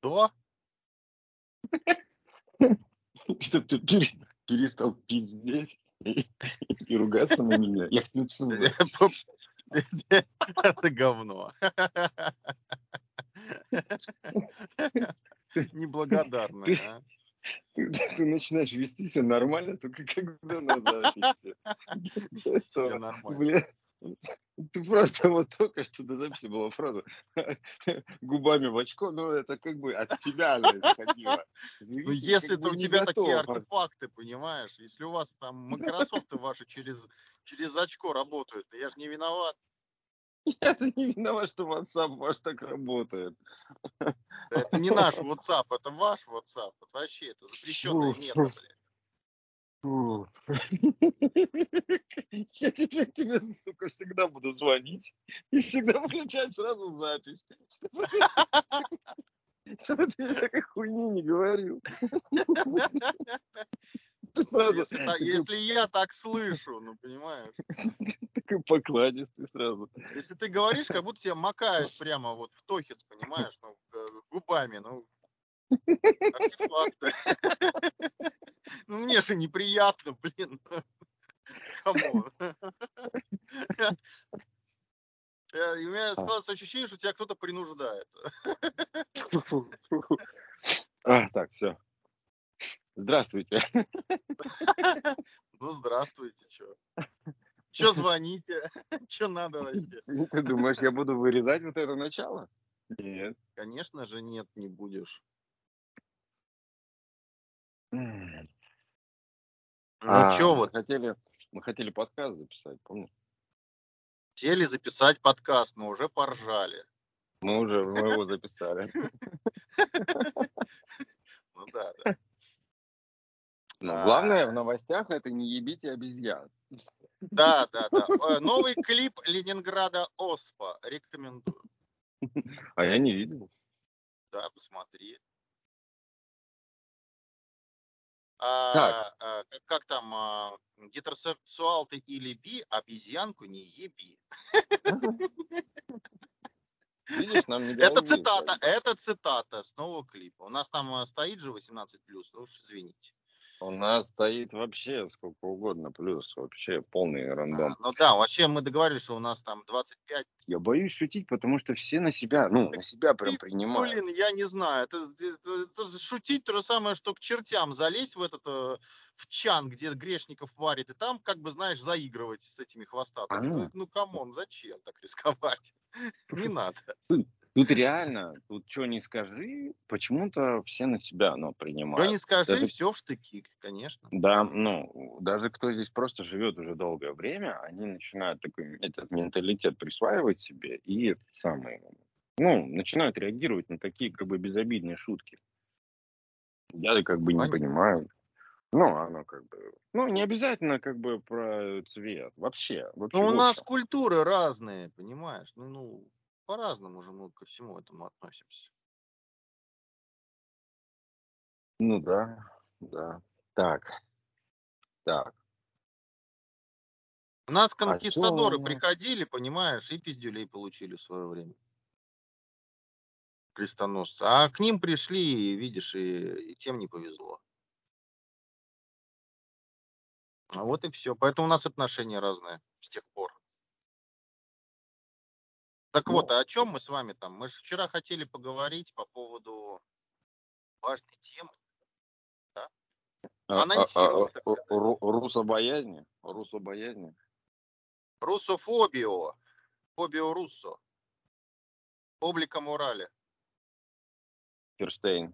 Что? Чтоб ты перестал пиздеть и ругаться на меня. Я включил запись. Это говно. Неблагодарное, а. Ты начинаешь вести себя нормально, только когда на записи. Вести себя нормально. Бля, ты просто вот только что до записи была фраза губами в очко, но это как бы от тебя она исходила. Ну, Зритель если как это бы у не тебя такие готов. артефакты, понимаешь, если у вас там Microsoft ваши через очко работают, я же не виноват. Я же не виноват, что WhatsApp ваш так работает. Это не наш WhatsApp, это ваш WhatsApp. Это вообще это запрещенная Фу, мета, фу, блядь. фу. Я теперь тебе, сука, всегда буду звонить и всегда включать сразу запись, чтобы ты всякой хуйни не говорил. Ты сразу Если я так слышу, ну понимаешь. такой покладистый сразу. Если ты говоришь, как будто тебя макают прямо вот в тохец, понимаешь, ну, губами, ну, артефакты. Ну, мне же неприятно, блин. Камон. И у меня складывается ощущение, что тебя кто-то принуждает. Так, все. Здравствуйте. Ну, здравствуйте, чё. Чё звоните? Чё надо вообще? Ты думаешь, я буду вырезать вот это начало? Нет. Конечно же, нет, не будешь. Ну, чё Мы вот, хотели подкаст записать, помнишь? сели записать подкаст, но уже поржали. Мы его записали. Ну да. Но главное в новостях это не ебите обезьян. Да. Новый клип Ленинграда Оспа. Рекомендую. А я не видел. Да, посмотри. Так. Как там, гетеросексуал ты или би, обезьянку не еби. Видишь, нам не Это грозит. цитата с нового клипа. У нас там стоит же 18+, ну уж извините. У нас стоит вообще сколько угодно плюс, вообще полный рандом. Ну да, вообще мы договорились, что у нас там 25. Я боюсь шутить, потому что все на себя прям принимают. Блин, я не знаю. Это шутить то же самое, что к чертям залезть в в чан, где грешников варит, и там, как бы, знаешь, заигрывать с этими хвостатыми. Ну камон, зачем так рисковать? Не надо. Тут реально, тут что ни скажи, почему-то все на себя, Что принимают. не скажи, Даже, все в штыки, конечно. да, даже кто здесь просто живет уже долгое время, они начинают этот менталитет присваивать себе и начинают реагировать на такие как бы безобидные шутки. Я как бы не Понятно. понимаю. Оно как бы, не обязательно как бы про цвет, вообще Ну, в у нас общем. культуры разные, понимаешь? Ну, по-разному же мы ко всему этому относимся. Ну да. Так. У нас А конкистадоры чё? приходили, понимаешь, и пиздюлей получили в свое время. Крестоносцы. А к ним пришли, и, видишь, и тем не повезло. А вот и все. Поэтому у нас отношения разные с тех пор. Так вот, а о чем мы с вами там? Мы же вчера хотели поговорить по поводу важной темы, да? Анонсировали, так сказать. Русобоязни? Русофобио. Фобио руссо. Облика морали. Ферштейн.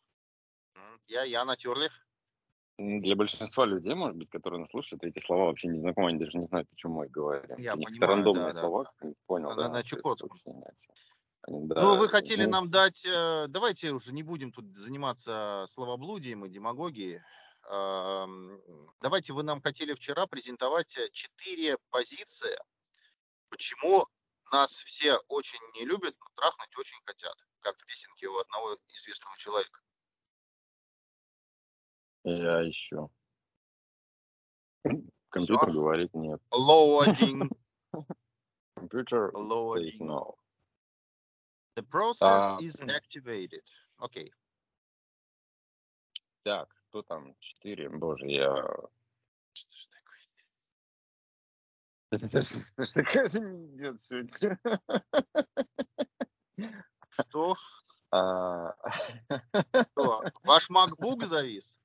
Я натюрлих. Для большинства людей, может быть, которые нас слушают, эти слова вообще не знакомы, они даже не знают, почему мы их говорим. Я Это какие-то понимаю, рандомные да. слова, как я понял, На да? То есть Чукотском. вообще ни о чем. Ну, вы хотели нам дать... Давайте уже не будем тут заниматься словоблудием и демагогией. Давайте вы нам хотели вчера презентовать 4 позиции, почему нас все очень не любят, но трахнуть очень хотят. Как в песенке у одного известного человека. Я еще. Компьютер говорит нет. Loading. Компьютер says Loading. no. The process is activated. Окей. Так, кто там? 4. Боже, я... Что ж такое? Что какая-то не идет сегодня. Что? А, Что? Ваш MacBook завис?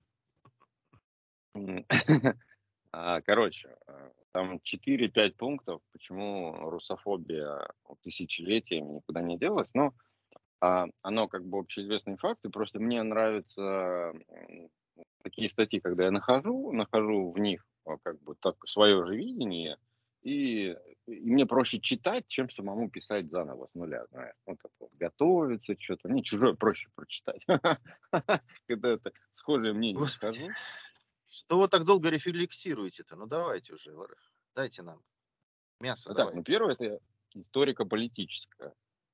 Короче, там 4-5 пунктов, почему русофобия тысячелетиями никуда не делась. Но оно как бы общеизвестные факты. Просто мне нравятся такие статьи, когда я нахожу в них как бы так свое же видение, и мне проще читать, чем самому писать заново с нуля, знаешь. Вот это вот готовиться, что-то. Мне чужое проще прочитать. Когда это схожее мнение Господи, нахожу. что вы так долго рефлексируете-то? Ну давайте уже, дайте нам мясо, Так, давай. ну первое это историко-политическое.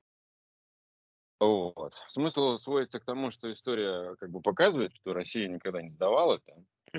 Вот. Смысл сводится к тому, что история как бы показывает, что Россия никогда не сдавалась, да,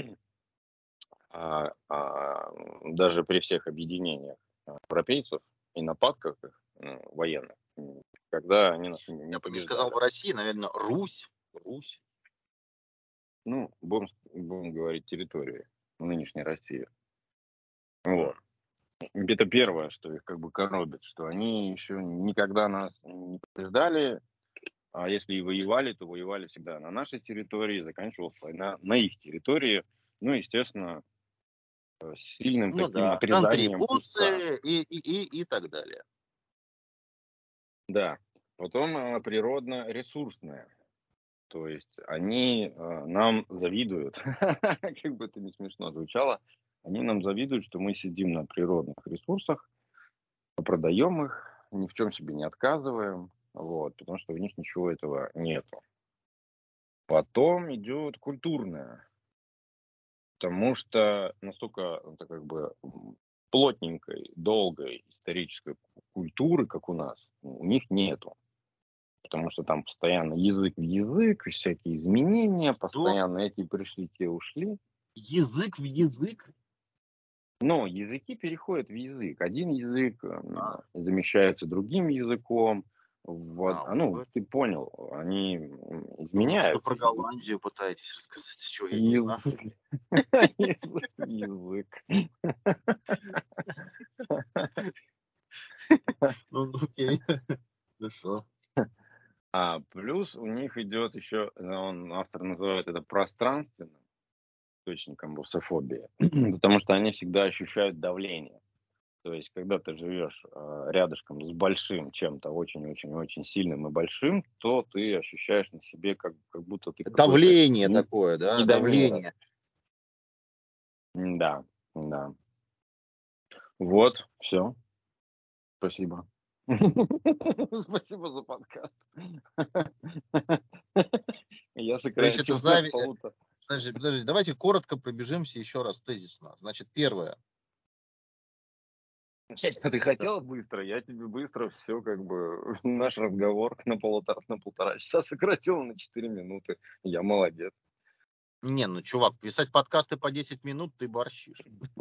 даже при всех объединениях европейцев и нападках их, военных, когда они нас не Я бы не сказал побеждали. бы Россия, наверное, Русь. Русь. Ну, будем говорить территории нынешней России. Мгм. Вот. Это первое, что их как бы коробит, что они еще никогда нас не побеждали, а если и воевали, то воевали всегда на нашей территории, заканчивалась война на их территории, ну, естественно, с сильным Ну таким да, отрезанием куска. контрибуции и так далее. Да. Потом природно-ресурсная. То есть они нам завидуют, как бы это не смешно звучало, они нам завидуют, что мы сидим на природных ресурсах, продаем их, ни в чем себе не отказываем, вот, потому что у них ничего этого нету. Потом идет культурная, потому что настолько это как бы плотненькой, долгой исторической культуры, как у нас, у них нету. Потому что там постоянно язык в язык, всякие изменения, Что? постоянно эти пришли, те ушли. Язык в язык? Но языки переходят в язык. Один язык А, замещается другим языком. Ну, вот. ты понял, они Ну, что изменяются. про Голландию пытаетесь рассказать? Чего я не знаю. Язык. Язык. Ну, окей. Хорошо. Плюс у них идет еще, автор называет это пространственным источником русофобии, потому что они всегда ощущают давление. То есть, когда ты живешь рядышком с большим чем-то очень-очень-очень сильным и большим, то ты ощущаешь на себе, как будто ты какой-то Давление такое, да, недомерок. давление. Да, да. Вот, все. Спасибо. Спасибо за подкаст. Я То есть это сократил до зависть. полутора. Подожди, давайте коротко пробежимся еще раз тезисно. Значит, первое. Ты хотел быстро, я тебе быстро все как бы наш разговор на полтора часа сократил на 4 минуты. Я молодец. Не, ну, чувак, писать подкасты по 10 минут ты борщишь.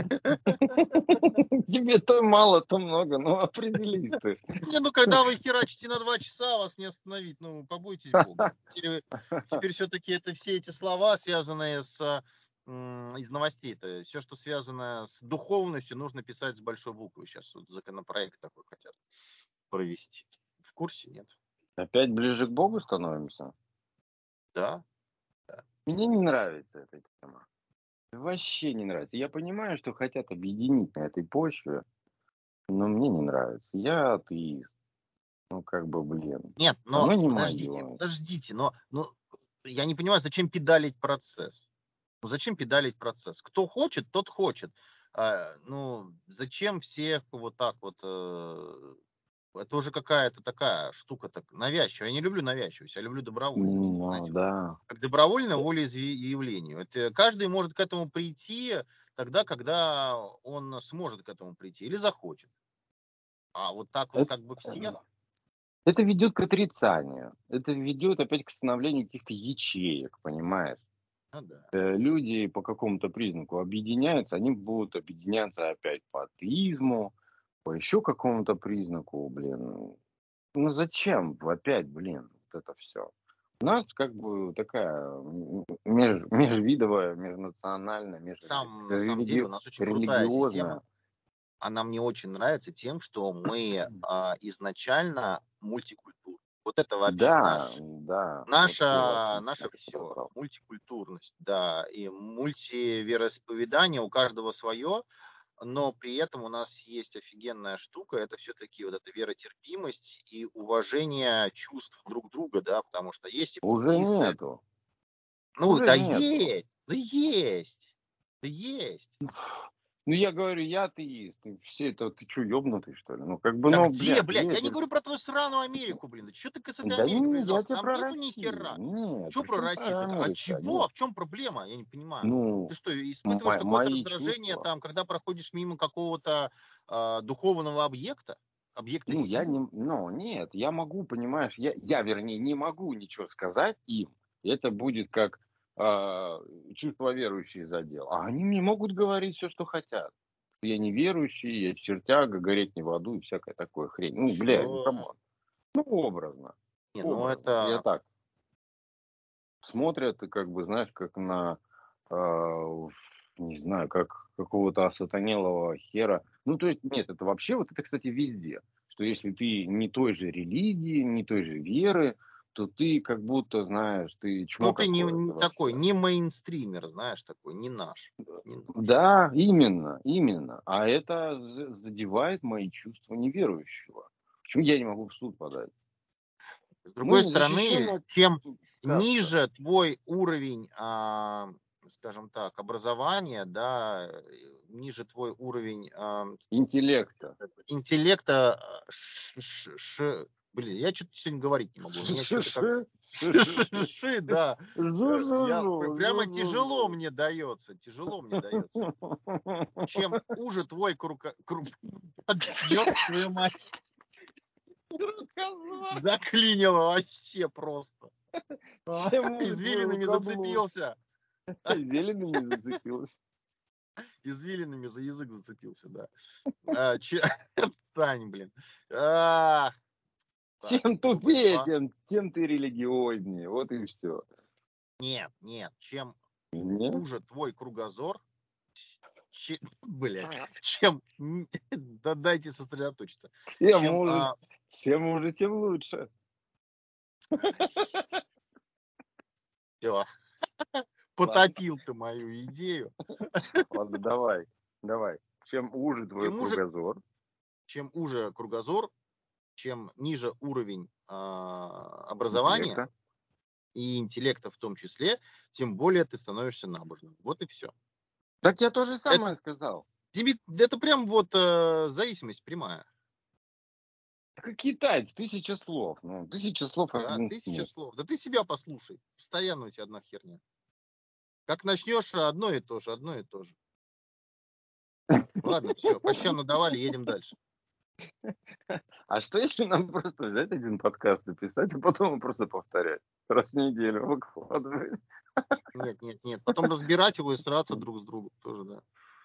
Тебе то мало, то много, ну определись ты. Не, ну, когда вы херачите на 2 часа, вас не остановить. Ну, побойтесь Бога. Теперь все-таки это все эти слова, связанные из новостей-то. Все, что связано с духовностью, нужно писать с большой буквы. Сейчас вот законопроект такой хотят провести. В курсе? Нет? Опять ближе к Богу становимся? Да. Да. Мне не нравится эта тема. Вообще не нравится. Я понимаю, что хотят объединить на этой почве, но мне не нравится. Я атеист. Ну, как бы, блин. Нет, Оно но не подождите, мое. подождите, но я не понимаю, зачем педалить процесс? Ну, зачем педалить процесс? Кто хочет, тот хочет. Ну, зачем всех вот так вот? Это уже какая-то такая штука так навязчивая. Я не люблю навязчивость, я люблю добровольность. Ну, Знаете, вот да. как добровольное волеизъявление. Это каждый может к этому прийти тогда, когда он сможет к этому прийти или захочет. А вот так вот Это, как бы всех, это ведет к отрицанию. Это ведет опять к становлению каких-то ячеек, понимаешь? ну да. Люди по какому-то признаку объединяются, они будут объединяться опять по атеизму, по еще какому-то признаку, блин. Ну зачем опять, блин, вот это все? У нас как бы такая межвидовая, межнациональная, На самом деле у нас очень крутая религиозная. система. Она мне очень нравится тем, что мы изначально мультикультурны. Вот это вообще Да, да, вообще наша, очень наше все, прав. мультикультурность, да, и мультивероисповедание у каждого свое, но при этом у нас есть офигенная штука, это все-таки вот эта веротерпимость и уважение чувств друг друга, да, потому что есть и Уже буддисты, нету, ну, уже нету. да есть. Ну, я говорю, я атеист. И все это, ты что, ёбнутый, что ли? Ну, как бы, Да ну, где, блядь, блядь? Я не ветер. говорю про твою сраную Америку, блин. Да что ты с этой Да Америкой не, я привязался? тебе Там про нету ни Россию. хера. Нет, Что при про чем Россию? про Так, а Америка? чего? Нет. В чем проблема? Я не понимаю. Ну, Ты что, испытываешь какое-то мои раздражение чувства. там, когда проходишь мимо какого-то духовного объекта? Объекта Ну, я силы? не, ну, нет, я могу, понимаешь, вернее, не могу ничего сказать им. Это будет как чувство верующие задел. А они мне могут говорить все, что хотят. Я неверующий, я чертяга, гореть не в аду и всякая такое хрень. Ну, блядь, ну, Чё? камон. Ну, образно. Не, ну Образно. Это я это... так. Смотрят, и как бы, знаешь, как на, а, не знаю, как какого-то осатанелого хера. Ну, то есть, нет, это вообще, вот это, кстати, везде. Что если ты не той же религии, не той же веры, то ты как будто, знаешь, ты Ну чмо ты не, какое-то такой, вообще. не мейнстример, знаешь, такой, не наш. Не наш. Да, именно, именно. А это задевает мои чувства неверующего. Почему я не могу в суд подать? С Мы другой стороны, незащищенная чем каста. ниже твой уровень, скажем так, образования, да, ниже твой уровень Интеллекта. интеллекта, блин, я что-то сегодня говорить не могу, у меня что-то как Шиши, шиши. да, прямо Жу-жу-жу. тяжело мне дается. Чем уже твой ёб твою мать, Коза. заклинило вообще просто. Чем может твой Извилинами рукоблуд? зацепился. Зелеными зацепилась. Извилинами за язык зацепился, да. Отстань, блин. А, Так, Чем группа тупее, ИПА. тем ты религиознее. Вот и все. Нет. Чем Нет? уже твой кругозор, блядь, чем... Да дайте сосредоточиться. Чем Чем... может, чем уже, тем лучше. Все, Ладно, потопил ты мою идею. ладно, давай. Чем уже твой Чем уже, кругозор, чем уже кругозор, чем ниже уровень образования интеллекта. и интеллекта в том числе, тем более ты становишься набожным. Вот и все. Так я то же Это, самое сказал. это прям вот зависимость прямая. Как китайец, 1000 слов. Ну, 1000 слов, Да, один 1000 смысл. слов. Да ты себя послушай. Постоянно у тебя одна херня. Как начнешь одно и то же, одно и то же. Ладно, все, по щам надавали, едем дальше. А что если нам просто взять один подкаст написать, а потом его просто повторять? Раз в неделю выкладывать. Нет. Потом разбирать его и сраться друг с другом тоже, да.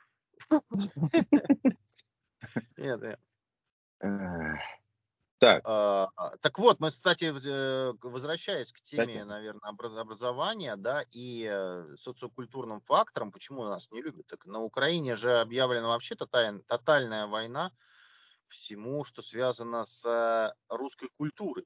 Нет. Эх. Так, Так вот, мы, кстати, возвращаясь к теме, кстати, наверное, образования, да, и социокультурным факторам, почему нас не любят. Так на Украине же объявлена вообще тотальная война всему, что связано с русской культурой.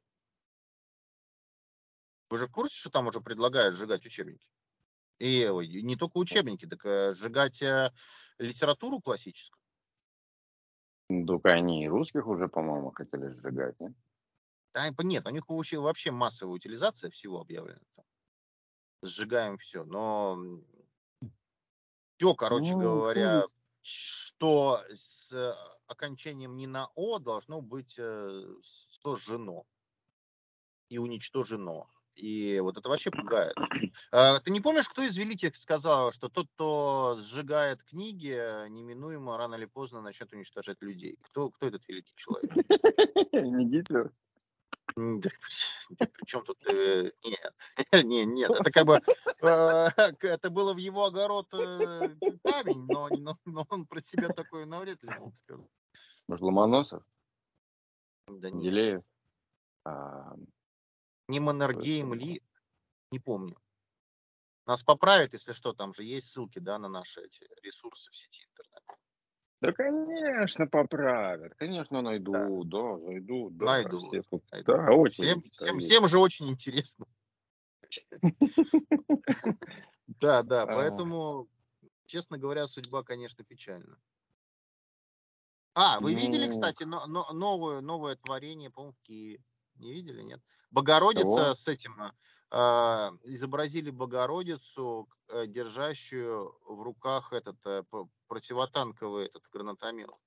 Вы же в курсе, что там уже предлагают сжигать учебники? И не только учебники, так сжигать литературу классическую. только они и русских уже, по-моему, хотели сжигать, нет? Нет, у них вообще массовая утилизация всего объявлена. Сжигаем все. Но все, короче Ну, говоря, что с окончанием не на О должно быть сожжено и уничтожено. И вот это вообще пугает. Ты не помнишь, кто из великих сказал, что тот, кто сжигает книги, неминуемо рано или поздно начнет уничтожать людей? Кто этот великий человек? не Гитлер. Да, при чем тут... Нет, нет, это как бы... Это было в его огород камень, но он про себя такое навряд ли мог сказать. Может, Ломоносов, Да нет. Менделеев. А, Не Маннергейм Ли. Не помню. Нас поправят, если что, там же есть ссылки, да, на наши эти ресурсы в сети интернет. Да, конечно, поправят, конечно, Да, найдут, да, зайдут, да, найду, все тут, найду. да, очередь стоит. Всем же очень интересно. Да, да, А, поэтому, честно говоря, судьба, конечно, печальна. А, вы видели, Ну, кстати, новое творение, по-моему, в Киеве? Не видели, нет? кого? Богородица с этим, изобразили Богородицу, держащую в руках этот противотанковый этот гранатомет.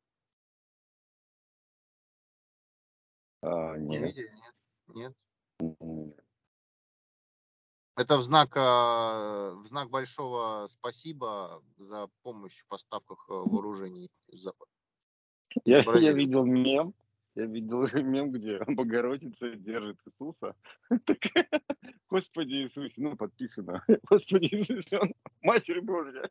Не Нет. видели, нет? Нет. М, Это в знак большого спасибо за помощь в поставках вооружений из Запада. Я Изобразили. видел мем, я видел мем, где Богородица держит Иисуса. Такая, Господи Иисусе, ну, подписано. Господи Иисусе, он Матерь Божья.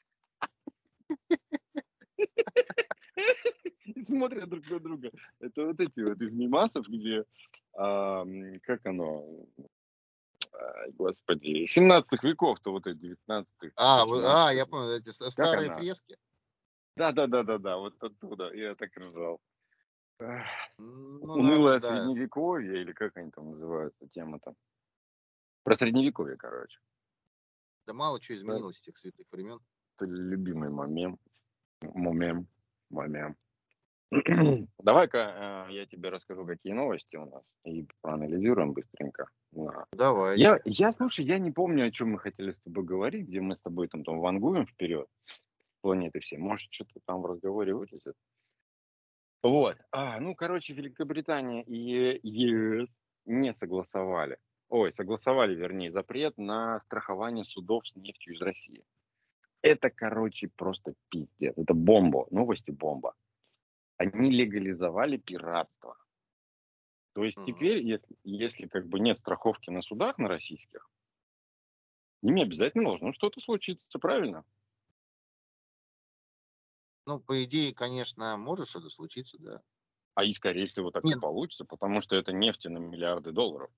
И смотрят друг на друга. Это вот эти вот из мемасов, где, как оно, господи, 17 веков-то вот эти, 19-х, 18 Я понял, эти Как старые она? фрески. Да-да-да-да-да, вот оттуда. Я так ржал. Эх, Ну, наверное, Унылое да. средневековье, или как они там называются, тема-то. Про средневековье, короче. Да мало чего Это изменилось с тех святых времен. любимый момент. Момент. Момент. Давай-ка я тебе расскажу, какие новости у нас, и проанализируем быстренько. Да. Давайте. Слушай, я не помню, о чем мы хотели с тобой говорить, где мы с тобой там вангуем вперед планеты все. Может, что-то там в разговоре вылезет. Вот. Ну, короче, Великобритания и ЕС не согласовали. Ой, согласовали, вернее, запрет на страхование судов с нефтью из России. Это, короче, просто пиздец. Это бомба. Новости бомба. Они легализовали пиратство. То есть Мгм. теперь, если как бы нет страховки на судах на российских, с ними обязательно должно что-то случиться, правильно? Ну, по идее, конечно, может что-то случиться, да. И, скорее всего, так и Нет, получится, потому что это нефть на миллиарды долларов.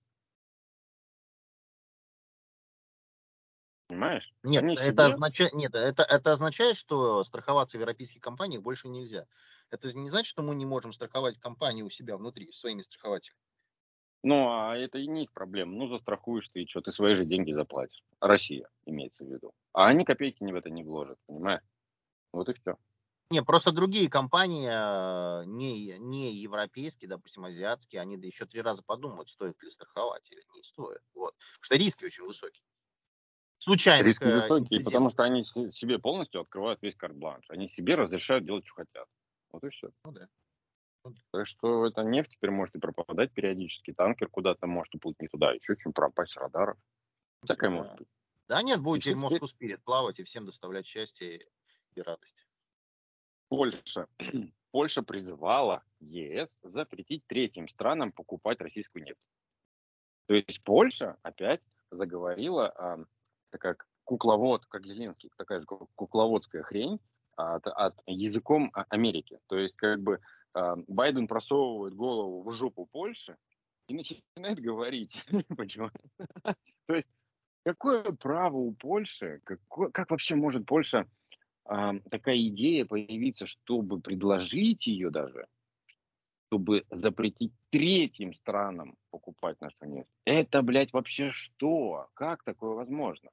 Понимаешь? нет, Они себе. это означает, что страховаться в европейских компаниях больше нельзя. Это не значит, что мы не можем страховать компании у себя внутри, своими страхователями. Ну, а это и не их проблема. Ну, застрахуешь ты, и что, ты свои же деньги заплатишь. Россия имеется в виду. А они копейки в это не вложат, понимаешь? Вот и все. Не, просто другие компании, не европейские, допустим, азиатские, они да еще 3 раза подумают, стоит ли страховать или не стоит. Вот. Потому что риски очень высокие. Случайных Риски высокие, потому инцидентов. что они себе полностью открывают весь карт-бланш. Они себе разрешают делать, что хотят. Вот и все. Ну да. Так что эта нефть теперь может и пропадать периодически. Танкер куда-то может уплыть не туда. Еще чем пропасть с радаров. Всякое может Да. быть. Да нет, И будет все теперь теперь Moscow Spirit плавать и всем доставлять счастье и радость. Польша. Польша призвала ЕС запретить третьим странам покупать российскую нефть. То есть Польша опять заговорила, такая кукловод, как Зеленский, такая же кукловодская хрень от языком Америки. То есть как бы Байден просовывает голову в жопу Польши и начинает говорить. Понимаешь? То есть какое право у Польши, как вообще может Польша такая идея появиться, чтобы предложить ее даже, чтобы запретить третьим странам покупать нашу нефть. Это, блядь, вообще что? Как такое возможно?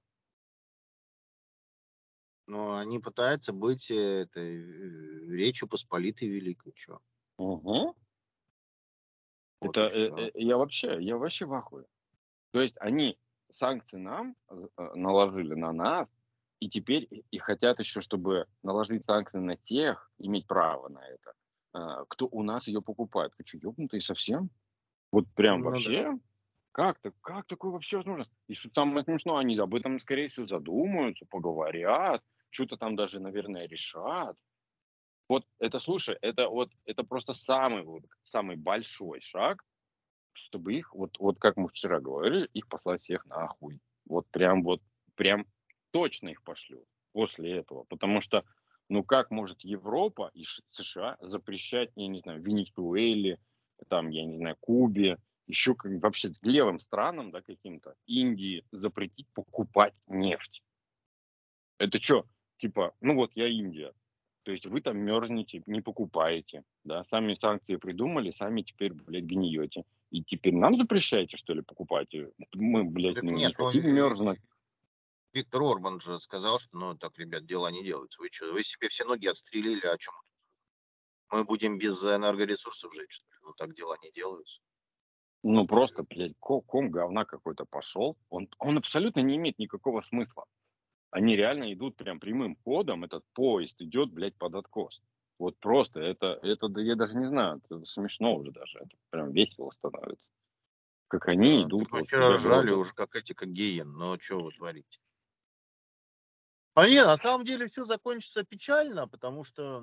Но они пытаются быть Речью Посполитой Великой. Чё? Угу. Вот и все. Я вообще в ахуе. То есть они санкции нам наложили на нас, и теперь и хотят еще, чтобы наложить санкции на тех, иметь право на это, кто у нас ее покупает. Ты что, ёбнутый совсем? Вот прям Ну да. вообще? Как такое вообще возможно? И что самое смешное, они об этом, скорее всего, задумаются, поговорят, что-то там даже, наверное, решат. Вот это, слушай, это просто самый большой шаг, чтобы их, вот как мы вчера говорили, их послать всех нахуй. Вот прям точно их пошлют после этого. Потому что, ну как может Европа и США запрещать, я не знаю, Венесуэле, там, я не знаю, Кубе, еще как вообще левым странам, да, каким-то, Индии запретить покупать нефть. Это что? Типа, ну вот я Индия. То есть вы там мерзнете, не покупаете, да, сами санкции придумали, сами теперь, блядь, гниете. И теперь нам запрещаете, что ли, покупать? Мы, Ну, блядь, так не нет, но хотим мерзнуть. Виктор Орбан же сказал, что, ну, так, ребят, дела не делаются. Вы что, вы себе все ноги отстрелили, о чем мы будем без энергоресурсов жить, что ли? Ну, так дела не делаются. Ну, просто, блядь, ком говна какой-то пошел. Он абсолютно не имеет никакого смысла. Они реально идут прям прямым ходом, этот поезд идет, блядь, под откос. Вот просто, да я даже не знаю, это смешно уже даже, это прям весело становится. Как они Да, так идут, мы вот вчера я ржали говорю, уже, как эти, как геен. Но что вы творите? А нет, на самом деле все закончится печально, потому что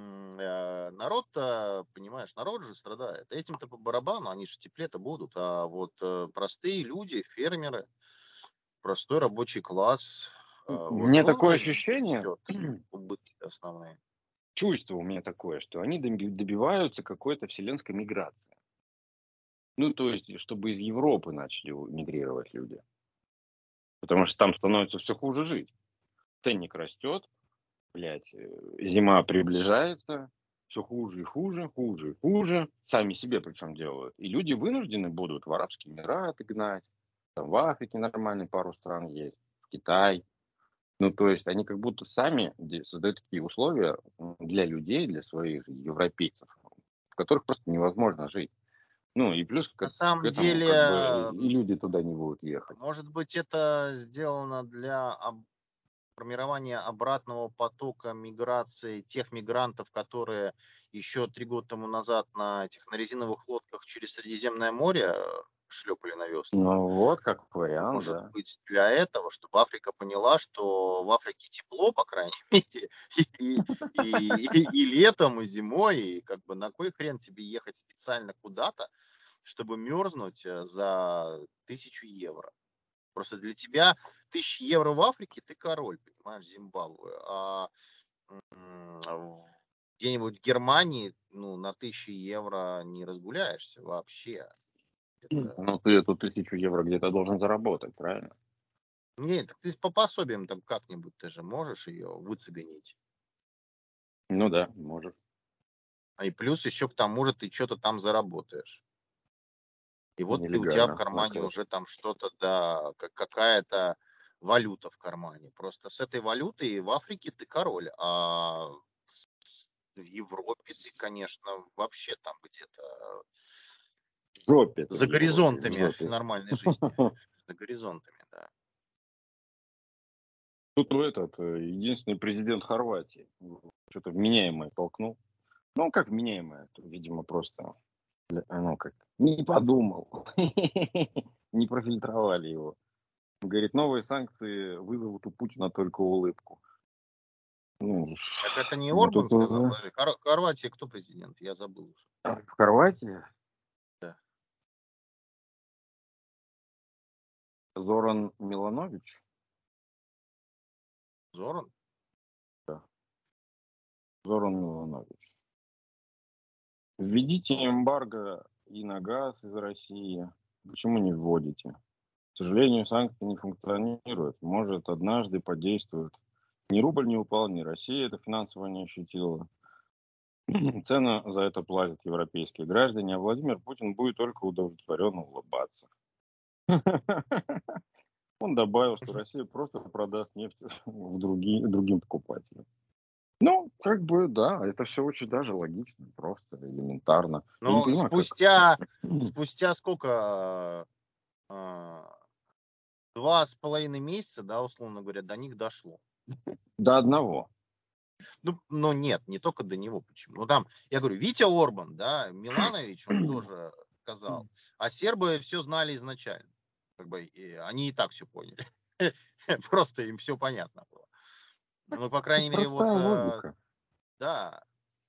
народ-то, понимаешь, народ же страдает. Этим-то по барабану, они же в тепле-то будут. А вот простые люди, фермеры, простой рабочий класс, у вот меня он такое же ощущение, несет убытки основные. чувство у меня такое, что они добиваются какой-то вселенской миграции. Ну, то есть, чтобы из Европы начали мигрировать люди. Потому что там становится все хуже жить. Ценник растет, блядь, зима приближается, все хуже и хуже, хуже и хуже. Сами себе причем делают. И люди вынуждены будут в Арабские Эмираты гнать, там в Африке нормальный пару стран есть, в Китай. Ну, то есть они как будто сами создают такие условия для людей, для своих европейцев, в которых просто невозможно жить. Ну, и плюс На к самом этому деле, как бы и люди туда не будут ехать. может быть, это сделано для формирования обратного потока миграции тех мигрантов, которые еще 3 года тому назад на этих на резиновых лодках через Средиземное море шлепали на веслах. Ну, вот как вариант, Может да. быть, для этого, чтобы Африка поняла, что в Африке тепло, по крайней мере, и летом, и зимой, и как бы на кой хрен тебе ехать специально куда-то, чтобы мерзнуть за 1000 евро. Просто для тебя 1000 евро в Африке, ты король, понимаешь, Зимбабве. А где-нибудь в Германии, ну, на 1000 евро не разгуляешься вообще. Это... Ну, ты эту 1000 евро где-то должен заработать, правильно? Нет, так ты по пособиям там как-нибудь, ты же можешь ее выцегонить. Ну да, может. А и плюс еще к тому же ты что-то там заработаешь. И вот ты, у тебя в Нелегально, кармане опять. уже там что-то, да, какая-то валюта в кармане. Просто с этой валютой в Африке ты король, а в Европе ты, конечно, вообще там где-то В жопе ты в за Европе, в горизонтами жопе. нормальной жизни. За горизонтами, да. Тут этот, единственный президент Хорватии, что-то вменяемое толкнул. Ну, как вменяемое, видимо, просто, ну, как, не подумал, не профильтровали его. Говорит, новые санкции вызовут у Путина только улыбку. Ну, Так это не ну Орбан тут сказал? уже Подожди, Хорватия кто президент? Я забыл уже. в Хорватии Да. Зоран Миланович, Зоран? да, Зоран Миланович. Введите эмбарго и на газ из России. Почему не вводите? К сожалению, санкции не функционируют. Может, однажды подействуют. Ни рубль не упал, ни Россия это финансово не ощутила. Цену за это платят европейские граждане, а Владимир Путин будет только удовлетворенно улыбаться. Он добавил, что Россия просто продаст нефть другим покупателям. Ну, как бы, да, это все очень даже логично, просто элементарно. Я не Ну, понимаю, как спустя сколько, 2,5 месяца, да, условно говоря, до них дошло. до одного. Ну, но нет, не только до него. Почему? Ну, там, я говорю, Витя Орбан, да, Миланович, он тоже сказал. А сербы все знали изначально. Как бы, они и так все поняли. Просто им все понятно было. Ну, по Это крайней мере, вот, простая логика. да.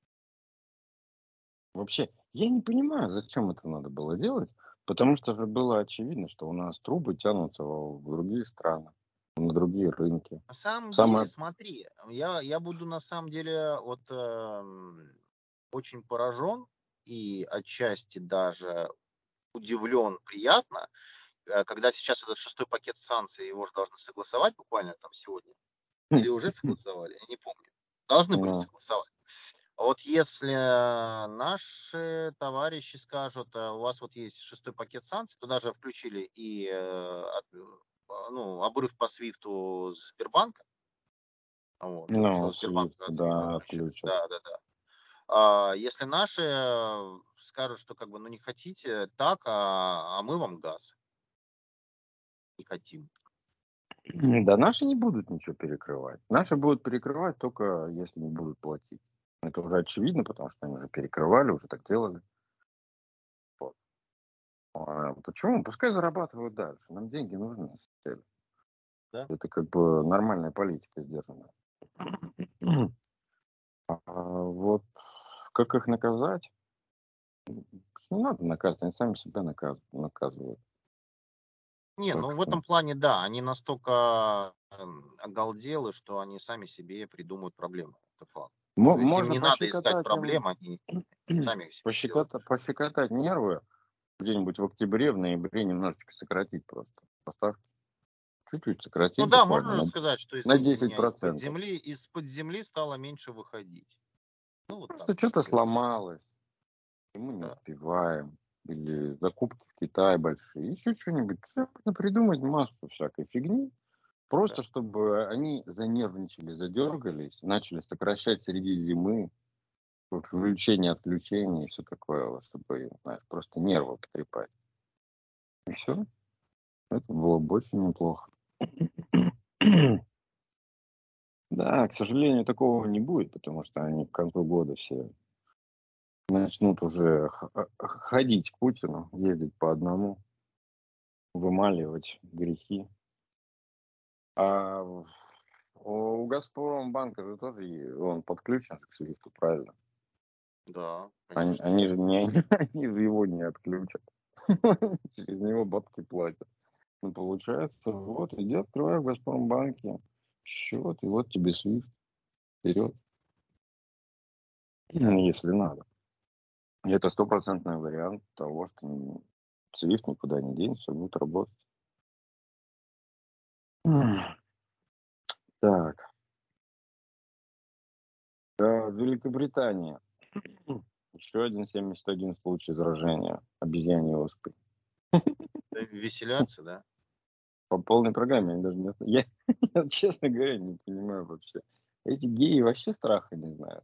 Вообще, я не понимаю, зачем это надо было делать, потому что же было очевидно, что у нас трубы тянутся в другие страны, на другие рынки. На самом деле, Самое... смотри, я буду на самом деле вот очень поражен и отчасти даже удивлен приятно, когда сейчас этот 6-й пакет санкций, его же должны согласовать буквально там сегодня. Или уже согласовали, я не помню. Должны были Ну, согласовать. Вот если наши товарищи скажут, у вас вот есть 6-й пакет санкций, туда же включили и обрыв по свифту Сбербанка, вот, что Сбербанк Свифт, от свифта да, отключен. включат. Да, да, да. Если наши скажут, что как бы, ну не хотите так, а мы вам газ не хотим. Да, наши не будут ничего перекрывать. Наши будут перекрывать только если не будут платить. Это уже очевидно, потому что они уже перекрывали, уже так делали. Вот. Почему? Пускай зарабатывают дальше. Нам деньги нужны, на самом деле. Да? Это как бы нормальная политика сдержанная. Вот как их наказать? Не надо наказывать, они сами себя наказывают. Не, Так ну в что, этом плане, да, они настолько оголделы, что они сами себе придумают проблемы. Это факт. То есть им можно не надо искать пощекотать им, проблем, они сами их себе делают. пощекотать нервы где-нибудь в октябре, в ноябре немножечко сократить просто поставки. Чуть-чуть Ну сократить да, буквально можно же сказать, что, на извините меня, 10%. из-под земли стало меньше выходить. Ну вот так Просто вот что-то сказать. сломалось, и мы не Да, успеваем. Или закупки в Китае большие. Еще что-нибудь. Можно придумать массу всякой фигни. да. Просто чтобы они занервничали, задергались, начали сокращать среди зимы, включение, отключение и все такое, вот, чтобы, знаешь, просто нервы потрепать. И все. Это было бы очень неплохо. Да, к сожалению, такого не будет, потому что они к концу года все начнут уже ходить к Путину, ездить по одному, вымаливать грехи. А у Газпромбанка же тоже он подключен к Свифту, правильно? Да, Они, конечно. они же не, они же его не отключат. Через него бабки платят. Ну, получается, вот, иди открывай в Газпромбанке счет, и вот тебе Свифт вперед, если надо. И это стопроцентный вариант того, что Свифт никуда не денется, будет работать. Так, Великобритания. Еще один 71 случай заражения обезьяньей оспой. Веселяться, да? По полной программе. Я даже не... я, честно говоря, не понимаю вообще. Эти геи вообще страха не знают.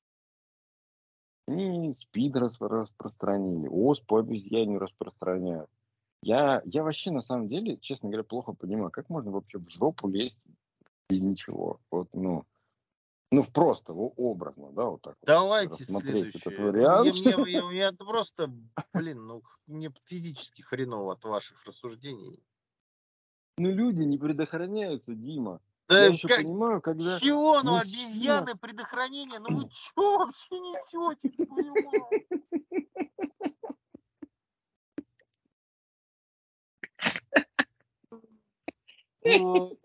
Они СПИД распространили, оспу обезьянью распространяют. Я вообще, на самом деле, честно говоря, плохо понимаю, как можно вообще в жопу лезть без ничего. Вот, просто образно, да, вот так вот, если Давайте рассмотреть этот следующее. Ну, вариант. я просто, блин, ну, мне физически хреново от ваших рассуждений. Ну, люди не предохраняются, Дима. Я Да еще как, понимаю, когда чего, ну, мужчина... обезьяны, предохранение, ну вы чё вообще несете, не понимаю. О,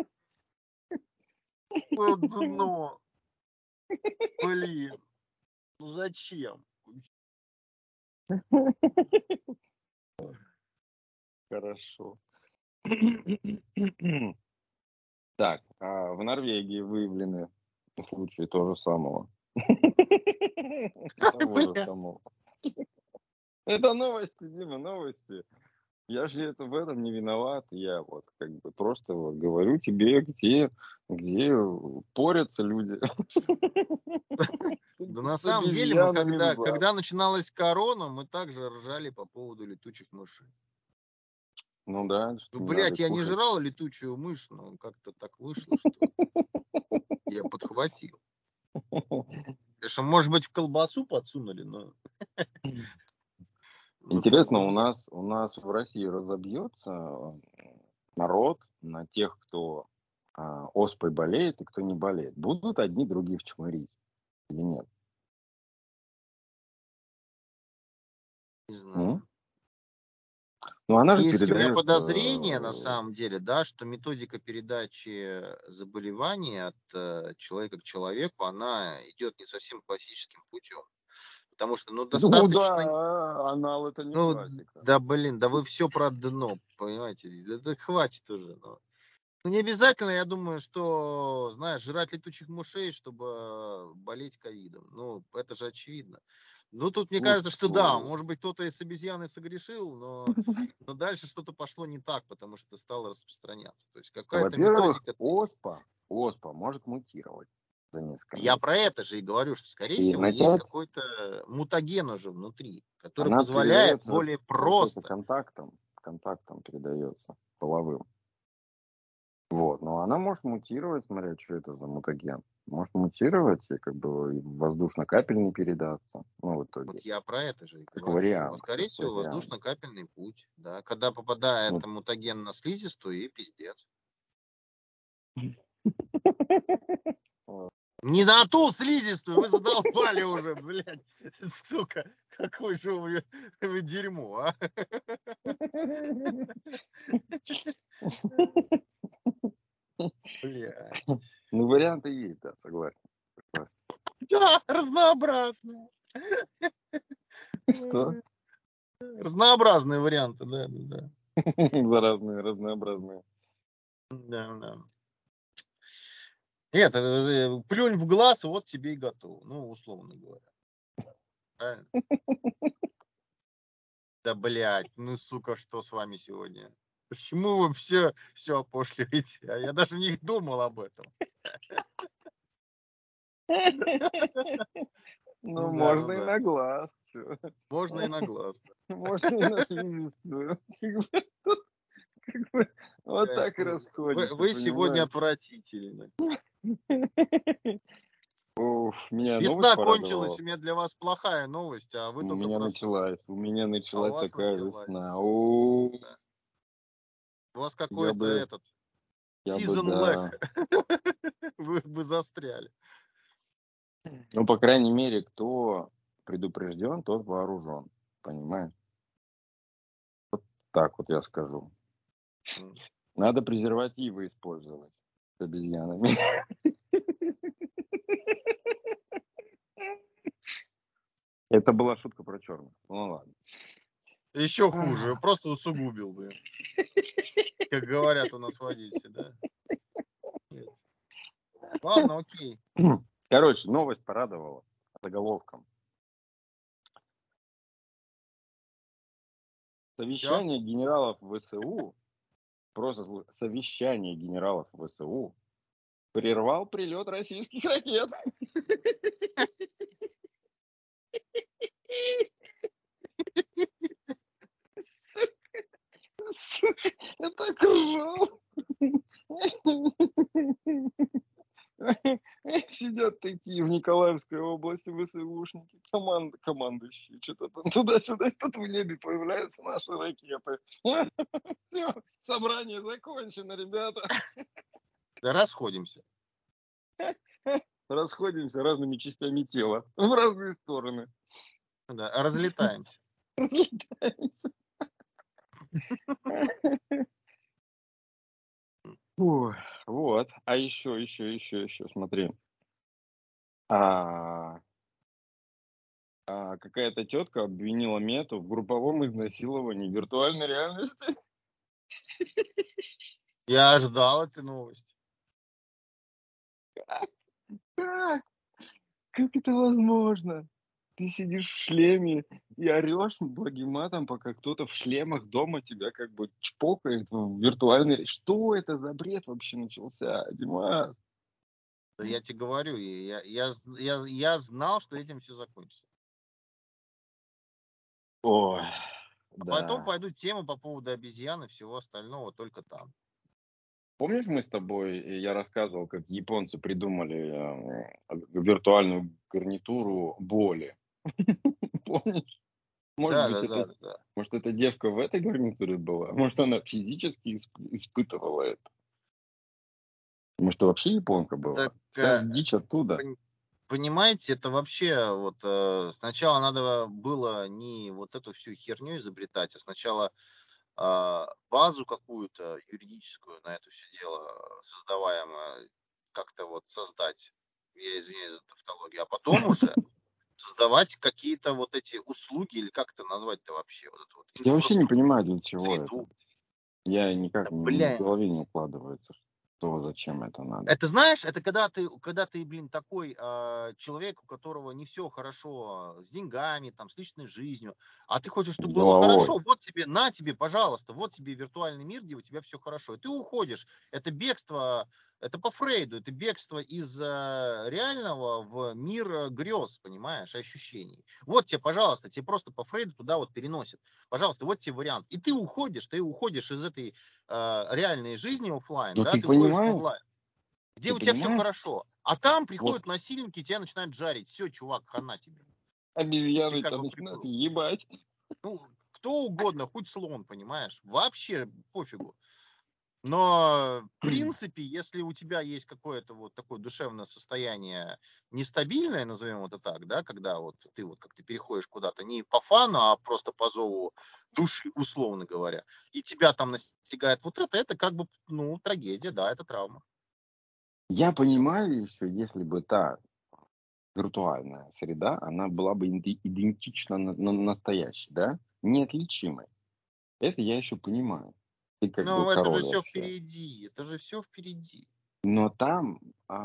дно, блин, ну зачем? Хорошо. Так, в Норвегии выявлены случаи того же самого. Того же Бля, самого. Это новости, Дима, новости. Я же в этом не виноват. Я вот как бы просто вот говорю тебе, где порятся люди да на с самом деле мы обезьянами в ЗАГС. когда начиналась корона, мы также ржали по поводу летучих мышей. Ну да, Ну, что не надо блядь, я не кушать. жрал летучую мышь, но как-то так вышло, что я подхватил. Конечно, может быть, в колбасу подсунули, но как Интересно, бы нет. у нас в России разобьется народ на тех, кто оспой болеет и кто не болеет. Будут одни других чмырить или нет? Не М? знаю. Ну, она же Есть у меня передает... подозрение, на самом деле, да, что методика передачи заболевания от человека к человеку, она идет не совсем классическим путем. Потому что, ну, Ну достаточно... да, анал это не Ну, классика. да, блин, да вы все про дно, понимаете? Да хватит уже. Ну, не обязательно, я думаю, что, знаешь, жрать летучих мышей, чтобы болеть ковидом. Ну, это же очевидно. Ну, тут мне кажется, что да, Фу. может быть, кто-то из обезьяны согрешил, но дальше что-то пошло не так, потому что стало распространяться. То есть какая-то Во-первых, методика... оспа может мутировать за несколько Я про месяцев. это же и говорю, что, скорее И всего, есть начать какой-то мутаген уже внутри, который она позволяет передается, более получается, просто... контактом передается половым. Вот, но она может мутировать, смотря что это за мутаген. Может мутировать и как бы и воздушно-капельный передаться. Ну, в Вот итоге. я про это же и Как говорю, что, вариант, скорее как всего, вариант. воздушно-капельный путь, да, когда попадает Ну, мутаген на слизистую и пиздец. Не на ту слизистую, вы задолбали уже, блядь, сука, какой же вы дерьмо, а? Блядь. ну, варианты есть, да, согласен. Согласен. Да, разнообразные. Что? Разнообразные варианты, да. Заразные, разнообразные. Да. Нет, плюнь в глаз, и вот тебе и готово. Ну, условно говоря. Правильно? Да, блядь, ну, сука, что с вами сегодня? Почему вы все опошливаете? А я даже не думал об этом. Ну, Да, можно и да. на глаз. Чё. Можно и на глаз. Можно и на слизистую. Как бы вот так и Конечно. расходимся, Вы сегодня понимаешь? отвратительны. Уф, меня новость Весна кончилась, порадовала. у меня для вас плохая новость, а вы только проснулись. У меня А у началась вас такая началась. весна. Да. У вас Я какой-то бы, этот я бы, season lag. да. Вы бы застряли. Ну, по крайней мере, кто предупрежден, тот вооружен. Понимаешь? Так вот я скажу. Надо презервативы использовать с обезьянами. Это была шутка про черных. Ну ладно. Еще хуже, просто усугубил бы. Как говорят у нас в Одессе, да? Нет. Ладно, окей. Короче, новость порадовала заголовком. Совещание генералов ВСУ, просто совещание генералов ВСУ прервал прилет российских ракет. Сука, я так ржал. Сидят такие в Николаевской области ВСУшники, командующие, что-то там туда-сюда, и тут в небе появляются наши ракеты. Все, собрание закончено, ребята. Да расходимся. Расходимся разными частями тела в разные стороны. Да, разлетаемся. Разлетаемся. Фу, вот. А еще, смотри. Какая-то тетка обвинила Мету в групповом изнасиловании в виртуальной реальности. Я ждал этой новости. Как? Как это возможно? Ты сидишь в шлеме и орешь благим матом, пока кто-то в шлемах дома тебя как бы чпокает в виртуальной... Что это за бред вообще начался, Димас? Да я тебе говорю, я знал, что этим все закончится. Ой, А потом да. пойдут темы по поводу обезьян и всего остального только там. Помнишь, мы с тобой, я рассказывал, как японцы придумали виртуальную гарнитуру боли? Помнишь? Может быть, Да. может, эта девка в этой гарнитуре была? Может, она физически испытывала это? Может, это вообще японка была? Так, Вся дичь оттуда. понимаете, это вообще вот сначала надо было не вот эту всю херню изобретать, а сначала базу какую-то юридическую на это все дело создаваемое как-то вот создать. Я извиняюсь за тавтологию. А потом уже создавать какие-то вот эти услуги, или как это назвать-то вообще, вот эту вот Я вообще не инфраструктуру, понимаю, для чего это. среду. Я Да, никак в бля. голове не укладывается, что зачем это надо. Это знаешь, это когда ты, блин, такой человек, у которого не все хорошо с деньгами, там, с личной жизнью, а ты хочешь, С чтобы было головой. хорошо, вот тебе, на тебе, пожалуйста, вот тебе виртуальный мир, где у тебя все хорошо. И ты уходишь. Это бегство, это по Фрейду, это бегство из реального в мир грез, понимаешь, ощущений. Вот тебе, пожалуйста, тебе просто по Фрейду туда вот переносят. Пожалуйста, вот тебе вариант. И ты уходишь из этой реальной жизни оффлайн, Но да, ты ты уходишь в понимаешь, онлайн, где ты у тебя все понимаешь, хорошо. А там вот приходят насильники и тебя начинают жарить. Все, чувак, хана тебе. Ты обезьяны как тебя бы начинают приплыл. ебать. Ну, кто угодно, хоть слон, понимаешь? Вообще пофигу. Но, в принципе, если у тебя есть какое-то вот такое душевное состояние нестабильное, назовем это так, да, когда вот ты вот как-то переходишь куда-то не по фану, а просто по зову души, условно говоря, и тебя там настигает вот это как бы, ну, трагедия, да, это травма. Я понимаю еще, если бы та виртуальная среда, она была бы идентична настоящей, да, неотличимой. Это я еще понимаю. Ты как бы Ну, это же король все вообще. впереди, это же все впереди. Но там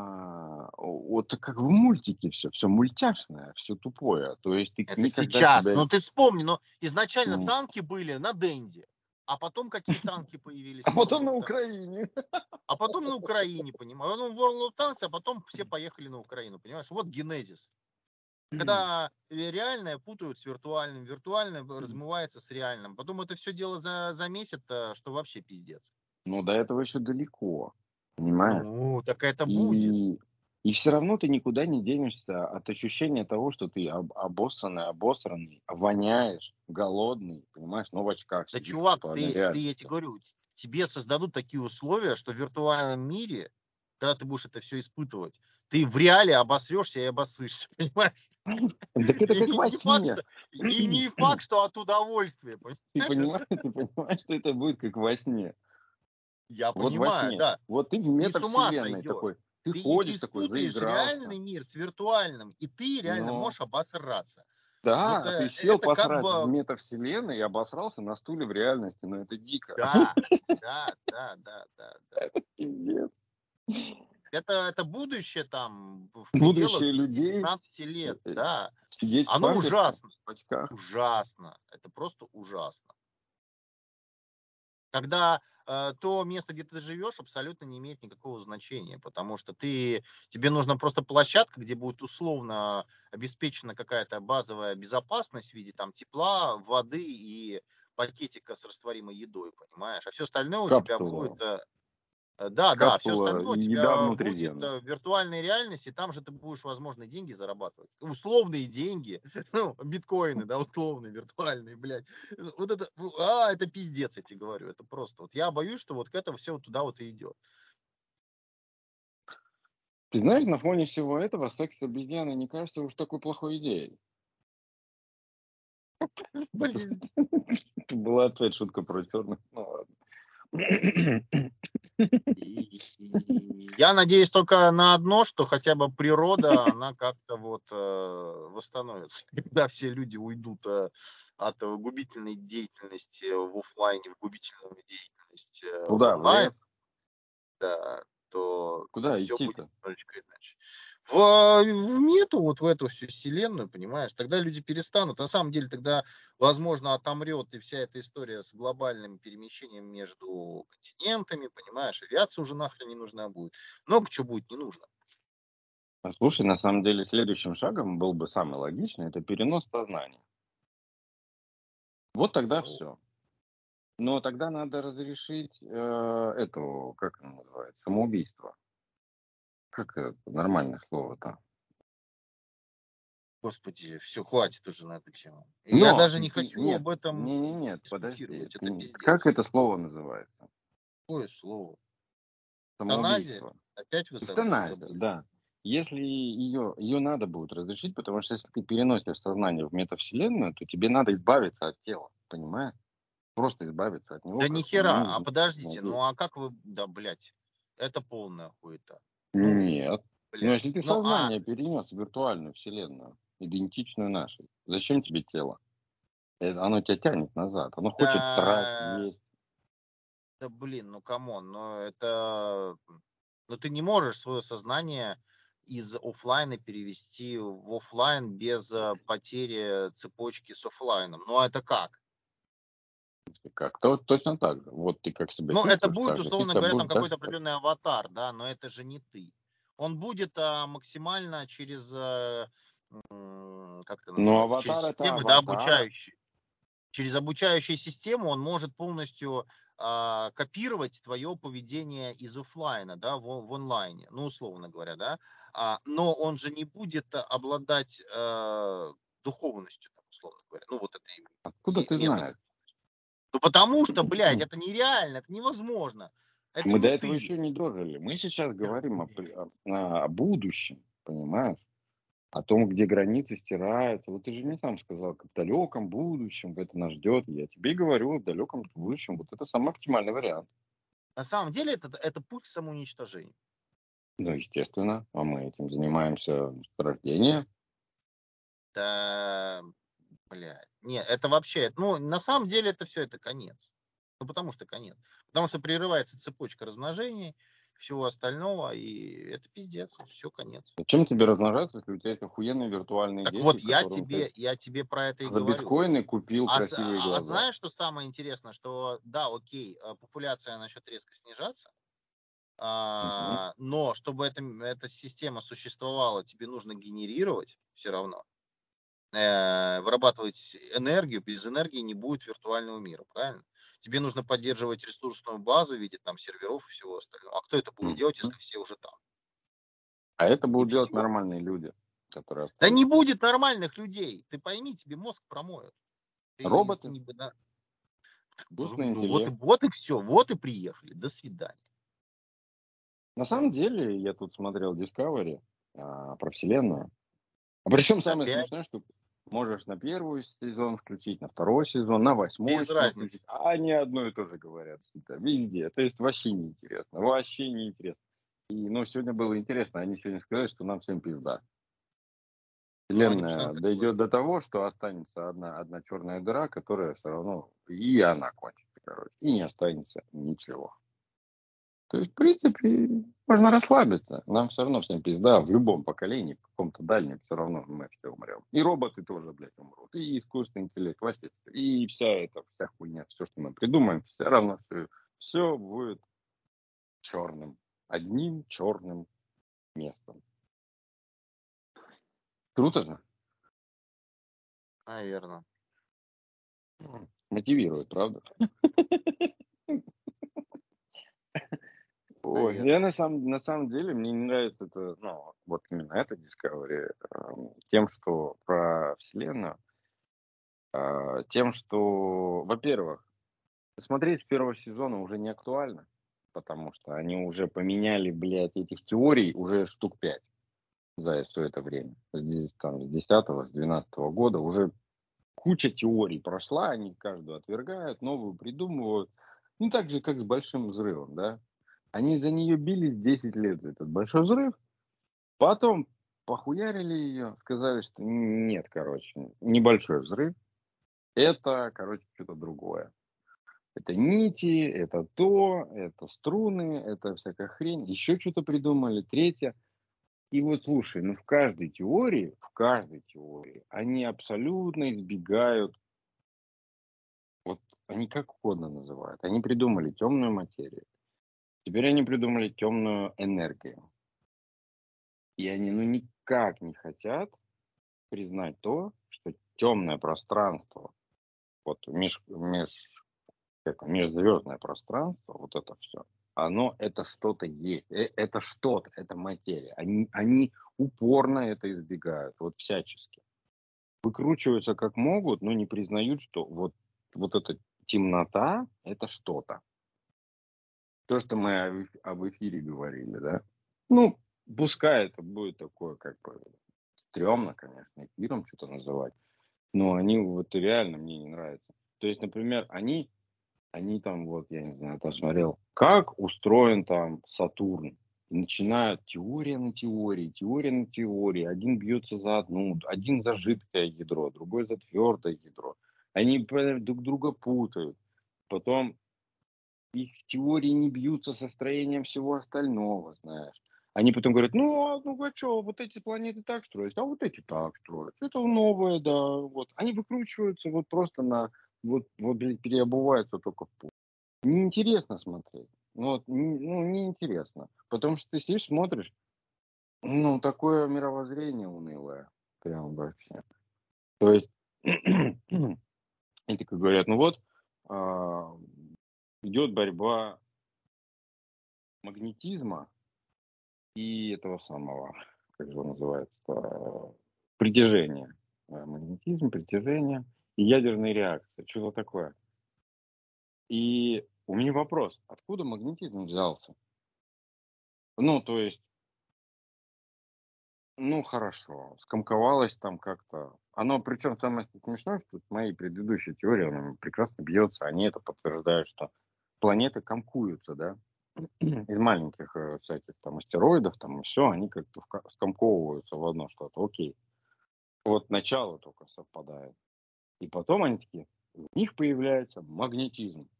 вот как в мультике все мультяшное, все тупое. То есть ты Это никогда сейчас. себя... Ну, ты вспомни, но изначально м, танки были на Денде, а потом какие танки появились А в World потом of на Tanks, Украине. а потом на Украине, понимаешь, ну, в World of Tanks, а потом все поехали на Украину, понимаешь, вот генезис. Когда реальное путают с виртуальным, виртуальное размывается с реальным, потом это все дело замесит, что вообще пиздец. Но до этого еще далеко, понимаешь? Ну, так это будет. И, и все равно ты никуда не денешься от ощущения того, что ты обосранный, воняешь, голодный, понимаешь, но в очках Да, сидишь в чувак, виртуальной я тебе реальности. говорю, тебе создадут такие условия, что в виртуальном мире, когда ты будешь это все испытывать, ты в реале обосрешься и обоссышься, понимаешь? Так это как И во не факт, сне. что, и не факт, что от удовольствия, понимаешь? Ты понимаешь, что это будет как во сне. Я Вот во понимаю, сне. да. Вот ты в Ты с ума метавселенной сойдешь. такой. Ты Ты ходишь такой, спутаешь заигрался. реальный мир с виртуальным, и ты реально Но можешь обосраться. Вот да, ты сел это как посрать в бы, метавселенной и обосрался на стуле в реальности. Но это дико. да, да, да, да, да, да. Пиздец. Это будущее там в пределах Будущее людей 10-15 лет, э, да. сидеть в Оно памперсах, ужасно, в очках. ужасно. Это просто ужасно. Когда то место, где ты живешь, абсолютно не имеет никакого значения, потому что тебе нужна просто площадка, где будет условно обеспечена какая-то базовая безопасность в виде там тепла, воды и пакетика с растворимой едой, понимаешь? А все остальное у тебя Капсула. будет да, да, все Капсула остальное у и еда тебя будет внутривенно. в виртуальной реальности, там же ты будешь, возможно, деньги зарабатывать. Условные деньги, ну, биткоины, да, условные, виртуальные, блядь. Вот это, это пиздец, я тебе говорю, это просто. Вот я боюсь, что вот к этому все вот туда вот и идет. Ты знаешь, на фоне всего этого секс с обезьяной не кажется уж такой плохой идеей. Блин. Это была опять шутка про черных. Ну ладно. И я надеюсь только на одно, что хотя бы природа, она как-то вот восстановится, когда все люди уйдут от губительной деятельности в оффлайне в губительную деятельность в Куда? В онлайн, лес? да, то Куда все будет идти-то? немножечко иначе. В мету, вот в эту всю вселенную, понимаешь, тогда люди перестанут. На самом деле тогда, возможно, отомрет и вся эта история с глобальным перемещением между континентами, понимаешь, авиация уже нахрен не нужна будет. Много чего будет не нужно. Слушай, на самом деле следующим шагом был бы самый логичный, это перенос сознания. Вот тогда Ну, все. Но тогда надо разрешить эту, как она называется, самоубийство. Как это нормальное слово-то? господи, все, хватит уже на эту тему. Я Но даже не хочу нет, об этом нет, подожди. дискутировать. Это Как пиздец. это слово называется? Какое слово? Эвтаназия? Самоубийство. Опять вы Эвтаназия, забыли? да. Если ее надо будет разрешить, потому что если ты переносишь сознание в метавселенную, то тебе надо избавиться от тела, понимаешь? Просто избавиться от него, Да как нихера, а ну, подождите, надеть. ну а как вы, да, блядь, это полная хуета. Ну, Нет. Но блядь, если ты ну сознание перенес в виртуальную вселенную, идентичную нашей. Зачем тебе тело? Оно тебя тянет назад. Оно хочет срать, Да, есть. да блин, ну камон, ну ты не можешь свое сознание из оффлайна перевести в оффлайн без потери цепочки с оффлайном. Ну а это как? Как? Точно так же. Вот ты как себя Ну, это чувствуешь, будет, так же ты условно себя говоря, там будешь какой-то дальше. определенный аватар, да, но это же не ты. Он будет максимально через, как это Но называется, через аватар это системы, да, аватар. обучающие. Через обучающую систему он может полностью копировать твое поведение из оффлайна, да, в онлайне, ну, условно говоря, да. Но он же не будет обладать духовностью, там, условно говоря. Ну, вот этой Откуда ты метод. знаешь? Ну, потому что, блядь, это нереально, это невозможно. Это Мы до не этого ты. еще не дожили. Мы сейчас Да, говорим блядь. о будущем, понимаешь? О том, где границы стираются. Вот ты же мне сам сказал, как в далеком будущем это нас ждет. Я тебе говорю, в далеком будущем вот это самый оптимальный вариант. На самом деле это путь к самоуничтожению. Ну, естественно, а мы этим занимаемся с рождения. Да, блядь. Не, это вообще, ну, на самом деле это все, это конец. Ну, потому что конец. Потому что прерывается цепочка размножений, всего остального, и это пиздец, все, конец. Зачем тебе размножаться, если у тебя есть охуенные виртуальные Так дети, вот, которым ты я тебе про это и за говорю. биткоины купил красивые глаза? Знаешь, что самое интересное, что да, окей, популяция начнет резко снижаться, Мгм. но чтобы эта система существовала, тебе нужно генерировать все равно, вырабатывать энергию. Без энергии не будет виртуального мира, правильно? Тебе нужно поддерживать ресурсную базу в виде там серверов и всего остального. А кто это будет делать, Мгм. если все уже там? А это И будут делать все. нормальные люди, которые Да не останутся. будет нормальных людей. Ты пойми, тебе мозг промоют. Ты Роботы, не, искусственный ну интеллект. вот и все, вот и приехали. До свидания. На самом деле, я тут смотрел Discovery про Вселенную. А причем самое Опять смешное, что можешь на первый сезон включить, на второй сезон, на восьмой без сезон включить, разницы. а они одно и то же говорят всегда, везде. То есть вообще неинтересно, вообще неинтересно. И, ну, сегодня было интересно, они сегодня сказали, что нам всем пизда. Но они постоянно Вселенная так дойдет говорят. до того, что останется одна черная дыра, которая все равно, и она кончится, короче, и не останется ничего. То есть, в принципе, можно расслабиться. Нам все равно всем пизда. В любом поколении, в каком-то дальнем, все равно мы все умрем. И роботы тоже, блядь, умрут. И искусственный интеллект, вообще. И вся хуйня, все, что мы придумаем, все равно все будет черным. Одним черным местом. Круто же. Наверное. Мотивирует, правда? Ой, я Наверное. на самом деле, мне не нравится это, ну, вот именно это Discovery, тем, что про Вселенную, тем, что, во-первых, смотреть с первого сезона уже не актуально, потому что они уже поменяли, блядь, этих теорий уже штук 5 за все это время. С 10-го, с 12-го года уже куча теорий прошла, они каждую отвергают, новую придумывают. Ну, так же, как с Большим взрывом, да. Они за нее бились 10 лет, за этот Большой взрыв. Потом похуярили ее, сказали, что нет, короче, небольшой взрыв. Это, короче, что-то другое. Это нити, это то, это струны, это всякая хрень. Еще что-то придумали, третье. И вот слушай, ну в каждой теории они абсолютно избегают, вот они как угодно называют. Они придумали темную материю. Теперь они придумали темную энергию. И они ну никак не хотят признать то, что темное пространство, вот межзвездное пространство, вот это все, оно это что-то есть, это что-то, это материя. Они упорно это избегают, вот всячески. Выкручиваются как могут, но не признают, что вот эта темнота это что-то. То, что мы об эфире говорили, да? Ну, пускай это будет такое, как бы, стрёмно, конечно, эфиром что-то называть, но они вот реально мне не нравятся. То есть, например, они там, вот, я не знаю, там смотрел, как устроен там Сатурн. И начинают теория на теории. Один бьется за одну, один за жидкое ядро, другой за твердое ядро. Они друг друга путают. Потом их теории не бьются со строением всего остального, знаешь. Они потом говорят, ну а что, вот эти планеты так строятся, а вот эти так строятся. Это новое, да. Вот. Они выкручиваются вот просто блин, переобуваются только в путь. Неинтересно смотреть. Неинтересно. Потому что ты сидишь, смотришь, такое мировоззрение унылое. Прям вообще. То есть, и так говорят, а, идет борьба магнетизма и этого самого, как же он называется, притяжения. Магнетизм, притяжение и ядерные реакции. Что за такое? И у меня вопрос, откуда магнетизм взялся? То есть, хорошо, скомковалось там как-то. Оно, причем самое смешное, что с моей предыдущей теорией оно прекрасно бьется. Они это подтверждают, что планеты комкуются, да, из маленьких всяких там астероидов, там и все, они как-то скомковываются в одно что-то. Окей. Вот начало только совпадает. И потом они такие, у них появляется магнетизм.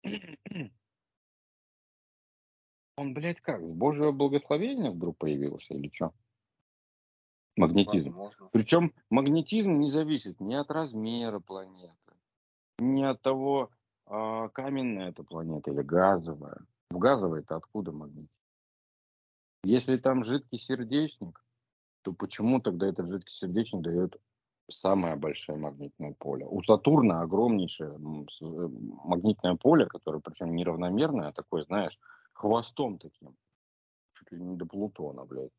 Он, блядь, как, с Божьего благословения вдруг появился или что? Магнетизм. Возможно. Причем магнетизм не зависит ни от размера планеты, ни от того, каменная эта планета или газовая. В газовой-то откуда магнетизм? Если там жидкий сердечник, то почему тогда этот жидкий сердечник дает самое большое магнитное поле? У Сатурна огромнейшее магнитное поле, которое причем неравномерное, а такое, знаешь, хвостом таким, чуть ли не до Плутона, блядь.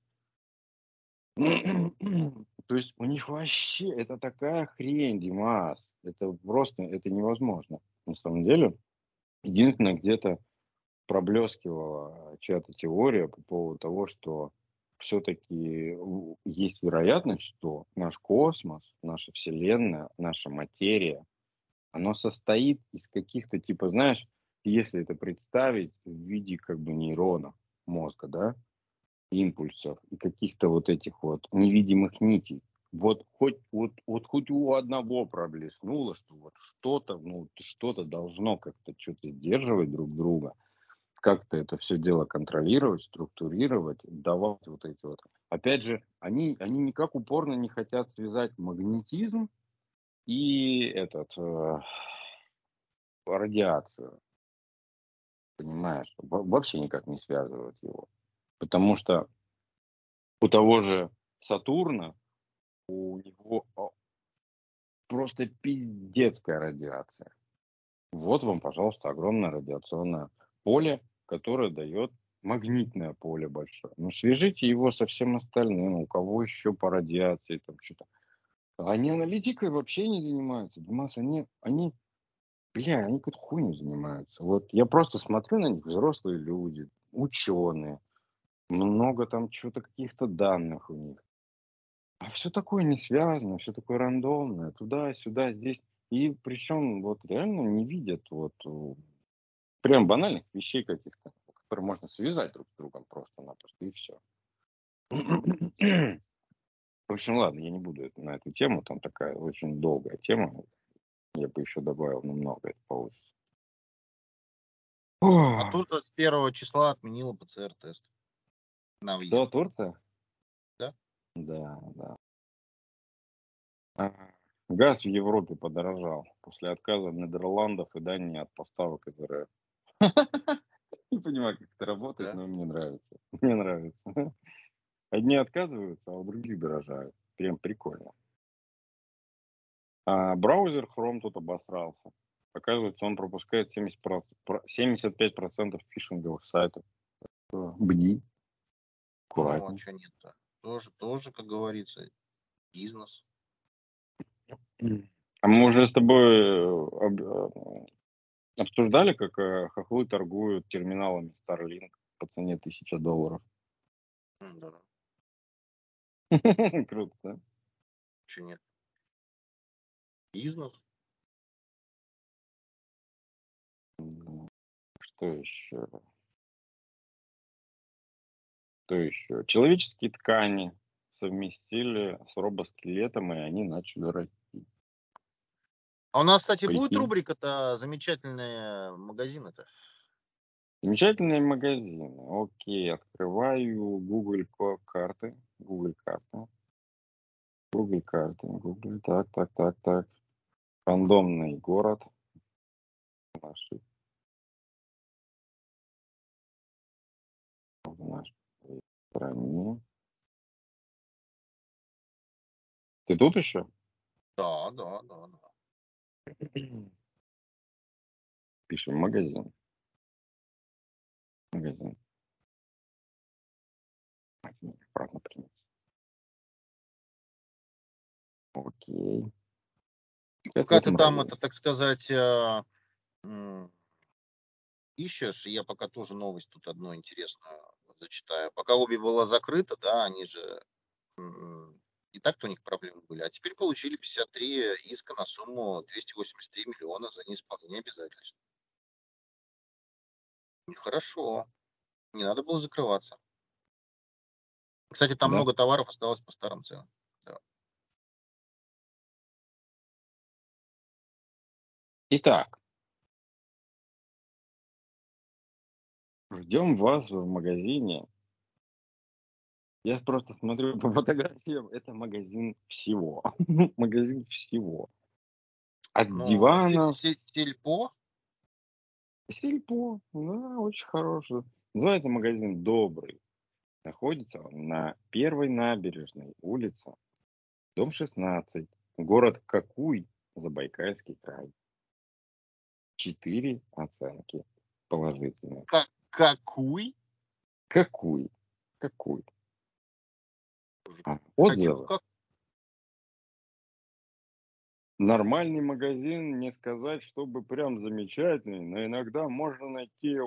То есть у них вообще это такая хрень, Димас. Это просто, это невозможно. На самом деле, единственное, где-то проблескивала чья-то теория по поводу того, что все-таки есть вероятность, что наш космос, наша Вселенная, наша материя, оно состоит из каких-то, типа, знаешь, если это представить в виде как бы нейронов мозга, да, импульсов и каких-то вот этих вот невидимых нитей. Вот хоть у одного проблеснуло, что вот что-то, что-то должно как-то что-то сдерживать друг друга, как-то это все дело контролировать, структурировать, давать вот эти вот. Опять же, они никак упорно не хотят связать магнетизм и радиацию, понимаешь? Вообще никак не связывают его. Потому что у того же Сатурна, у него просто пиздецкая радиация. Вот вам, пожалуйста, огромное радиационное поле, которое дает магнитное поле большое. Свяжите его со всем остальным, у кого еще по радиации, там что-то. Они аналитикой вообще не занимаются. Димас, они какой-то хуйню занимаются. Вот я просто смотрю на них, взрослые люди, ученые, много там что-то, каких-то данных у них. А все такое не связано, все такое рандомное, туда-сюда, здесь. И причем вот реально не видят вот прям банальных вещей каких-то, которые можно связать друг с другом просто-напросто, и все. В общем, ладно, я не буду на эту тему, там такая очень долгая тема. Я бы еще добавил, но много это получится. А Турция с 1 числа отменила ПЦР-тест на Что, въезд. Турция? Да? Да, да. Газ в Европе подорожал после отказа Нидерландов и Дании от поставок из РФ. Не понимаю, как это работает, Да. но мне нравится. Мне нравится. Одни отказываются, а у других дорожают. Прям прикольно. А браузер Chrome тут обосрался. Оказывается, он пропускает 75% фишинговых сайтов. Бди, Ну, а аккуратней. что нет-то? Тоже, как говорится, бизнес. А мы уже с тобой обсуждали, как хохлы торгуют терминалами Starlink по цене $1000. Да. Круто, да? Что нет? Бизнес. Что еще? Что еще? Человеческие ткани совместили с робоскелетом, и они начали расти. А у нас, кстати, будет Прикинь. рубрика-то «Замечательные магазины»-то? Замечательные магазины. Окей, открываю Google карты. Google карты. Google карты. Google. Так. Рандомный город в нашей стране. Ты тут еще? Да. Пишем магазин. Магазин. Обратно принять. Окей. Пока ты там, это, так сказать, ищешь, я пока тоже новость тут одну интересную зачитаю. Пока обе была закрыта, да, они же и так-то у них проблемы были, а теперь получили 53 иска на сумму 283 миллиона за неисполнение обязательств. Хорошо, не надо было закрываться. Кстати, там Да? много товаров осталось по старым ценам. Да. Итак, ждем вас в магазине. Я просто смотрю по фотографиям, это магазин всего. Магазин всего. От Но диванов. сельпо? Сельпо, да, очень хороший. Называется магазин «Добрый». Находится он на первой набережной улице, дом 16, город Какуй, Забайкальский край. 4 оценки положительные. Какуй? Какуй. Хочу Отзывы. как. Нормальный магазин, не сказать, чтобы прям замечательный, но иногда можно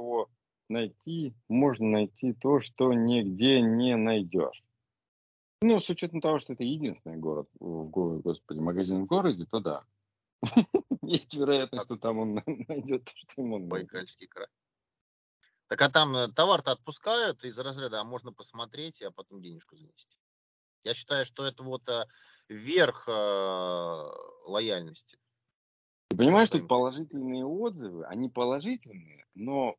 найти то, что нигде не найдешь. Ну, с учетом того, что это единственный магазин в городе, то да. Есть вероятность, что там он найдет то, что ему нужно. Байкальский край. Так а там товар-то отпускают из разряда, а можно посмотреть, а потом денежку занести. Я считаю, что это вот верх лояльности. Ты понимаешь, тут положительные отзывы, они положительные, но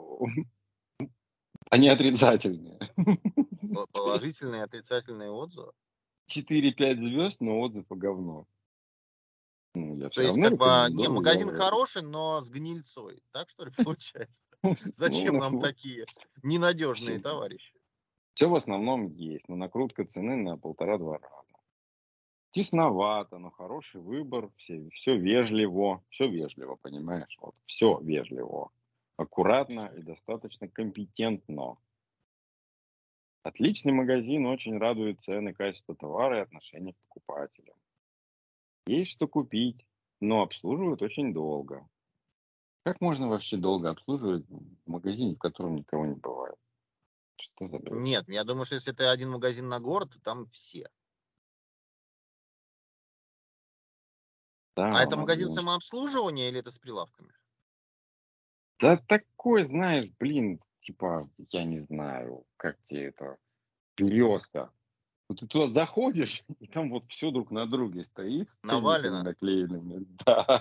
они отрицательные. Положительные и отрицательные отзывы. 4-5 звезд, но отзыв по говно. Ну, я То все есть, равно как бы, не, рекомендую. магазин хороший, но с гнильцой. Так что ли получается? Зачем нам такие ненадежные товарищи? Все в основном есть, но накрутка цены на 1,5-2 раза. Тесновато, но хороший выбор, все вежливо, понимаешь? Вот, все вежливо, аккуратно и достаточно компетентно. Отличный магазин, очень радует цены, качество товара и отношение к покупателям. Есть что купить, но обслуживают очень долго. Как можно вообще долго обслуживать в магазине, в котором никого не бывает? Что за бред? Нет, я думаю, что если это один магазин на город, то там все. Да, А это он магазин один. самообслуживания или это с прилавками? Да такой, знаешь, блин, типа, я не знаю, как тебе это, березка. Вот ты туда заходишь, и там вот все друг на друге стоит с ценниками Навалено? наклеенными. Да.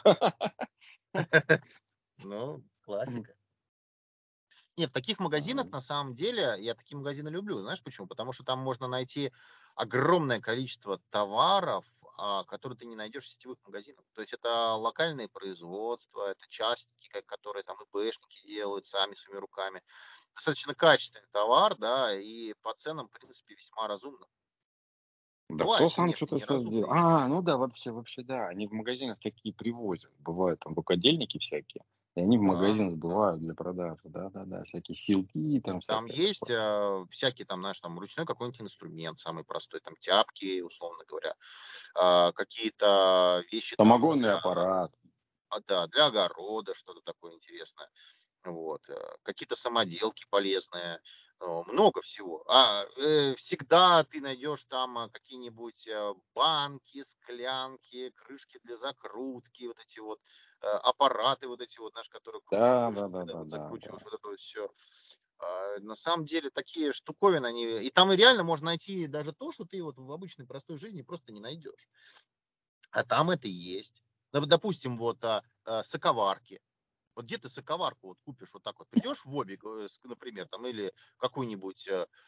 Ну, классика. Нет, в таких магазинах, на самом деле, я такие магазины люблю. Знаешь почему? Потому что там можно найти огромное количество товаров, которые ты не найдешь в сетевых магазинах. То есть это локальные производства, это частники, которые там ИПшники делают сами своими руками. Достаточно качественный товар, да, и по ценам, в принципе, весьма разумно. Да кто Бывает, сам конечно, что-то сделал? неразумные вещи. Ну да, вообще, да. Они в магазинах такие привозят. Бывают там рукодельники всякие. И они в Да, магазин да. сбывают для продажи. Да. Всякие силки, там Там всякое есть такое. всякие, там, знаешь, там ручной какой-нибудь инструмент, самый простой, там тяпки, условно говоря, какие-то вещи там Самогонный для, аппарат. да, для огорода, что-то такое интересное. Вот. Какие-то самоделки полезные. Много всего. Всегда ты найдешь там какие-нибудь банки, склянки, крышки для закрутки, вот эти вот аппараты, вот эти вот, знаешь, которые Да. кружишь, когда вот закручиваешь вот это вот все. На самом деле такие штуковины, они... И там и реально можно найти даже то, что ты вот в обычной простой жизни просто не найдешь. А там это и есть. Допустим, вот соковарки. Вот где ты соковарку вот купишь вот так вот, придешь в Обик, например, там, или какую-нибудь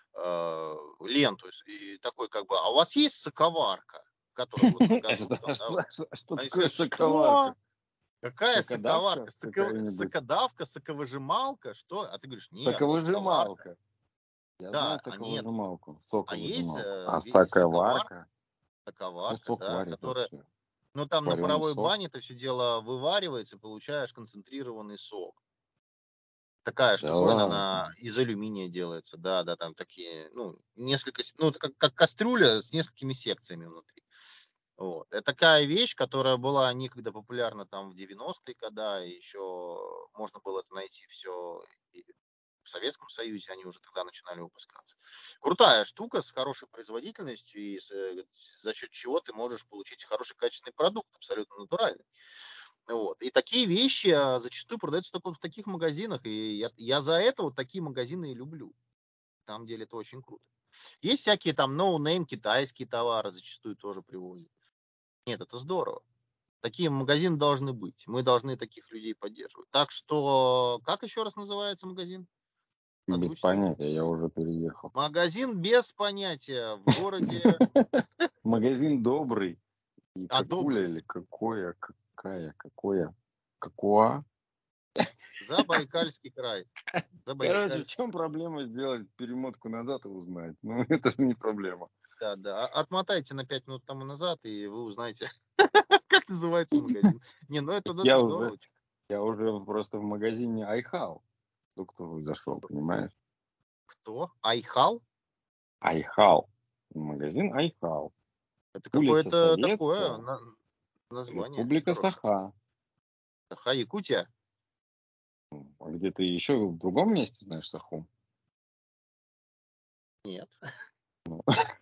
ленту, и такой как бы, а у вас есть соковарка, которая вот на газу там, да, вот. Что Они такое сказать, что? соковарка? Какая Сокодавка соковарка? какая-нибудь? Сокодавка, соковыжималка? Что? А ты говоришь, нет, соковарка. Соковыжималка. Я Да, знаю а нет. соковыжималку, А есть соковыжималку. А соковарка, соковарка? Кто соковарка, сок да, варит которая, вообще? ну там на Вареный паровой сок? бане это все дело вываривается, получаешь концентрированный сок. Такая Да штуковина, ладно. она из алюминия делается, да, да, там такие, ну, несколько, ну, это как кастрюля с несколькими секциями внутри. Вот. Это такая вещь, которая была некогда популярна там в 90-е годы, еще можно было это найти все и в Советском Союзе, они уже тогда начинали выпускаться. Крутая штука с хорошей производительностью и за счет чего ты можешь получить хороший качественный продукт, абсолютно натуральный. Вот. И такие вещи зачастую продаются только вот в таких магазинах, и я за это вот такие магазины и люблю. На самом деле это очень круто. Есть всякие там ноунейм китайские товары, зачастую тоже привозят. Нет, это здорово. Такие магазины должны быть. Мы должны таких людей поддерживать. Так что, как еще раз называется магазин? Без Озвучьте его. понятия, я уже переехал. Магазин без понятия в городе Магазин добрый. И какуля Добрый. или какое, какое, какуа. Забайкальский край. Короче, в Забайкальский. чем проблема сделать перемотку назад и узнать? Ну, это же не проблема. Да, да. Отмотайте на 5 минут тому назад, и вы узнаете, как называется магазин. Не, ну это, Так ну это уже, здорово. я уже просто в магазине Айхал. Только кто зашел, понимаешь? Кто? Айхал? Айхал. Магазин Айхал. Это Улица какое-то такое Советская, название Республика хорошее. Саха. Саха, Якутия? А где ты еще в другом месте знаешь Саху? Нет. Ну,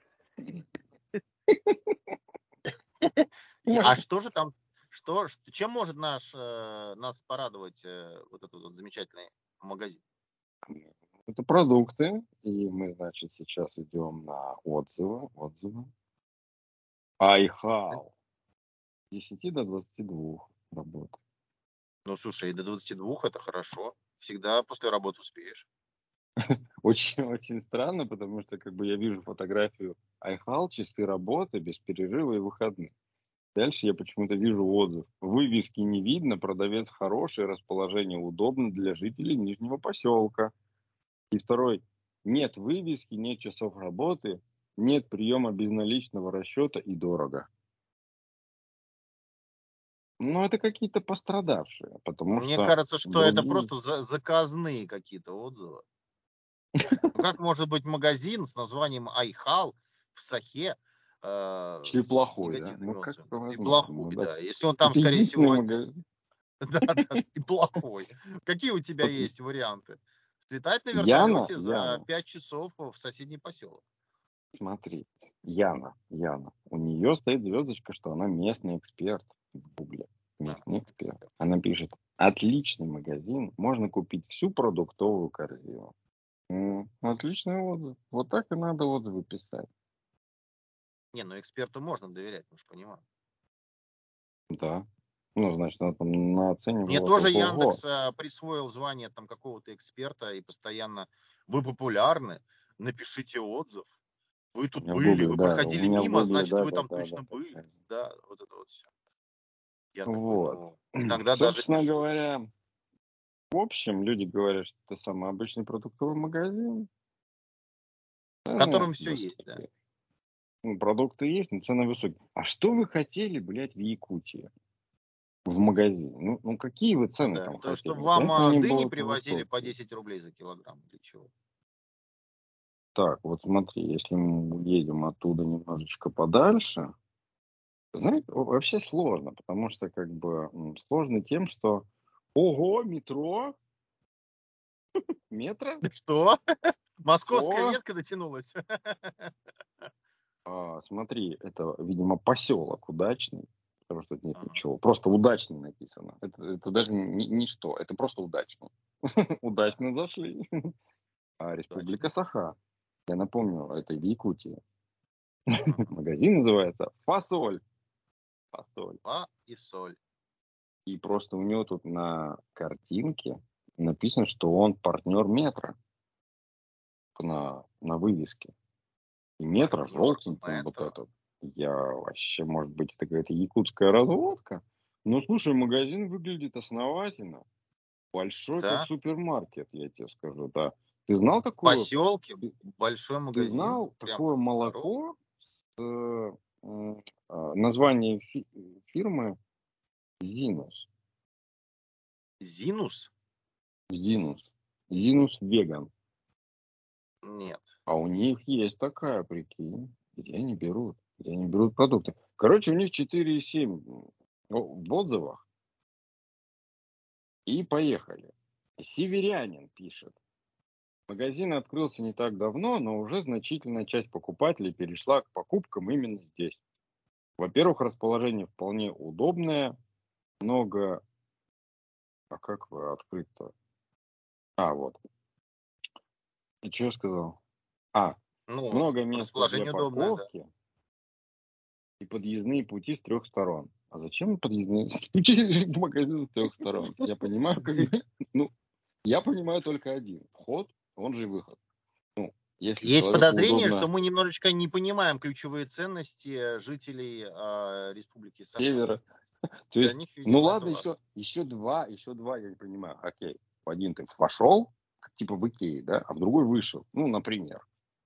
А что же там, чем может нас порадовать вот этот вот замечательный магазин? это продукты, и мы, значит, сейчас идем на отзывы. Айхал. С 10 до 22 работает. Ну, слушай, и до 22 это хорошо. Всегда после работы успеешь. Очень странно, потому что как бы я вижу фотографию Айхал, часы работы без перерыва и выходных. Дальше я почему-то вижу отзыв. Вывески не видно, продавец хороший, расположение удобно для жителей Нижнего поселка. И второй. Нет вывески, нет часов работы, нет приема безналичного расчета и дорого. Ну, это какие-то пострадавшие, потому Мне что кажется, что это другие... просто заказные какие-то отзывы. Ну, как может быть магазин с названием Айхал в Сахе Все с плохой, да? негативными Ну, как отзывами? это И возможно? Ну, плохой, да. да. Если он там, Это скорее единственный всего, один. магазин. Да, да, и плохой. Какие у тебя Вот есть варианты? Слетать на вертолете за Яна, 5 часов в соседний поселок. смотри, Яна. У нее стоит звездочка, что она местный эксперт в Гугле. А, Местный эксперт. эксперт. Она пишет, отличный магазин, можно купить всю продуктовую корзину. Отличный отзыв. Вот так и надо отзывы писать. Не, ну эксперту можно доверять, мы же понимаем. Да. Ну, значит, она там Мне наценивала тоже ого-го. Яндекс присвоил звание там какого-то эксперта и постоянно вы популярны, напишите отзыв. Вы У тут меня в были, Гугле, вы да, у проходили меня в мимо, Гугле, значит, да, вы да, там да, да, точно были. такая. Да, вот это вот все. Я такой, Вот. ну, иногда даже Собственно пишу. говоря, в общем, люди говорят, что это самый обычный продуктовый магазин. В Да, ну, котором все есть, да. господи. Ну, продукты есть, но цены высокие. А что вы хотели, блядь, в Якутии? В магазине? Ну, какие вы Ну цены да, там чтобы хотели? вам Конечно, они дыни будут привозили по высокие. 10 рублей за килограмм. Для чего? Так, вот смотри, если мы едем оттуда немножечко подальше, знаете, вообще сложно, потому что как бы сложно тем, что ого, метро, Что? Московская о, ветка дотянулась. смотри, это, видимо, поселок удачный, потому что тут нет Ага. ничего, просто удачный написано. Это даже не что, это просто удачный. Удачно зашли. Республика Саха. Я напомню, это в Якутии. Мгм. Магазин называется «Фасоль». Фасоль. Фа и соль. И просто у него тут на картинке написано, что он партнер Метро на вывеске. И Метро Партнер желтеньким вот Метро. этот. Я вообще, может быть, это какая-то якутская разводка. Ну, слушай, магазин выглядит основательно. Большой, как Да. супермаркет, я тебе скажу, да. Ты знал В такое? поселке Ты, большой ты магазин. знал Прям такое здоровый. молоко с названием фирмы Зинус? Зинус? Зинус. Зинус Веган. Нет. А у них есть такая, прикинь, где они берут продукты. Короче, у них 4,7 в отзывах. И поехали. Северянин пишет. Магазин открылся не так давно, но уже значительная часть покупателей перешла к покупкам именно здесь. Во-первых, расположение вполне удобное, много... А как вы открыть-то? А, вот. И что я сказал? Ну, Много места для расположение удобное, да. парковки и подъездные пути с 3 сторон. А зачем подъездные пути к магазину с 3 сторон? Я понимаю, ну, я понимаю только один. Вход, он же и выход. Ну, если Есть человеку подозрение, что удобно мы немножечко не понимаем ключевые ценности жителей Республики Саха. севера, то Для есть, них, ну видимо, это ладно, важно. еще два, я не понимаю. Окей, в один ты вошел, как типа в Икее, да, а в другой вышел. Ну, например.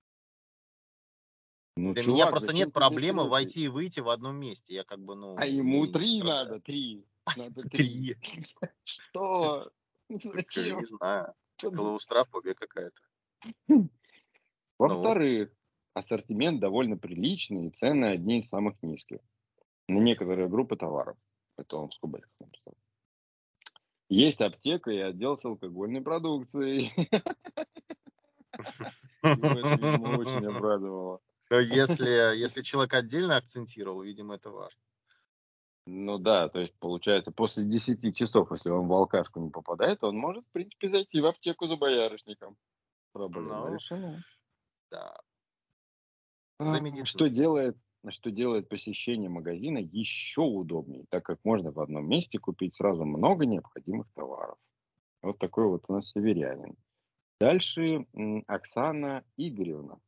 Ну, Для меня чувак, просто нет зачем тебе проблемы третий? войти и выйти в одном месте. Я как бы, А ну, ему не три страдаю. надо, три. Надо три. 3. Что? Ну, Не зачем? знаю. Клаустрофобия какая-то. Ну, Во-вторых, ассортимент довольно приличный и цены одни из самых низких. На некоторые группы товаров. Это он в скобочках написал. Есть аптека и отдел с алкогольной продукцией. Его это, видимо, очень обрадовало. но если человек отдельно акцентировал, видимо, это важно. Ну да, то есть получается, после 10 часов, если он в алкашку не попадает, он может, в принципе, зайти в аптеку за боярышником. Проблема Ну, решена. да. За Что медицинским. делает посещение магазина еще удобнее, так как можно в одном месте купить сразу много необходимых товаров. Вот такой вот у нас северянин. Дальше Оксана Игоревна,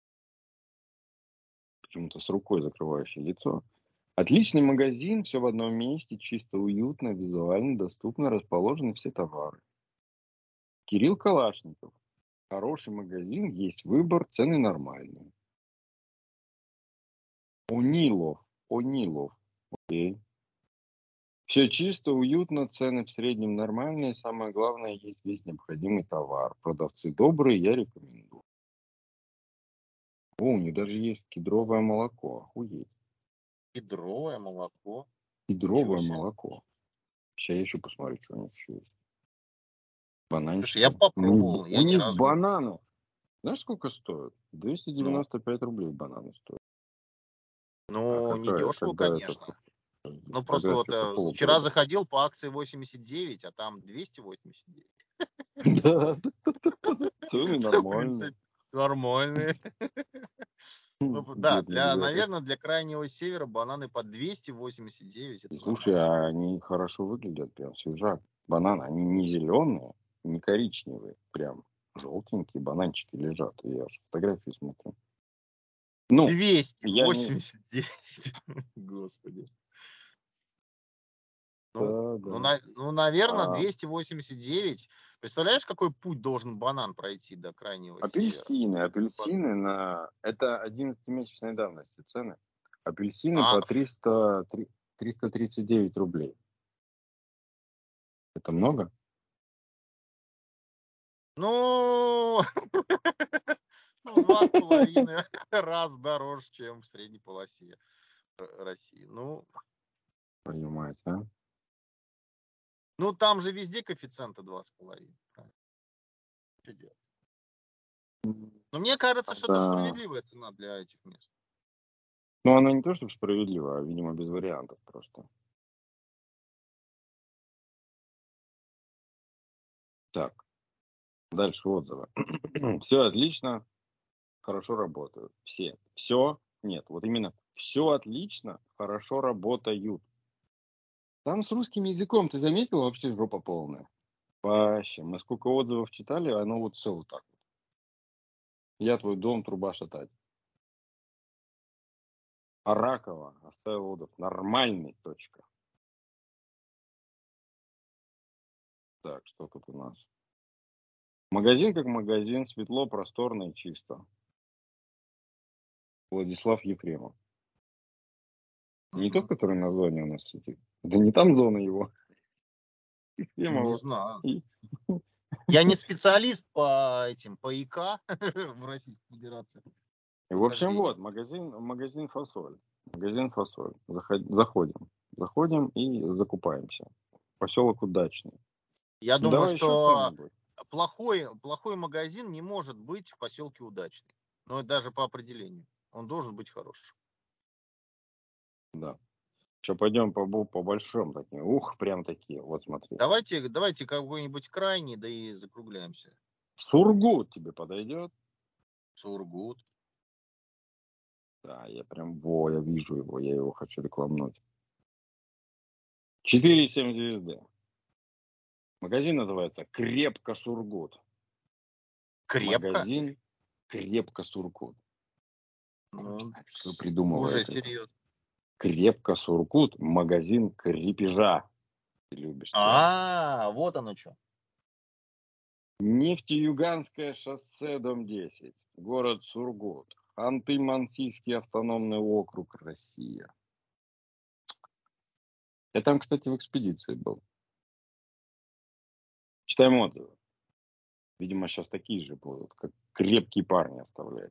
почему-то с рукой закрывающей лицо. Отличный магазин, все в одном месте, чисто, уютно, визуально доступно, расположены все товары. Кирилл Калашников. Хороший магазин, есть выбор, цены нормальные. Онилов. Окей. Все чисто, уютно, цены в среднем нормальные. Самое главное, есть весь необходимый товар. Продавцы добрые, я рекомендую. О, у них даже есть кедровое молоко. Охуеть. Кедровое молоко. Ничего Кедровое себе. молоко. Сейчас я еще посмотрю, что у них еще есть. Слушай, я Бананчики. попробовал, У я ни них разу не... бананы. Знаешь, сколько стоят? Ну, 295 рублей бананы стоят. А ну, не какая, дешево, когда это, конечно. Ну, просто когда вот это какого вчера года? заходил по акции 89, а там 289. Да, цены В нормальные. принципе, нормальные. Ну, да, Бедные ребята. наверное, для крайнего севера бананы по 289 И это слушай, нормально. а они хорошо выглядят, прям свежак. Бананы, они не зеленые, не коричневые, прям желтенькие бананчики лежат. Я аж фотографии смотрю. Ну, я не... 289. Господи. Ну, Да, да. наверное, А, 289. Представляешь, какой путь должен банан пройти до крайнего севера? апельсины на... Это 11-месячной давности цены. Апельсины А, по 339 рублей. Это много? ну, ну, 2,5 раз дороже, чем в средней полосе России. Понимаете, а? Ну, там же везде коэффициенты 2,5. Правильно. Что делать? Но мне кажется, что это Да. справедливая цена для этих мест. Ну, она не то, чтобы справедлива, а, видимо, без вариантов просто. Так. Дальше отзывы. Все отлично, хорошо работают. Все. Все. Нет, вот именно все отлично, хорошо работают. Там с русским языком, ты заметил, вообще жопа полная. Вообще, мы сколько отзывов читали, оно вот все вот так вот. Я твой дом, труба шатать. Аракова оставил отзыв. Нормальный, точка. Так, что тут у нас? Магазин как магазин, светло, просторно и чисто. Владислав Ефремов. Не тот, который на зоне у нас сидит. Да не там зона его. Не Ефремова. знаю. И- Я не специалист по ИК в Российской Федерации. В общем, вот, магазин фасоль. Магазин фасоль. Заходим и закупаемся. Поселок Удачный. Я думаю, Давай еще что что-нибудь. плохой магазин не может быть в поселке Удачный. Но даже по определению. Он должен быть хороший. Да. Что, пойдем по большим таким. Ух, прям такие. Вот смотри. Давайте какой-нибудь крайний, да и закругляемся. Сургут тебе подойдет? Сургут. Да, я вижу его, я его хочу рекламнуть. 4,7 звезды. Магазин называется Крепко Сургут. Крепко? Магазин Крепко Сургут. Ну, Кто придумывает уже это? серьезно. Крепко Сургут, магазин крепежа. Ты любишь. Вот оно что. Нефтеюганское шоссе, дом 10. Город Сургут. Ханты-Мансийский автономный округ, Россия. Я там, кстати, в экспедиции был. Читаем отзывы. Видимо, сейчас такие же будут, как крепкие парни оставляют.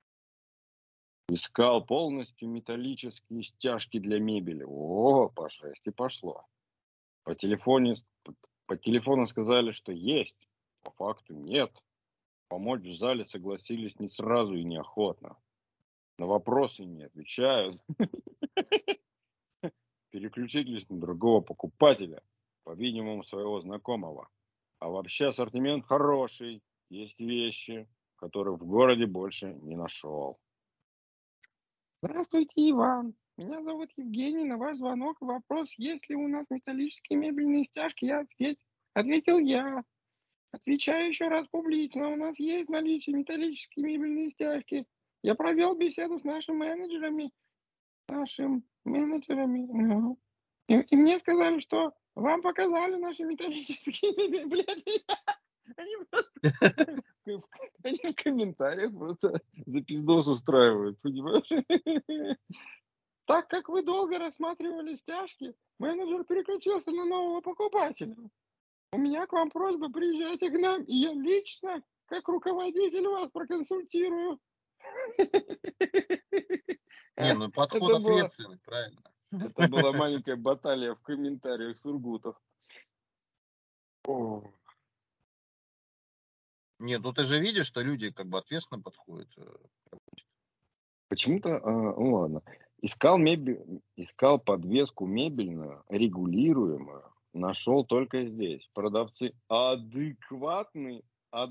Искал полностью металлические стяжки для мебели. О, по жести пошло. По телефону сказали, что есть. По факту нет. Помочь в зале согласились не сразу и неохотно. На вопросы не отвечают. Переключились на другого покупателя, по-видимому, своего знакомого. А вообще ассортимент хороший. Есть вещи, которых в городе больше не нашел. Здравствуйте, Иван. Меня зовут Евгений. На ваш звонок вопрос, есть ли у нас металлические мебельные стяжки, ответил я. Отвечаю еще раз публично. У нас есть в наличии металлические мебельные стяжки. Я провел беседу с нашими менеджерами. Ага. И мне сказали, что вам показали наши металлические мебельные, блядь. Они в комментариях просто за пиздос устраивают, понимаешь? Так как вы долго рассматривали стяжки, менеджер переключился на нового покупателя. У меня к вам просьба, приезжайте к нам, и я лично, как руководитель, вас проконсультирую. Не, ну подход ответственный, правильно. Это была маленькая баталия в комментариях Сургутов. Нет, ну ты же видишь, что люди как бы ответственно подходят. Почему-то, ну ладно, искал подвеску мебельную, регулируемую, нашел только здесь. Продавцы адекватные,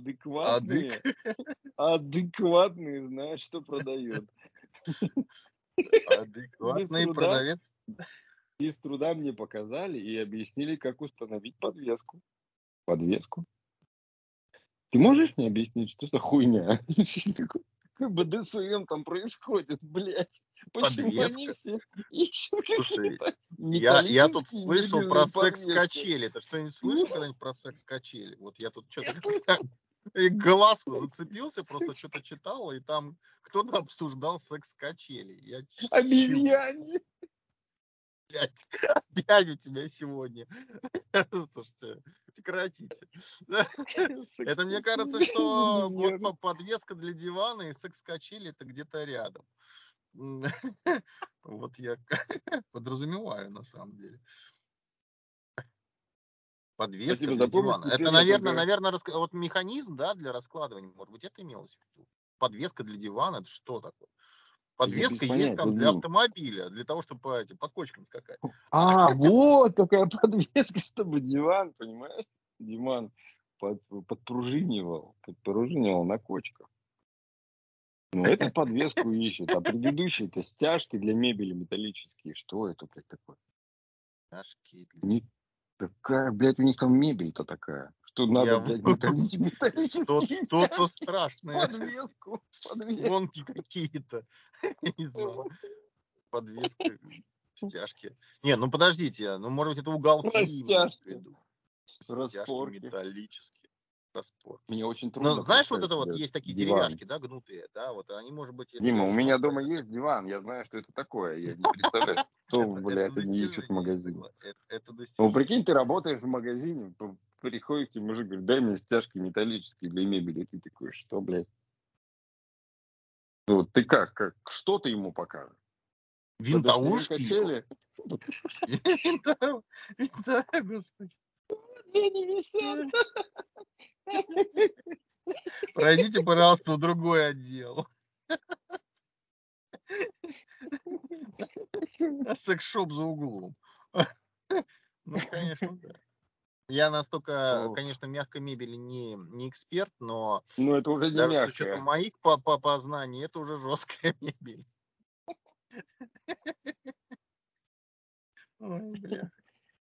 знают, что продают. Адекватный продавец. Без труда мне показали и объяснили, как установить подвеску. Ты можешь мне объяснить, что за хуйня? Как БДСМ там происходит, блядь? Почему Подвеска. они все ищут Слушай, какие-то я тут металлические слышал про мебельные подвески? секс-качели. Ты что-нибудь слышал когда-нибудь про секс-качели? Вот я тут что-то глазку зацепился, просто что-то читал, и там кто-то обсуждал секс-качели. Обезьяне. Блядь, опять у тебя сегодня. Слушайте, прекратите. Это мне кажется, что вот подвеска для дивана и секс-качели это где-то рядом. Вот я подразумеваю на самом деле. Подвеска для дивана. Это, наверное, вот механизм, да, для раскладывания. Может быть, это имелось в виду. Подвеска для дивана, это что такое? Подвеска есть там для автомобиля, для того, чтобы по кочкам скакать. Вот какая подвеска, чтобы диван, понимаешь? Диван. подпружинивал на кочках. Ну, это подвеску ищет, а предыдущие-то стяжки для мебели металлические. Что это, блядь, такое? Стяжки Какая, блядь, у них там мебель-то такая? Что надо, блядь, металлические что-то страшное. Подвеску. Гонки какие-то. Не знаю. Подвеска, стяжки. Не, ну подождите, ну может быть это уголки имеется в виду. Стяжки металлические. Распорки. Мне очень трудно. Ну, знаешь, вот это вот есть такие деревяшки, да, гнутые, да, вот они, может быть... Дима, у меня дома есть диван, я знаю, что это такое, я не представляю, что, блядь, они ищут в магазине. Это достижение. Ну, прикинь, ты работаешь в магазине, приходит тебе мужик, говорит, дай мне стяжки металлические для мебели, ты такой, что, блядь? Ну, ты как, что ты ему покажешь? Винтовушки? Винта, господи. Они висят. Пройдите, пожалуйста, в другой отдел. А секс-шоп за углом. Ну, конечно, да. Я настолько, конечно, мягкой мебели не эксперт, но ну, это уже не даже мягкая. с учетом моих познаний, это уже жесткая мебель. Ой, бля.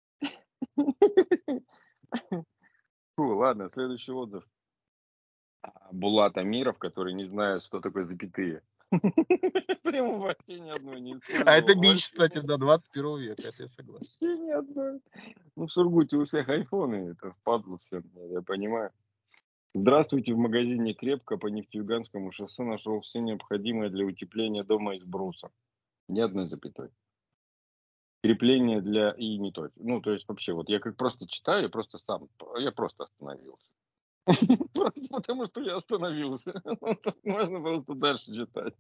Фу, ладно, следующий отзыв. Булат Амиров, который не знает, что такое запятые. Прямо вообще ни одной не использовал. А это бич, кстати, до 21 века, это я согласен. Вообще ни одной. Ну, в Сургуте у всех айфоны, это впадло всем, я понимаю. Здравствуйте, в магазине «Крепко» по Нефтеюганскому шоссе нашел все необходимое для утепления дома из бруса. Ни одной запятой. Крепление для и не точно. Ну, то есть вообще, вот я как просто читаю, я просто остановился. Просто потому, что я остановился. Можно просто дальше читать.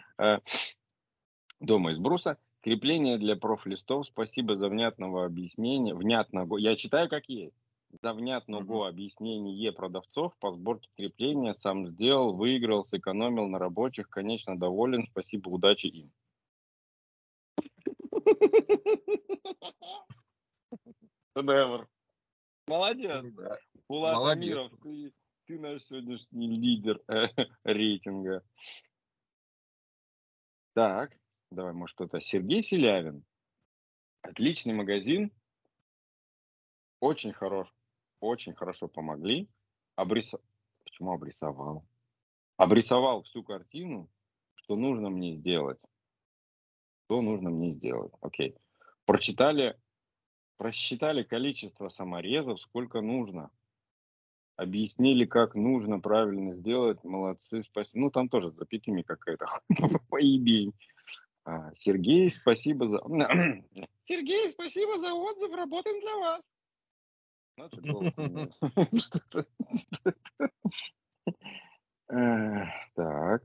Дома из бруса. Крепление для профлистов. Спасибо за внятного объяснения. Я читаю как есть. За внятного объяснение продавцов по сборке крепления. Сам сделал, выиграл, сэкономил на рабочих. Конечно, доволен. Спасибо, удачи им. Шедевр. Молодец. Булат Амиров, ты наш сегодняшний лидер рейтинга. Так, давай, может, кто-то. Сергей Селявин. Отличный магазин. Очень хорош. Очень хорошо помогли. Почему обрисовал? Обрисовал всю картину, что нужно мне сделать. Что нужно мне сделать. Окей. Просчитали количество саморезов, сколько нужно. Объяснили, как нужно правильно сделать. Молодцы, спасибо. Ну, там тоже с запятыми какая-то поебень. Сергей, спасибо за... Сергей, спасибо за отзыв. Работаем для вас. Значит, голос так.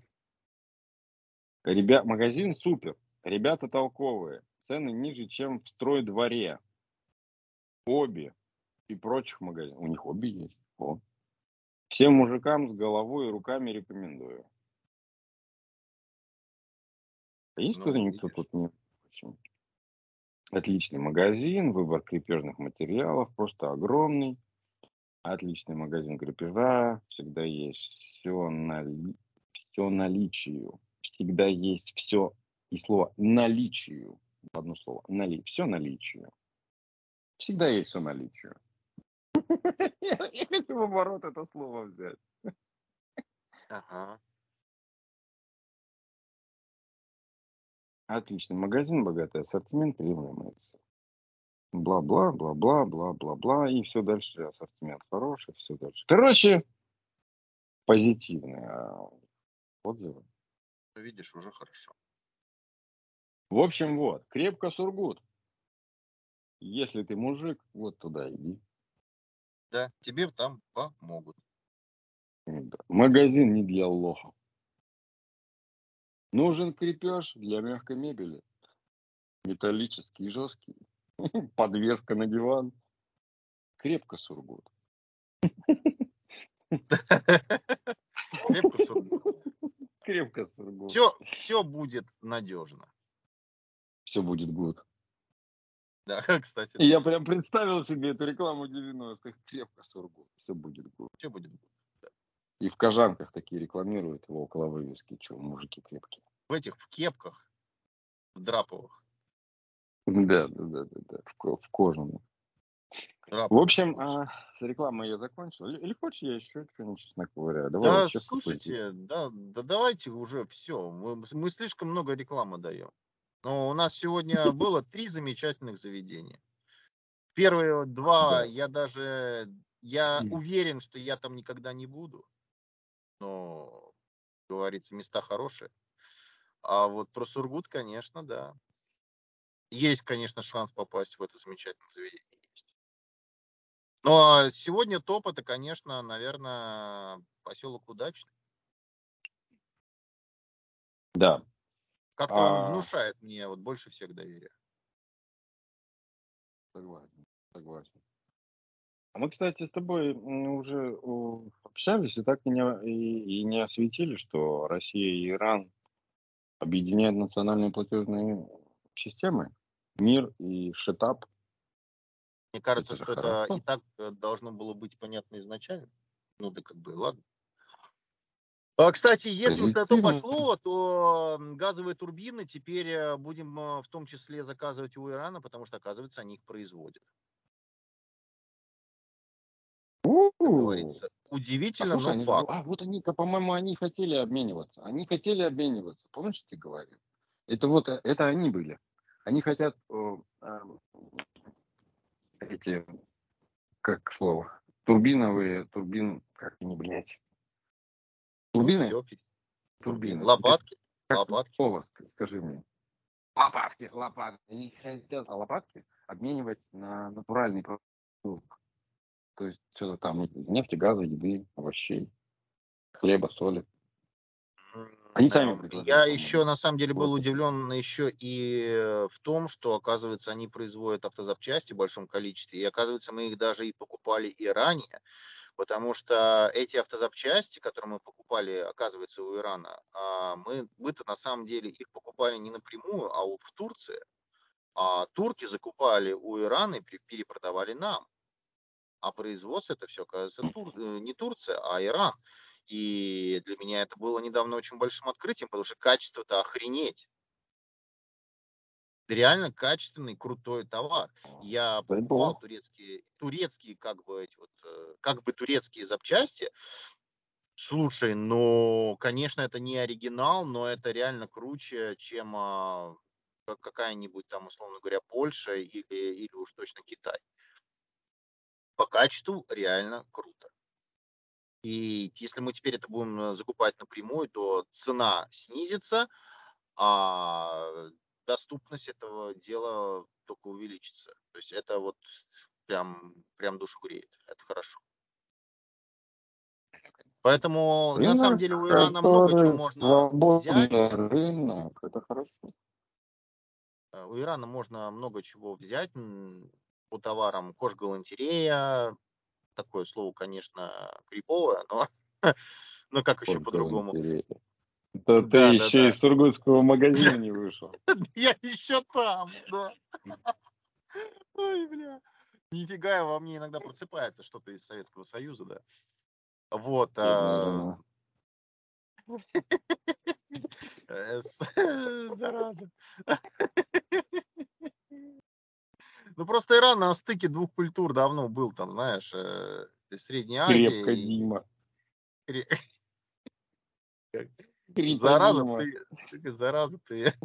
Магазин супер. Ребята толковые. Цены ниже, чем в Стройдворе. Обе и прочих магазинов. У них обе есть. О. Всем мужикам с головой и руками рекомендую. Есть кто-то, никто тут нет. Отличный магазин, выбор крепежных материалов просто огромный. Отличный магазин крепежа, всегда есть все наличию. Всегда есть все, и слово наличию, одно слово, все наличию. Всегда есть все наличию. Я хочу в оборот это слово взять. Ага. Отличный магазин, богатый ассортимент, приемлемый. Бла-бла, бла-бла, бла-бла-бла. И все дальше. Ассортимент хороший, все дальше. Короче, позитивные отзывы. Видишь, уже хорошо. В общем, вот. Крепко, Сургут. Если ты мужик, вот туда иди. Да, тебе там помогут. Да. Магазин не для лохов. Нужен крепеж для мягкой мебели. Металлический, жесткий. Подвеска на диван. Крепко, Сургут. Крепко, Сургут. Крепко, Сургут. Все будет надежно. Все будет good. Да, кстати, И да. я прям представил себе эту рекламу 90-х. Крепко Сургут. Все будет гуд. Все будет. Да. И в кожанках такие рекламируют его около вывески. Че, мужики крепкие. В этих, в кепках, в драповых. Да. В кожаном. В Драповых общем, лучше. с рекламой я закончил. Или хочешь я еще что-нибудь, честно говоря? Давай Да, вообще в какой-то... слушайте, да давайте уже все. Мы слишком много рекламы даем. Но у нас сегодня было 3 замечательных заведения. Первые 2 Да. я уверен, что я там никогда не буду. Но, как говорится, места хорошие. А вот про Сургут, конечно, да. Есть, конечно, шанс попасть в это замечательное заведение. Есть. Но сегодня топ это, конечно, наверное, поселок Удачный. Да. Как-то он А, внушает мне вот больше всех доверия. согласен. А мы, кстати, с тобой уже общались и так и не осветили, что Россия и Иран объединяют национальные платежные системы. МИР и ШИТАП. Мне Это кажется, же что это и хорошо. так должно было быть понятно изначально. Ну да как бы, ладно. А, кстати, если уж на то Позитивно. пошло, то газовые турбины теперь будем в том числе заказывать у Ирана, потому что, оказывается, они их производят. Как У-у-у. говорится, А удивительно, слушай, но факт. вот они-ка, по-моему, они хотели обмениваться. Они хотели обмениваться. Помнишь, я тебе говорил? Это вот, это они были. Они хотят эти, как слово, как они, блядь, Ну турбины? все, турбины. Турбины. Лопатки, Как лопатки. слово, скажи мне. Лопатки. Они хотят лопатки обменивать на натуральный продукт. То есть что-то там, нефти, газа, еды, овощей, хлеба, соли. Они сами предложили, Я еще по-моему. на самом деле был Вот. удивлен еще и в том, что, оказывается, они производят автозапчасти в большом количестве, и, оказывается, мы их даже и покупали и ранее, потому что эти автозапчасти, которые мы покупали, оказывается, у Ирана, мы-то на самом деле их покупали не напрямую, а в Турции, а турки закупали у Ирана и перепродавали нам. А производство это все, оказывается, не Турция, а Иран. И для меня это было недавно очень большим открытием, потому что качество-то охренеть. Это реально качественный, крутой товар. Я Дай покупал бог. турецкие как бы эти вот, как бы турецкие запчасти. Слушай, ну, конечно, это не оригинал, но это реально круче, чем какая-нибудь там, условно говоря, Польша или уж точно Китай. По качеству реально круто. И если мы теперь это будем закупать напрямую, то цена снизится, а доступность этого дела только увеличится. То есть это вот прям душу греет. Это хорошо. Поэтому на самом Рынок, деле у Ирана много чего который можно свободный взять. рынок, это хорошо. У Ирана можно много чего взять по товарам кожгалантерея. Такое слово, конечно, криповое, но, но как еще по-другому. Интересно. Это ты Да, да, еще да. из сургутского магазина не вышел. Я еще там, да. Ой, бля. Нифига, во мне иногда просыпается что-то из Советского Союза, да. Вот. Бедная жена. Зараза. Ну, просто Иран на стыке двух культур давно был, там, знаешь, Средней Крепко, Азии и... Дима. Крита, Зараза Дима. ты, зараза ты.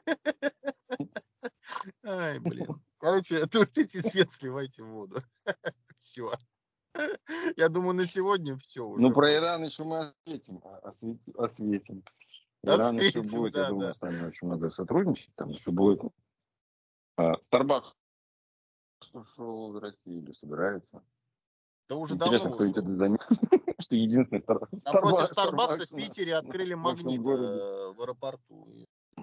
Ай, блин. Короче, тушите свет, сливайте воду. Все. Я думаю, на сегодня все Ну, уже про просто. Иран еще мы осветим. Осветим. Иран еще Осветим, будет, я да, думаю, да. с нами очень много сотрудничать. Там еще будет Starbucks ушел из России или собирается. Да уже Интересно, давно кто-нибудь это ушел. заметил, что единственный Напротив Старбакса Starbucks в Питере открыли во всем магнит городе. в аэропорту.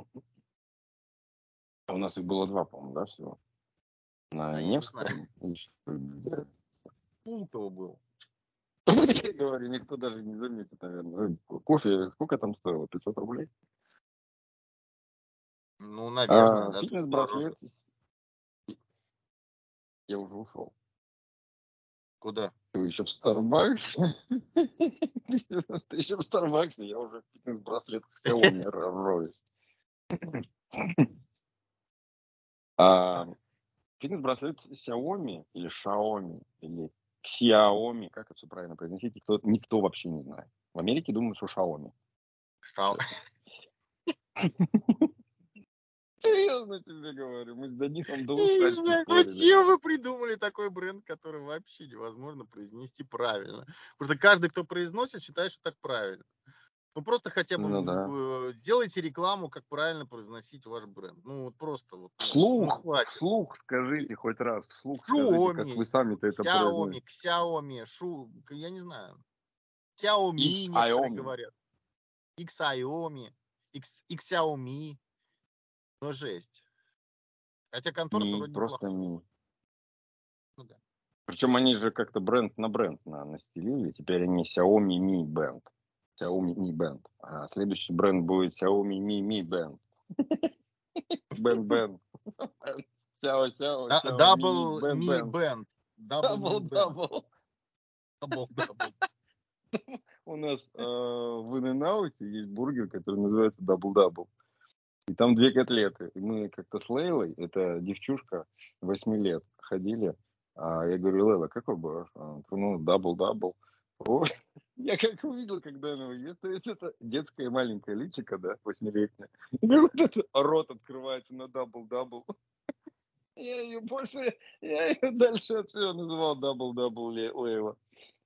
А у нас их было два, по-моему, да, всего? На А я не знаю, Невском. Пулково был. Я говорю, никто даже не заметит, наверное. Кофе сколько там стоило? 500 рублей? Ну, наверное, да, тут дороже. Фитнес-браслет Я уже ушел. Куда? Ты еще в Старбаксе? Ты еще в Старбаксе, я уже в фитнес-браслетах Xiaomi роюсь. А фитнес-браслет Xiaomi или Xiaomi или Xiaomi, как это все правильно произносить, никто вообще не знает. В Америке думают, что Xiaomi. Шау. Серьезно тебе говорю, мы с Данисом до Я не усрачки знаю, спорили. зачем вы придумали такой бренд, который вообще невозможно произнести правильно. Потому что каждый, кто произносит, считает, что так правильно. Ну просто хотя бы Ну да. сделайте рекламу, как правильно произносить ваш бренд. Ну вот просто вот. Хватит. Вслух скажите хоть раз, вслух скажите, как Xiaomi, вы сами-то это произносите. Xiaomi, я не знаю. Xiaomi некоторые Xiaomi. говорят. Xiaomi, Xiaomi. Ну жесть. Хотя контора-то вроде Просто неплохая. Ми. Ну да. Причем они же как-то бренд на бренд настелили. Теперь они Xiaomi Mi Band. Xiaomi Mi Band. А следующий бренд будет Xiaomi Mi Band. Band. Xiaomi Double Mi Band. Band. Double Mi Band. Double. У нас в In-N-Out есть бургер, который называется Double. И там 2 котлеты. И мы как-то с Лейлой, это девчушка 8 лет, ходили. Я говорю, Лейла, какой будешь? Она говорит, дабл. Я как увидел, когда она ест, то есть это детское маленькое личико, да, 8-летнее. И вот это рот открывается на дабл. Я ее дальше от всего называл дабл Лейла.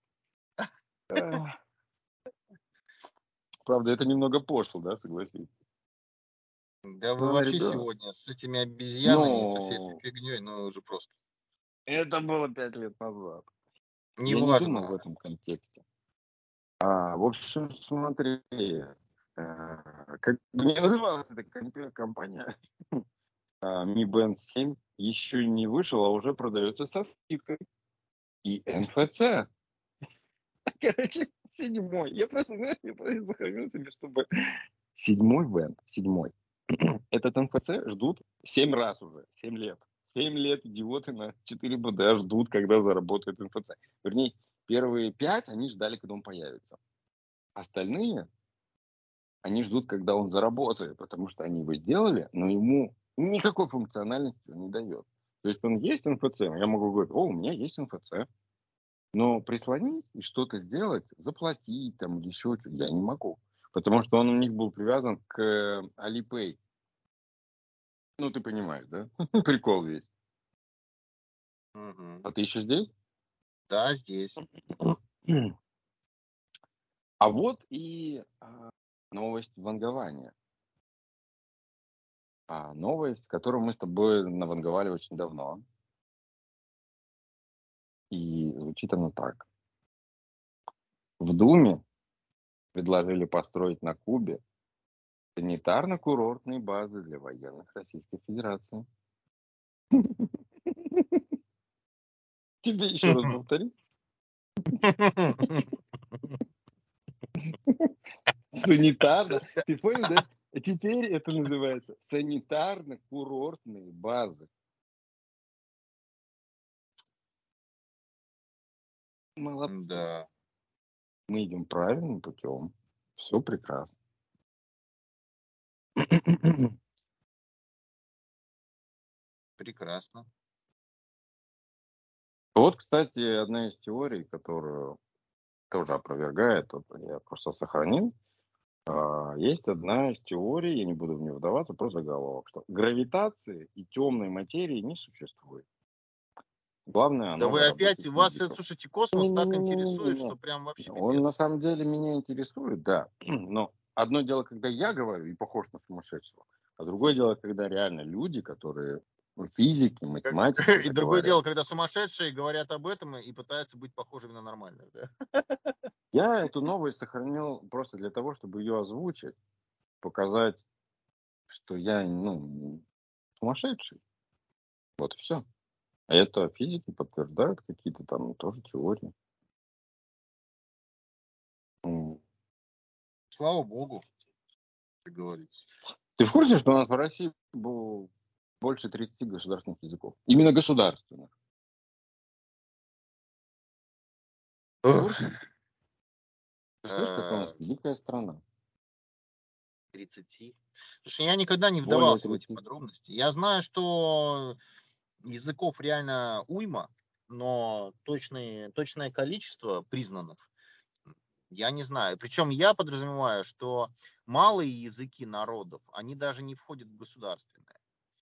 Правда, это немного пошло, да, согласись? Да вы вообще ребят, сегодня с этими обезьянами и со всей этой ну, фигней, ну уже просто. это было 5 лет назад. Я не думал в Неважно. этом контексте. В общем, смотри, как бы не называлась эта компания, Mi Band 7 еще не вышел, а уже продается со скидкой. И НФЦ. Короче, 7-й. Я просто сохранил себе, чтобы... 7-й Band, 7-й. Этот НФЦ ждут 7 раз уже, 7 лет. 7 лет идиоты на 4 БД ждут, когда заработает НФЦ. Вернее, первые 5 они ждали, когда он появится. Остальные, они ждут, когда он заработает, потому что они его сделали, но ему никакой функциональности он не дает. То есть он есть НФЦ, я могу говорить, у меня есть НФЦ. Но прислонить и что-то сделать, заплатить там или еще что-то, я не могу. Потому что он у них был привязан к Alipay. Ну, ты понимаешь, да? Прикол весь. Мгм. А ты еще здесь? Да, здесь. А вот и новость вангования. Новость, которую мы с тобой наванговали очень давно. И звучит она так. В Думе предложили построить на Кубе санитарно-курортные базы для военных Российской Федерации. Тебе еще раз повторить? Санитарно. Ты понял, да? Теперь это называется санитарно-курортные базы. Молодцы. Да. Мы идем правильным путем. Все прекрасно. Прекрасно. Вот, кстати, одна из теорий, которую тоже опровергает, вот я просто сохранил. Есть одна из теорий, я не буду в нее вдаваться, про заголовок, что гравитации и темной материи не существует. Главное, Да вы новая работа опять, вас, физиков. слушайте, космос так интересует, что прям вообще Он на пипец. самом деле меня интересует, да. Но одно дело, когда я говорю и похож на сумасшедшего, а другое дело, когда реально люди, которые физики, математики, И это другое говорят. дело, когда сумасшедшие говорят об этом и пытаются быть похожими на нормальных, да? Я эту новость сохранил просто для того, чтобы ее озвучить, показать, что я, сумасшедший. Вот и все. А это физики подтверждают какие-то там тоже теории. М. Слава богу, как говорится. Ты в курсе, что у нас в России было больше 30 государственных языков? Именно государственных. Курс? Ты слышишь, как у нас Э, дикая страна? 30. Слушай, я никогда не Более вдавался в эти 30. подробности. Я знаю, что языков реально уйма, но точное количество признанных я не знаю. Причем я подразумеваю, что малые языки народов, они даже не входят в государственные.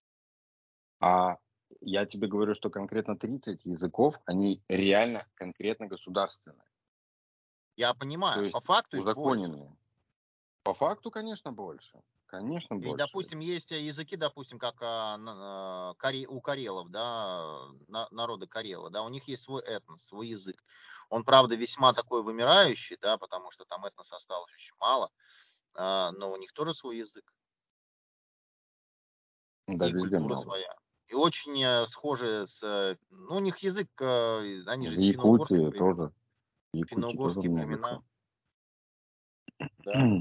А я тебе говорю, что конкретно 30 языков, они реально конкретно государственные. Я То понимаю, есть по факту их больше. узаконенные. По факту, конечно, больше. Конечно, Ведь, больше. допустим, есть языки, допустим, как у карелов, да, народа Карела, да, у них есть свой этнос, свой язык. Он, правда, весьма такой вымирающий, да, потому что там этноса осталось очень мало, но у них тоже свой язык Да, и везде культура много. своя. И очень схожие ну, у них язык, они же В с финно-угорских Якутии времен, тоже. В Якутии тоже финно-угорские много времена, чего. да.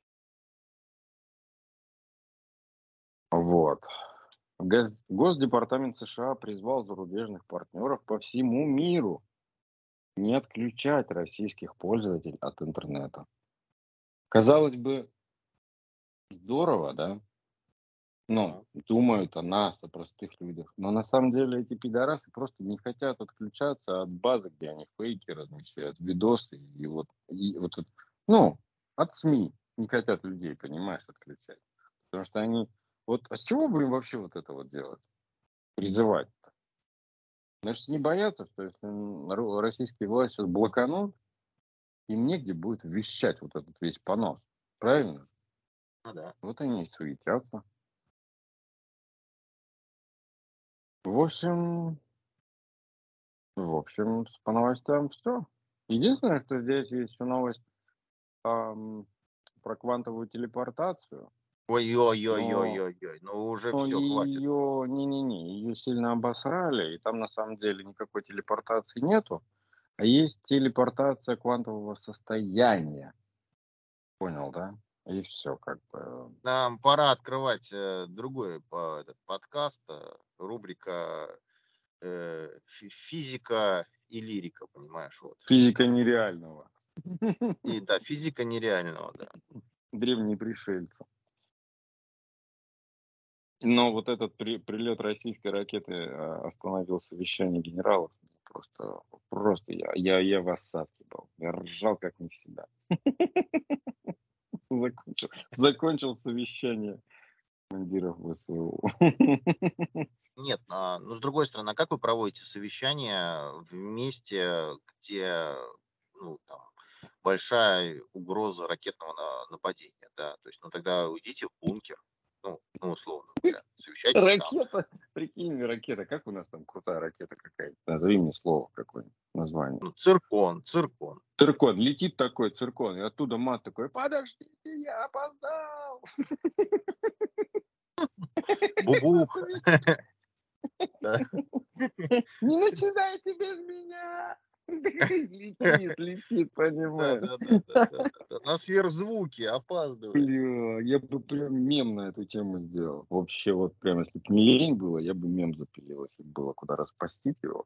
Вот. Госдепартамент США призвал зарубежных партнеров по всему миру не отключать российских пользователей от интернета. Казалось бы, здорово, да? Ну, Ну, думают о нас, о простых людях. Но на самом деле эти пидорасы просто не хотят отключаться от базы, где они фейки размещают, видосы и вот ну, от СМИ не хотят людей, понимаешь, отключать. Потому что они, вот, а с чего бы им вообще вот это вот делать? Призывать? Значит, не боятся, что если российские власти сейчас блоканут, им негде будет вещать вот этот весь понос. Правильно? ну да. Вот они и суетятся. В общем, по новостям все. Единственное, что здесь есть еще новость про квантовую телепортацию, но, Ой-ой-ой-ой-ой-ой, ну уже но все, хватит. ее, не-не-не, ее сильно обосрали, и там на самом деле никакой телепортации нету, а есть телепортация квантового состояния. Понял, да? И все, как бы. Нам пора открывать другой этот подкаст, рубрика физика и лирика, понимаешь, вот. Физика нереального. И да, физика нереального, да. Древние пришельцы. Но вот этот прилет российской ракеты остановил совещание генералов. Просто я в осадке был. Я ржал как не всегда. Закончил совещание командиров ВСУ. Нет, ну с другой стороны, а как вы проводите совещание в месте, где ну, там, большая угроза ракетного нападения, да? То есть, ну тогда уйдите в бункер, ну условно говоря, совещайтесь там. Ракета, прикинь, ракета. Как у нас там крутая ракета какая-то? Назови мне слово какое-нибудь, название. Ну, циркон. Циркон, летит такой циркон, и оттуда мат такой: подождите, я опоздал. Бубух. Да. Не начинайте без меня. Летит, Да, понимаешь. да, да, да, да, да, да. На сверхзвуки опаздывает. Бля, я бы прям мем на эту тему сделал. Вообще, вот прям, если бы не лень было, я бы мем запилил, если бы было куда распостить его.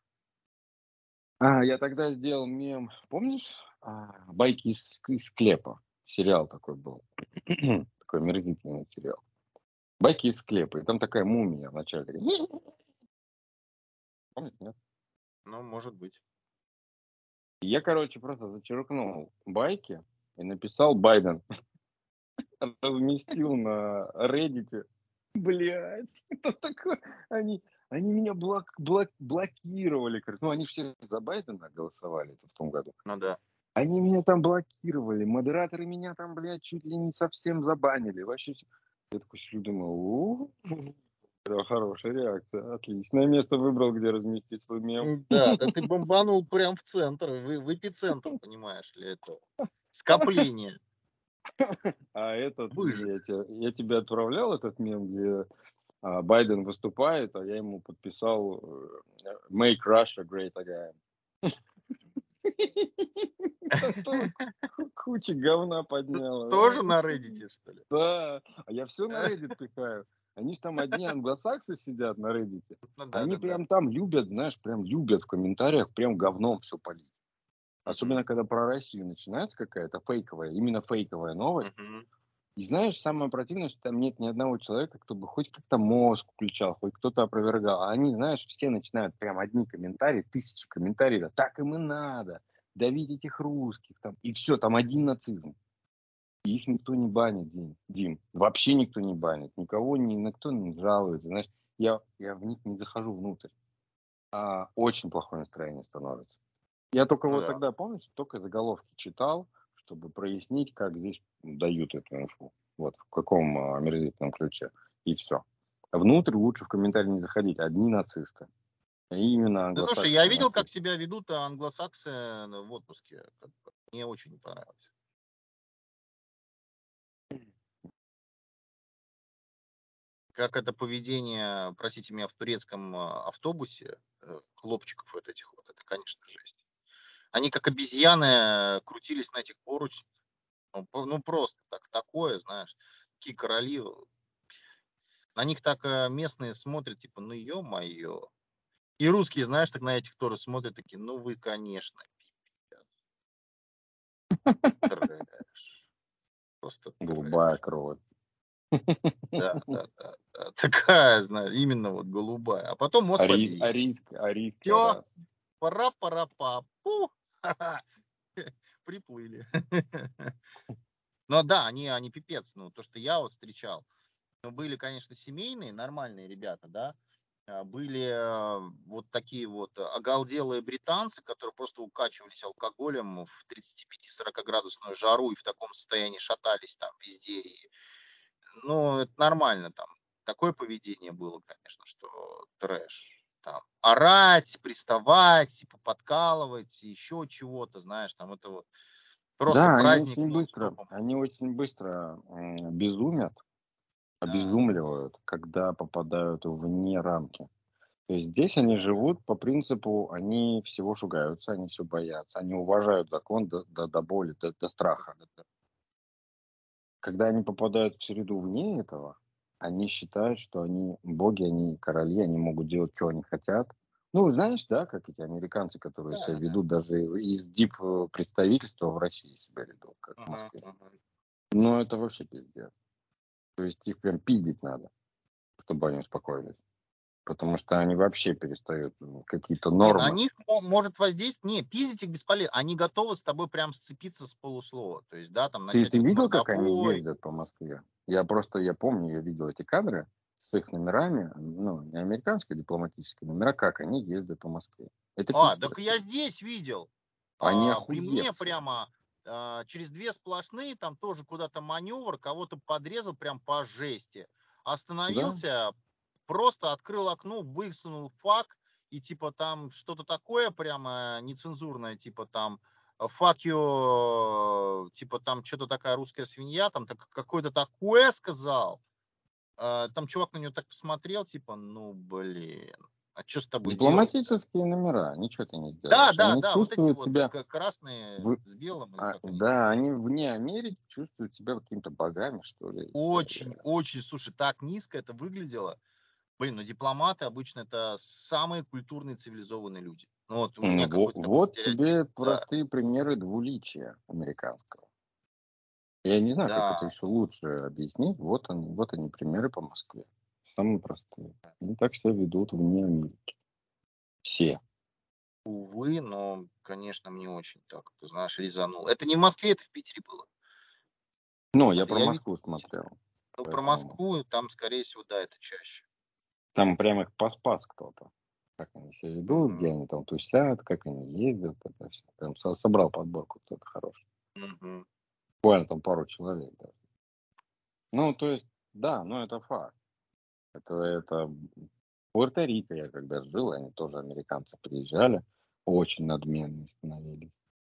Я тогда сделал мем, помнишь, «Байки из склепа»? Сериал такой был. Такой омерзительный сериал. «Байки из склепа». И там такая мумия вначале такая. Помнишь, нет? Ну, может быть. Я, короче, просто зачеркнул байки и написал Байден. Разместил на Reddit. Блять, это такое. Они меня блокировали. Ну, они все за Байдена голосовали в том году. Ну да. Они меня там блокировали. Модераторы меня там, блядь, чуть ли не совсем забанили. Вообще, я такой сижу, думаю, да, хорошая реакция. Отличное место выбрал, где разместить свой мем. Да, да ты бомбанул прям в центр, в эпицентр, понимаешь ли, это скопление. А Выжиг. я тебе отправлял этот мем, где Байден выступает, а я ему подписал «Make Russia Great Again». Там тоже куча говна подняла. Тоже на Reddit, что ли? Да, а я все на Reddit пихаю. Они ж там одни англосаксы сидят на Reddit. Ну да, Они да, да. прям там любят, знаешь, прям любят в комментариях прям говном все полить. Особенно, когда про Россию начинается какая-то фейковая, именно фейковая новость. И знаешь, самое противное, что там нет ни одного человека, кто бы хоть как-то мозг включал, хоть кто-то опровергал. А они, знаешь, все начинают прям одни комментарии, тысячи комментариев, да, так им и надо, давить этих русских, там, и все, там один нацизм. И их никто не банит, Дим. Вообще никто не банит, никого, никто не жалуется, знаешь. Я в них не захожу внутрь. А очень плохое настроение становится. Я только Ну вот да. тогда, помнишь, только заголовки читал, чтобы прояснить, как здесь дают эту инфу. Вот, в каком омерзительном ключе. И все. Внутрь лучше в комментарии не заходить. Одни нацисты. И именно Да слушай, я англосаксские видел, как нацисты. себя ведут англосаксы в отпуске. Мне очень не понравилось. Как это поведение, простите меня, в турецком автобусе, хлопчиков вот этих вот, это, конечно, жесть. Они как обезьяны крутились на этих поручнях. Ну, просто так, такое, знаешь, такие короли. На них так местные смотрят, типа, ну ё-моё. И русские, знаешь, так на этих тоже смотрят, такие, ну вы, конечно, пипец. Трэш. Просто Голубая трэш. кровь. Да, да, да, да. Такая, знаешь, именно вот голубая. А потом мост победы. Арийская Все, раса. пора-пора-па. Приплыли. Ну да, они пипец. Ну, то, что я вот встречал. Ну, были, конечно, семейные, нормальные ребята, да. Были вот такие вот оголделые британцы, которые просто укачивались алкоголем в 35-40 градусную жару и в таком состоянии шатались там везде. Ну, это нормально там. Такое поведение было, конечно, что трэш. Там орать, приставать, типа подкалывать, еще чего-то, знаешь, там это вот просто Да, праздник нон-стопом. они очень быстро безумят, Да, обезумливают, когда попадают вне рамки. То есть здесь они да. живут по принципу, они всего шугаются, они все боятся, они уважают закон до боли, до страха. Когда они попадают в среду вне этого, они считают, что они боги, они короли, они могут делать, что они хотят. Ну, знаешь, да, как эти американцы, которые себя Да, да. ведут, даже из дип представительства в России себя ведут, как в Мгм, Москве. мгм. Но это вообще пиздец. То есть их прям пиздить надо, чтобы они успокоились. Потому что они вообще перестают какие-то Не, на нормы. них может воздействовать. Не, пиздить их бесполезно. Они готовы с тобой прям сцепиться с полуслова. То есть, да, там начать Ты какой-то видел, как они мордобой. ездят по Москве? Я помню, я видел эти кадры с их номерами, ну, не американские дипломатические номера, как они ездят по Москве. Это Так пиздец. я здесь видел. Они При мне охуевшие. прямо через две сплошные, там тоже куда-то маневр, кого-то подрезал прям по жести. Да? Остановился, просто открыл окно, высунул фак, и типа там что-то такое прямо нецензурное, типа там fuck you, типа там что-то такая русская свинья, там так, какое-то такое сказал. Там чувак на него так посмотрел, типа, ну блин, а что с тобой делать-то? Дипломатические номера, ничего ты не Да, сделаешь. да, Они да, вот эти чувствуют вот себя, красные в- с белым, или как они да, называются. они вне Америки чувствуют себя какими-то богами, что ли. Очень, очень, слушай, так низко это выглядело. Блин, ну дипломаты обычно это самые культурные, цивилизованные люди. Ну вот у Ну, меня какой-то такой вот стереотип. тебе Да, простые примеры двуличия американского. Я не знаю, как это да, еще лучше объяснить. Вот они примеры по Москве. Самые простые. Они так себя ведут вне Америки. Все. увы, но, конечно, мне очень так, ты знаешь, резанул. Это не в Москве, это в Питере было. Но я Это про я видел Москву в Питере. смотрел. Ну, про Поэтому Москву, там, скорее всего, да, это чаще. там прям их поспас кто-то. Как они себя ведут, где Мгм, они там тусят, как они ездят. Это всё. Прям собрал подборку кто-то хороший. мгм. Буквально там пару человек даже. Ну, то есть, да, но это факт. Это в Пуэрто-Рико я когда жил, они тоже американцы приезжали, очень надменные становились.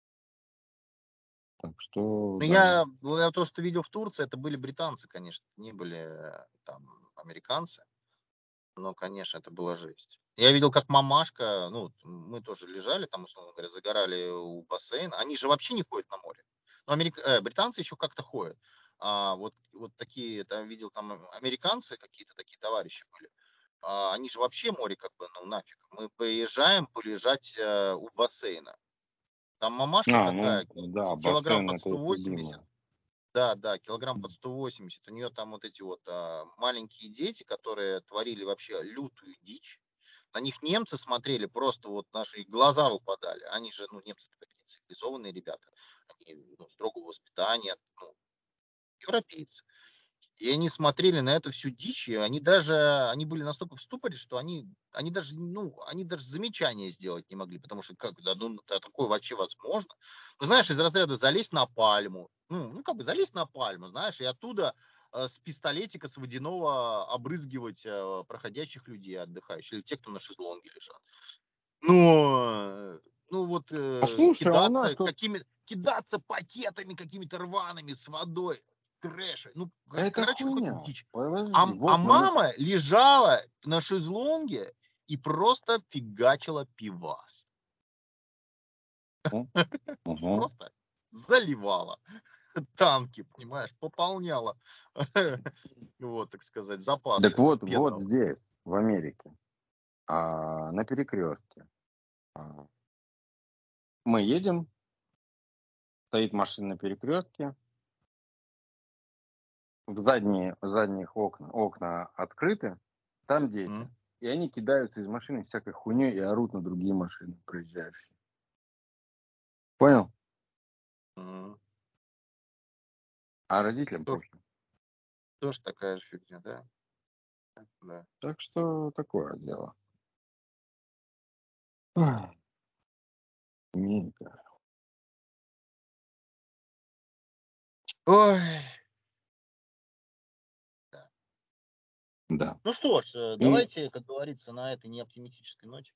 Так что, Ну, да. я то, что видел в Турции, это были британцы, конечно, не были там американцы, но, конечно, это была жесть. Я видел, как мамашка, ну, вот мы тоже лежали там, условно говоря, загорали у бассейна. Они же вообще не ходят на море. Но британцы еще как-то ходят. Вот такие, там видел, там американцы какие-то такие товарищи были. Они же вообще море как бы, ну, нафиг. Мы поезжаем полежать у бассейна. Там мамашка такая, да, килограмм бассейн под это их 180. любимое. Да, килограмм под 180. У нее там вот эти вот маленькие дети, которые творили вообще лютую дичь. На них немцы смотрели, просто вот наши глаза выпадали. Они же, ну, немцы такие цивилизованные ребята. Они, ну, строгого воспитания, ну, европейцы. И они смотрели на эту всю дичь, и они были настолько в ступоре, что они даже замечания сделать не могли, потому что как, да, ну, да, такое вообще возможно. Ну, знаешь, из разряда залезть на пальму, как бы залезть на пальму, знаешь, и оттуда с пистолетика, с водяного обрызгивать проходящих людей отдыхающих, или тех, кто на шезлонге лежат. Ну, ну вот Слушай, а у нас тут кидаться пакетами какими-то рваными с водой, трэш. Ну, это короче, какой-то хуйня. дичь. Подожди, А вот мама лежала на шезлонге и просто фигачила пивас. Мгм. Просто заливала танки, понимаешь, пополняла, вот, так сказать, Так запасы вот бедного. здесь, в Америке, на перекрестке. Мы едем, стоит машина на перекрестке, задних окна открыты, там дети. М, И они кидаются из машины всякой хуйней и орут на другие машины проезжающие. Понял? м. А родителям Тоже, похер. тоже такая же фигня, да? Да. Так что такое дело. Ах, Америка. Ой. Да. Ну что ж, И, давайте, как говорится, на этой неоптимистической ноте.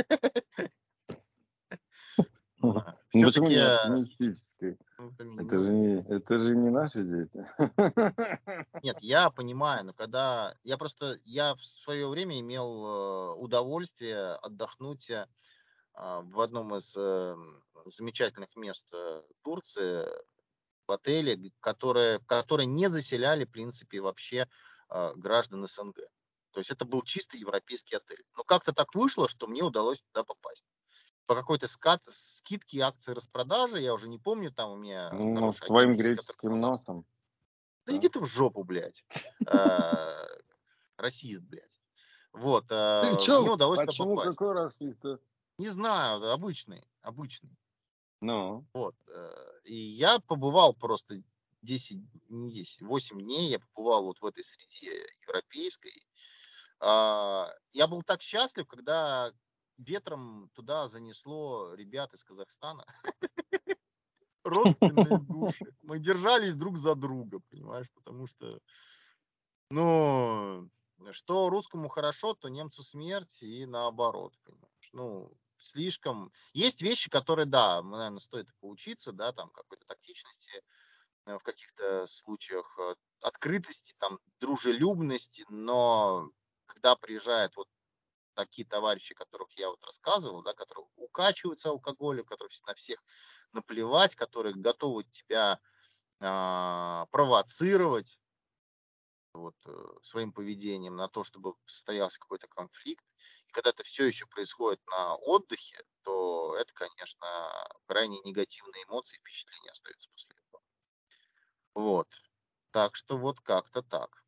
ну почему Все-таки, не оптимистической? ну, Это же не наши дети. нет, я понимаю, но когда я в свое время имел удовольствие отдохнуть в одном из замечательных мест Турции, в отеле, которые не заселяли, в принципе, вообще граждан СНГ. То есть это был чисто европейский отель. Но как-то так вышло, что мне удалось туда попасть. По какой-то скидке, акции, распродажи, я уже не помню, там у меня Ну, хороший твоим агент есть, который греческим помогал. носом. Да Да. иди ты в жопу, блядь. Э, Расист, блядь. Вот, Ты мне чё? удалось туда Почему? попасть. Какой расист-то? Не знаю, обычный. Ну, Вот. И я побывал просто 10, не 10, 8 дней, я побывал вот в этой среде европейской. Я был так счастлив, когда ветром туда занесло ребят из Казахстана. Родственные души. Мы держались друг за друга, понимаешь, потому что, ну, что русскому хорошо, то немцу смерть и наоборот, понимаешь. Ну, слишком... Есть вещи, которые, да, наверное, стоит поучиться, да, там, какой-то тактичности, в каких-то случаях открытости, там, дружелюбности, но когда приезжают вот такие товарищи, которых я вот рассказывал, да, которые укачиваются алкоголем, которые на всех наплевать, которые готовы тебя провоцировать вот, своим поведением на то, чтобы состоялся какой-то конфликт. И когда это все еще происходит на отдыхе, то это, конечно, крайне негативные эмоции и впечатления остаются после этого. Вот. Так что вот как-то так.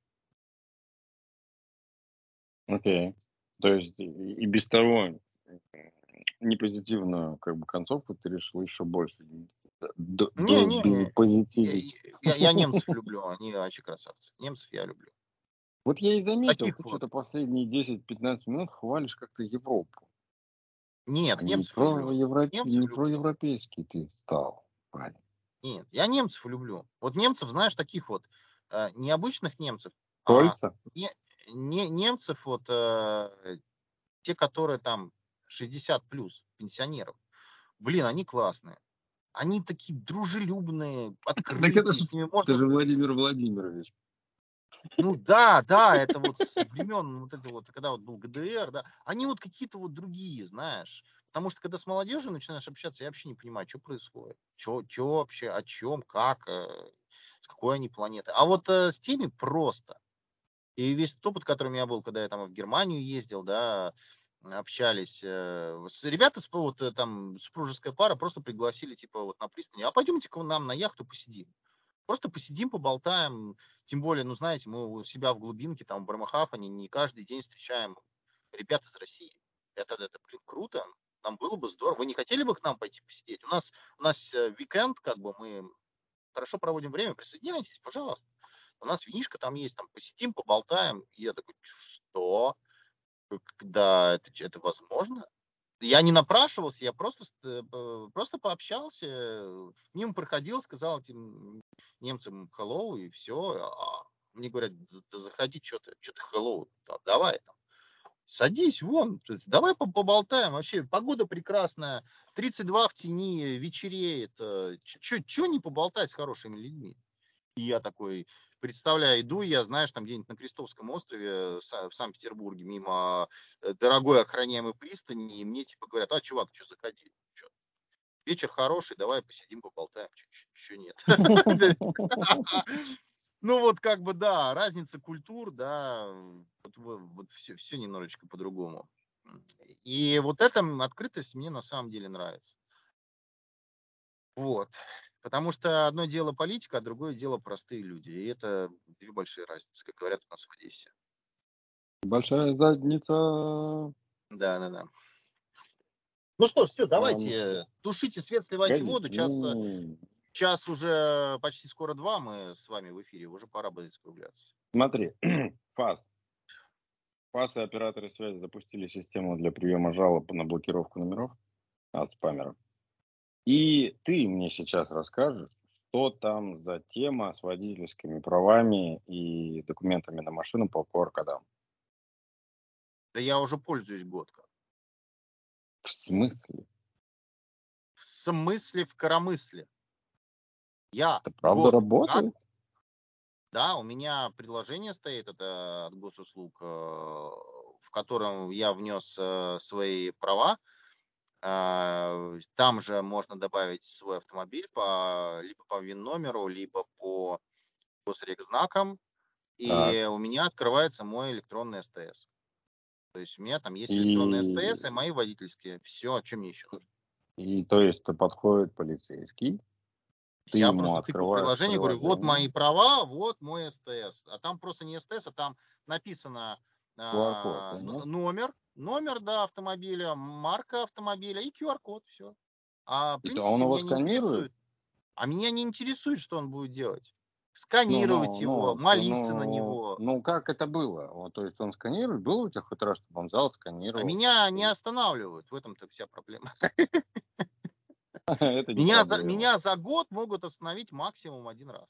окей. То есть и без того непозитивную как бы концовку ты решил еще больше Не-не-не, позитивить. я немцев люблю, они вообще красавцы. Немцев я люблю. Вот я и заметил, Таких ты вот. что-то последние 10-15 минут хвалишь как-то Европу. А Нет, немцев люблю. Немцев не про люблю. европейский ты стал, парень. Нет, я немцев люблю. Вот немцев, знаешь, таких вот необычных немцев, а Кольца? не, немцев вот те, которые там 60 плюс, пенсионеров. Блин, они классные. Они такие дружелюбные, Так это открытые, же, с ними это можно... же Владимир Владимирович. Ну да, это вот с времен вот это вот, когда вот был ГДР, да, они вот какие-то вот другие, знаешь. Потому что когда с молодежью начинаешь общаться, я вообще не понимаю, что происходит. Что вообще, о чем, как, с какой они планеты. А вот с теми просто. И весь тот опыт, которым я был, когда я там в Германию ездил, да, общались. Ребята, там супружеская пара просто пригласили, типа, вот на пристани. А пойдемте-ка вы нам на яхту посидим. Просто посидим, поболтаем. Тем более, ну, знаете, мы у себя в глубинке, там, в Брамахафане, не каждый день встречаем ребят из России. Это, блин, круто. Нам было бы здорово. Вы не хотели бы к нам пойти посидеть? У нас уикенд, как бы, мы хорошо проводим время. Присоединяйтесь, пожалуйста. У нас винишко там есть, там посидим, поболтаем. И я такой, что? Когда это возможно? Я не напрашивался, я просто пообщался, мимо проходил, сказал этим немцам hello и все. Мне говорят, да заходи, что ты hello, давай там. Садись, вон, то есть давай поболтаем. Вообще, погода прекрасная, 32 в тени, вечереет. Че не поболтать с хорошими людьми? И я такой, представляю, иду я, знаешь, там где-нибудь на Крестовском острове в Санкт-Петербурге мимо дорогой охраняемой пристани, и мне типа говорят, чувак, что заходи? Чё? Вечер хороший, давай посидим, поболтаем. Че нет? Ну вот как бы да, разница культур, да, вот все немножечко по-другому. И вот эта открытость мне на самом деле нравится. Вот. Потому что одно дело политика, а другое дело простые люди. И это две большие разницы, как говорят у нас в Одессе. Большая задница. Да. Ну что ж, все, Ам, давайте тушите свет, сливайте Погоди. воду. Час уже почти скоро 2, мы с вами в эфире, уже пора будет закругляться. Смотри, ФАС. ФАС и операторы связи запустили систему для приема жалоб на блокировку номеров от спамеров. И ты мне сейчас расскажешь, что там за тема с водительскими правами и документами на машину по QR-кодам. Да я уже пользуюсь год как. В смысле? В смысле, в коромысле. Я Это правда год как. работает? Да, у меня предложение стоит, это от госуслуг, в котором я внес свои права. Там же можно добавить свой автомобиль либо по ВИН-номеру, либо по госрегзнакам. Так. И у меня открывается мой электронный СТС. То есть у меня там есть электронный И, СТС и мои водительские. Все, что мне еще нужно. и то есть подходит полицейский, ты Я ему просто тыкаю открываешь приложение, говорю, вот мои приложение, права, вот мой СТС. А там просто не СТС, а там написано QR-код, нет? номер, да, автомобиля, марка автомобиля и QR-код, все. А в А он принципе его меня не сканирует? интересует. А меня не интересует, что он будет делать. Ну, Сканировать ну, его, ну, молиться на ну, него. ну, как это было? Вот, то есть он сканирует, было у тебя хоть раз, чтобы он взял, А сканировал? меня не останавливают. В этом-то вся проблема. Это не Меня за, проблема. меня за год могут остановить максимум один раз.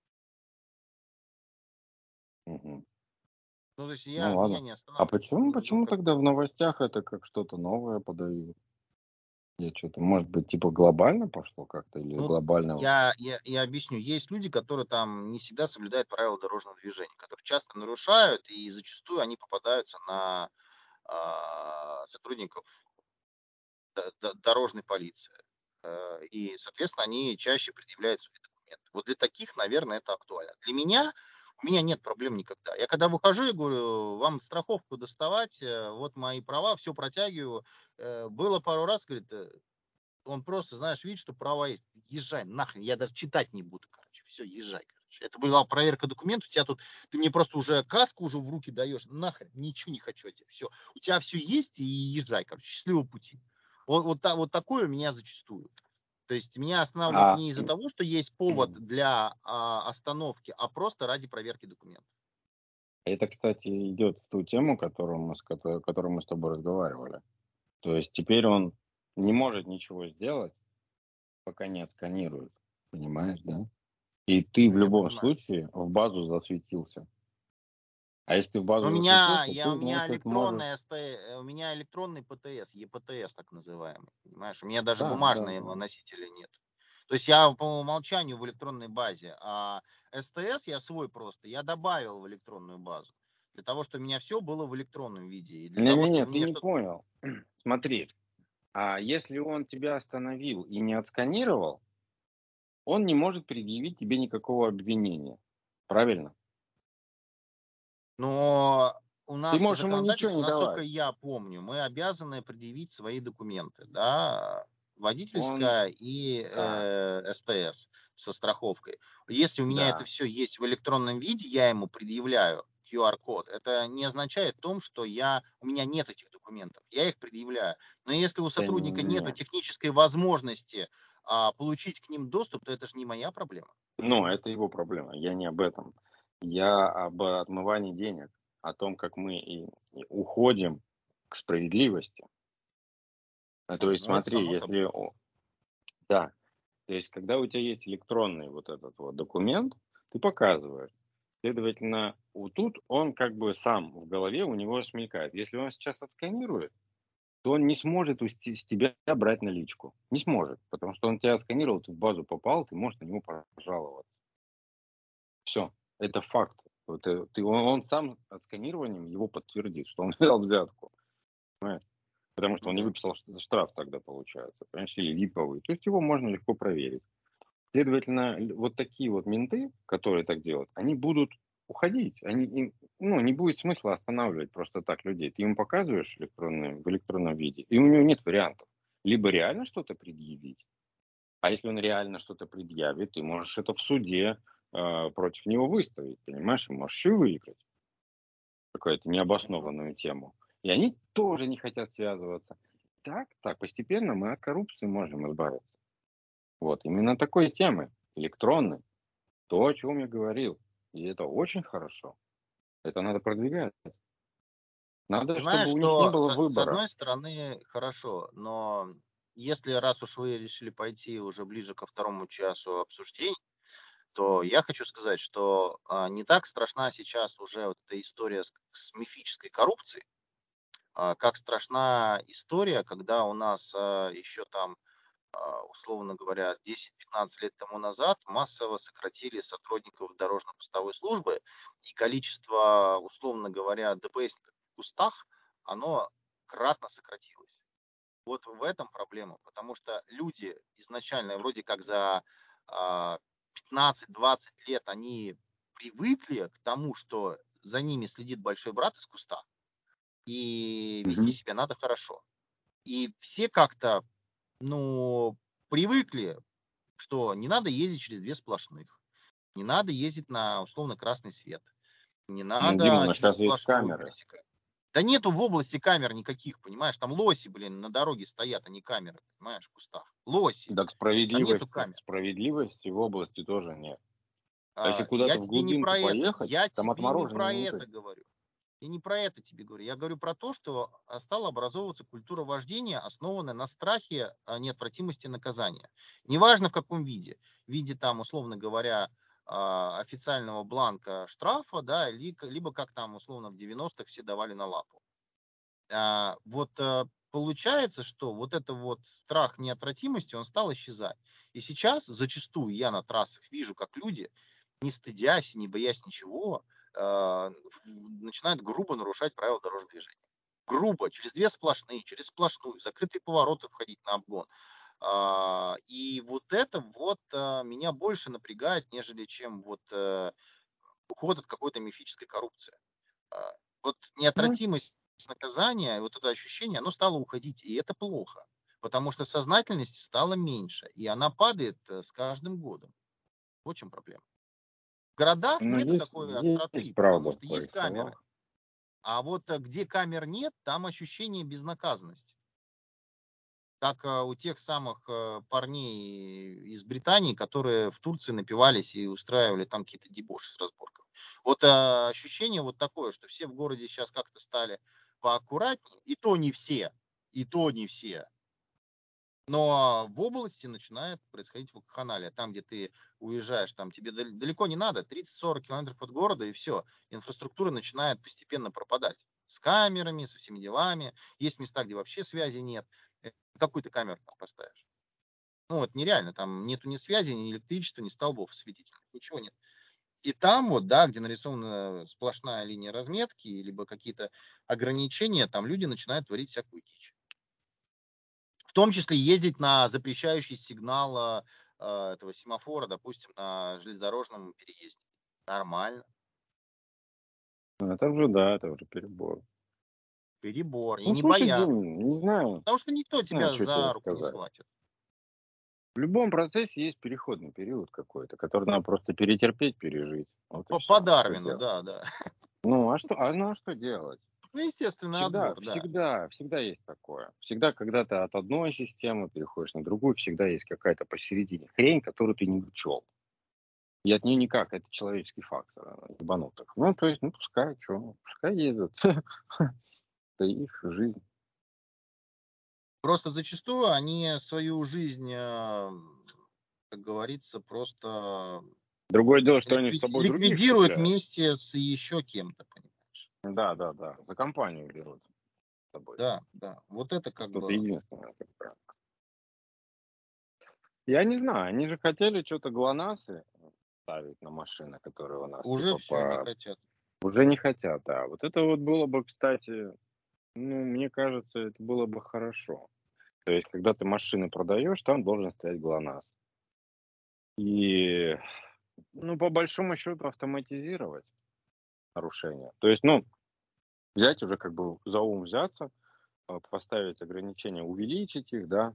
Мгм. Ну, то есть Ну меня ладно. не А останавливают. почему, Ну, почему тогда в новостях это как что-то новое подают? Я что-то, может быть, типа глобально пошло как-то или Ну, глобально? я объясню. Есть люди, которые там не всегда соблюдают правила дорожного движения, которые часто нарушают, и зачастую они попадаются на сотрудников дорожной полиции. И, соответственно, они чаще предъявляют свои документы. Вот для таких, наверное, это актуально. Для меня, у меня нет проблем никогда. Я когда выхожу, я говорю, вам страховку доставать, вот мои права, все протягиваю. Было пару раз, говорит, он просто, знаешь, видит, что права есть. Езжай нахрен, я даже читать не буду, короче. Все, езжай, короче. Это была проверка документов, у тебя тут, ты мне просто уже каску уже в руки даешь, нахрен, ничего не хочу от тебя. Все, у тебя все есть и езжай, короче, счастливого пути. Вот такое у меня зачастую. То есть меня останавливают А не из-за того, что есть повод для остановки, а просто ради проверки документов. это, кстати, идет в ту тему, которую мы с тобой разговаривали. То есть теперь он не может ничего сделать, пока не отсканирует. Понимаешь, да? И ты в Ну, я любом понимаю. случае в базу засветился. А если ты в Но базу засветился, у ты, меня значит, можешь... у меня электронный ПТС, ЕПТС так называемый, понимаешь? У меня даже Да, да, бумажного да. носителя нет. То есть я по умолчанию в электронной базе, а СТС я свой просто, я добавил в электронную базу. Для того, чтобы у меня все было в электронном виде. И для того, Не-не-не, чтобы ты мне не что-то... понял. Смотри, а если он тебя остановил и не отсканировал, он не может предъявить тебе никакого обвинения. Правильно? Но у Ты нас по можешь ему ничего законодательству, не насколько давать. я помню, мы обязаны предъявить свои документы, да, Он, водительское и да, СТС со страховкой. Если у меня это да, все есть в электронном виде, я ему предъявляю QR-код. Это не означает в том, что у меня нет этих документов. Я их предъявляю. Но если у да сотрудника нет не. технической возможности получить к ним доступ, то это же не моя проблема. Ну, это его проблема. Я не об этом. Я об отмывании денег, о том, как мы и уходим к справедливости. То есть, Ну, это смотри, само собой. если да, то есть, когда у тебя есть электронный вот этот вот документ, ты показываешь. Следовательно, вот тут он как бы сам в голове у него смелькает. Если он сейчас отсканирует, то он не сможет с тебя брать наличку. Не сможет, потому что он тебя отсканировал, ты в базу попал, ты можешь на него пожаловаться. Все, это факт. Вот, он сам отсканированием его подтвердит, что он взял взятку, понимаешь? Потому что он не Мгм. выписал штраф тогда, получается, понимаешь, или липовый. То есть его можно легко проверить. Следовательно, вот такие вот менты, которые так делают, они будут уходить. Ну, не будет смысла останавливать просто так людей. Ты ему показываешь в электронном виде, и у него нет вариантов. Либо реально что-то предъявить, а если он реально что-то предъявит, ты можешь это в суде против него выставить, понимаешь, и можешь еще выиграть какую-то Ну, необоснованную тему. И они тоже не хотят связываться. Так, постепенно мы от коррупции можем избавиться. Вот, именно такой темы, электронной. То, о чем я говорил. И это очень хорошо. Это надо продвигать. Надо, чтобы знаешь, у них не что было с выбора. одной стороны хорошо, но если раз уж вы решили пойти уже ближе ко второму часу обсуждений, то я хочу сказать, что не так страшна сейчас уже вот эта история с мифической коррупцией, как страшна история, когда у нас еще там, условно говоря, 10-15 лет тому назад массово сократили сотрудников дорожно-постовой службы, и количество, условно говоря, DPS-ников в кустах, оно кратно сократилось. Вот в этом проблема, потому что люди изначально вроде как за 15-20 лет они привыкли к тому, что за ними следит большой брат из куста, и вести Мгм. себя надо хорошо. И все как-то, ну, привыкли, что не надо ездить через две сплошных, не надо ездить на условно красный свет, не Ну, надо Дима, через сейчас есть сплошную камеры. пересекать. Да нету в области камер никаких, понимаешь? Там лоси, блин, на дороге стоят, а не камеры, понимаешь, в кустах. Лоси. Так Там нету справедливости, камер. справедливости в области тоже нет. А если Я куда-то в тебе не глубинку про это. поехать, Я там тебе не отмороженные про менты. это говорю. Я не про это тебе говорю. Я говорю про то, что стала образовываться культура вождения, основанная на страхе неотвратимости наказания. Неважно в каком виде. В виде там, условно говоря, официального бланка штрафа, да, либо как там, условно, в 90-х все давали на лапу. Получается, что вот это вот страх неотвратимости, он стал исчезать. И сейчас зачастую я на трассах вижу, как люди, не стыдясь, не боясь ничего, начинают грубо нарушать правила дорожного движения. Грубо, через две сплошные, через сплошную, в закрытые повороты входить на обгон. И вот это вот меня больше напрягает, нежели чем вот уход от какой-то мифической коррупции. А, Вот Ну, неотвратимость наказания, вот это ощущение, оно стало уходить, и это плохо, потому что сознательности стало меньше, и она падает с каждым годом. Вот в чем проблема. В городах ну, нету есть, такой есть остроты, потому правда в что есть твоих камеры. словах. А вот где камер нет, там ощущение безнаказанности. Как у тех самых парней из Британии, которые в Турции напивались и устраивали там какие-то дебоши с разборками. Вот ощущение вот такое, что все в городе сейчас как-то стали поаккуратнее, и то не все, и то не все. Но в области начинает происходить вакханалия. Там, где ты уезжаешь, там тебе далеко не надо, 30-40 километров от города, и все. Инфраструктура начинает постепенно пропадать. С камерами, со всеми делами. Есть места, где вообще связи нет. Какую ты камеру там поставишь? Ну, это нереально. Там нету ни связи, ни электричества, ни столбов осветительных. Ничего нет. И там вот, да, где нарисована сплошная линия разметки, либо какие-то ограничения, там люди начинают творить всякую дичь. В том числе ездить на запрещающий сигнал этого семафора, допустим, на железнодорожном переезде. Нормально. Ну, это уже, да, это уже перебор. Перебор. И Ну, не слушай, бояться. Дим, не знаю, Потому что никто не знаю, тебя что тебе за руку не сказать. схватит. В любом процессе есть переходный период какой-то, который надо просто перетерпеть, пережить. Вот и По все. Что Дарвину, делать? да, да. Ну, а что, ну, а что делать? Ну, естественный Всегда, отбор, да. всегда, всегда есть такое. Всегда, когда ты от одной системы переходишь на другую, всегда есть какая-то посередине хрень, которую ты не учел. И от нее никак, это человеческий фактор, ебанутых. Ну, то есть, ну, пускай, что, пускай ездят. Это их жизнь. Просто зачастую они свою жизнь, как говорится, просто Другое дело, что они с собой других ликвидируют цепляют. вместе с еще кем-то, понимаешь? Да, да, да. За компанию берут с собой. Да, да. Вот это как Что-то бы единственное. Я не знаю, они же хотели что-то ГЛОНАССы ставить на машины, которые у нас уже типа все не хотят. уже не хотят, да. Вот это вот было бы, кстати, ну, мне кажется, это было бы хорошо. То есть, когда ты машины продаешь, там должен стоять ГЛОНАСС. И, ну, по большому счету, автоматизировать нарушения. То есть, ну, взять уже как бы за ум взяться, поставить ограничения, увеличить их, да,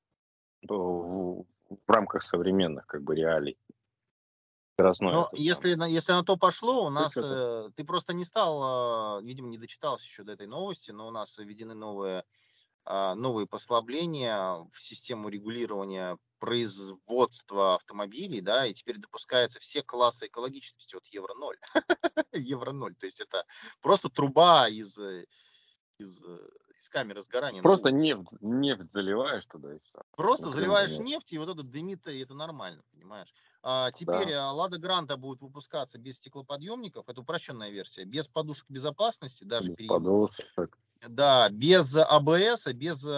в рамках современных как бы реалий. Скоростной Но этот самый. если на то пошло, у То есть нас, это ты просто не стал, видимо, не дочитался еще до этой новости, но у нас введены новые послабления в систему регулирования производства автомобилей, да, и теперь допускаются все классы экологичности от Евро-0. Евро-0, то есть это просто труба из, э, из камеры сгорания на просто улице. нефть заливаешь туда и все. Ни Просто хрена заливаешь нет. нефть, и вот это дымит, и это нормально, понимаешь? Теперь Да, Лада Гранта будет выпускаться без стеклоподъемников, это упрощенная версия, без подушек безопасности, даже без передних, подушек. да, без АБС,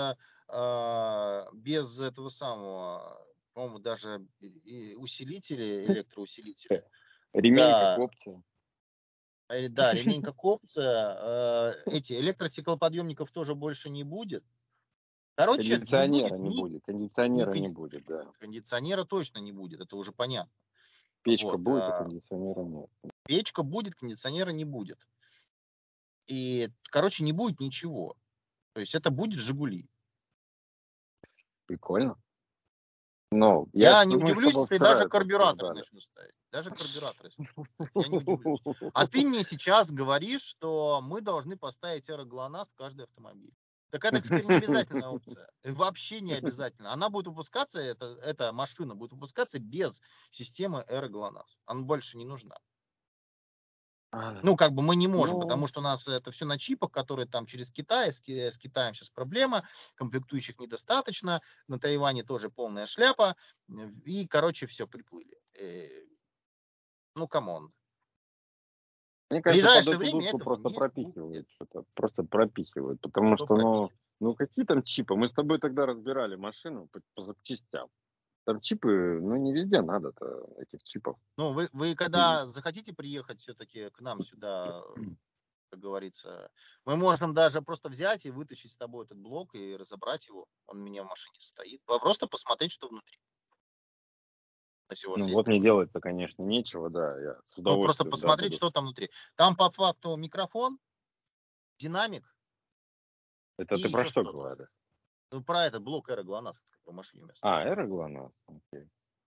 без этого самого, по-моему, даже и усилители, электроусилители. Ремень как Да, опция. да, ремень как опция. Эти электростеклоподъемников тоже больше не будет. Короче, не будет Кондиционера не ни, будет. ни Кондиционера не будет, да. кондиционера точно не будет, это уже понятно. Печка Вот. будет, а кондиционера нет. Печка будет, кондиционера не будет. И, короче, не будет ничего. То есть это будет «Жигули». Прикольно. Ну, я Я не мы с удивлюсь, тобой если вчера даже это карбюраторы обсуждали. начнут ставить. Даже карбюраторы если начнут ставить. Я не удивлюсь. А ты мне сейчас говоришь, что мы должны поставить аэроглонасс в каждый автомобиль. Так это теперь не обязательная опция. Вообще не обязательно. Она будет выпускаться, эта машина будет выпускаться без системы аэроглонасс. Она больше не нужна. Ну, как бы мы не можем, потому Ну, что у нас это все на чипах, которые там через Китай, с Китаем сейчас проблема, комплектующих недостаточно, на Тайване тоже полная шляпа, и, короче, все, приплыли. Ну, камон. мне В кажется, под ближайшее эту время дудку этого просто не будет. пропихивают что-то. Просто пропихивают. Потому Что что, ну, пропихивать? ну какие там чипы? Мы с тобой тогда разбирали машину по запчастям. Там чипы, ну, не везде надо-то этих чипов. Ну, вы И когда захотите приехать все-таки к нам сюда, как говорится, мы можем даже просто взять и вытащить с тобой этот блок и разобрать его. Он у меня в машине стоит. Просто посмотреть, что внутри. Если у вас ну, есть вот мне такое желание. делать-то, конечно, нечего, да. Я с Ну, просто удовольствием, да, посмотреть, буду. что там внутри. Там по факту микрофон, динамик Это и ты про еще что что-то. говоришь? Ну, про этот блок Эра ГЛОНАСС, который в машине у меня стоит. А, Эроглонасс. Окей.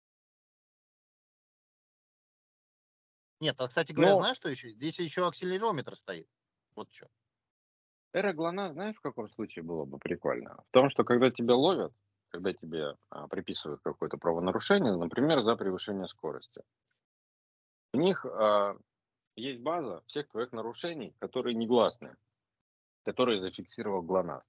Нет, а, кстати говоря, Но знаешь, что еще? Здесь еще акселерометр стоит. Вот что. Эроглонасс, знаешь, в каком случае было бы прикольно? В том, что когда тебя ловят, когда тебе приписывают какое-то правонарушение, например, за превышение скорости, у них есть база всех твоих нарушений, которые негласные, которые зафиксировал ГЛОНАСС.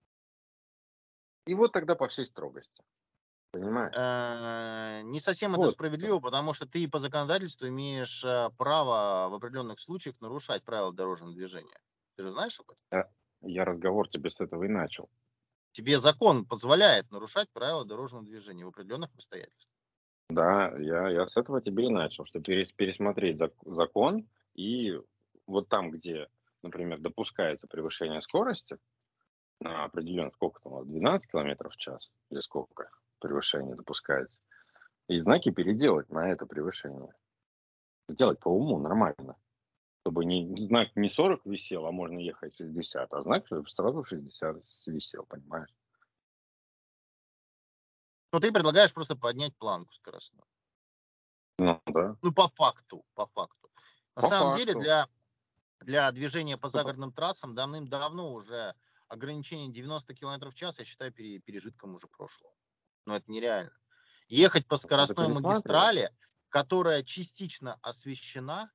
И вот тогда по всей строгости. Понимаешь? Не совсем это Вот. справедливо, потому что ты по законодательству имеешь право в определенных случаях нарушать правила дорожного движения. Ты же знаешь об этом? Я разговор тебе с этого и начал. Тебе закон позволяет нарушать правила дорожного движения в определенных обстоятельствах. Да, я с этого тебе и начал, что пересмотреть закон и вот там, где, например, допускается превышение скорости на определенный, сколько там, у вас, 12 километров в час или сколько превышение допускается, и знаки переделать на это превышение. Сделать по уму нормально. Чтобы знак не 40 висел, а можно ехать 60, а знак сразу 60 висел, понимаешь? Но ты предлагаешь просто поднять планку скоростную. Ну да, Ну, по факту, по факту. На по самом деле факту. для движения по загородным трассам давным-давно уже ограничение 90 км в час, я считаю, пережитком уже прошлого. Но это нереально. Ехать по Надо скоростной пересматривать. магистрали, которая частично освещена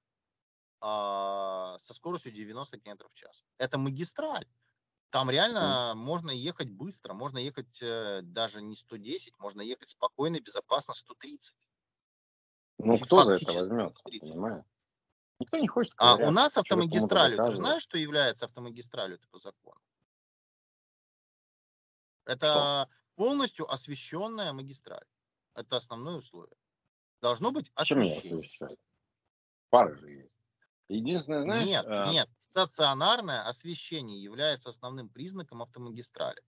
со скоростью 90 км в час. Это магистраль. Там Мгм. реально можно ехать быстро, можно ехать даже не 110, можно ехать спокойно, безопасно 130. Ну, кто за это Фактически возьмется, 130. понимаешь? Никто не хочет А у ковыряться, нас что-то кому-то автомагистралью, ты же доказывать. знаешь, что является автомагистралью по закону? Что? Это полностью освещенная магистраль. Это основное условие. Должно быть Чем меня освещение. освещать? Пары же есть. Единственное, знаешь, Нет, нет, стационарное освещение является основным признаком автомагистрали.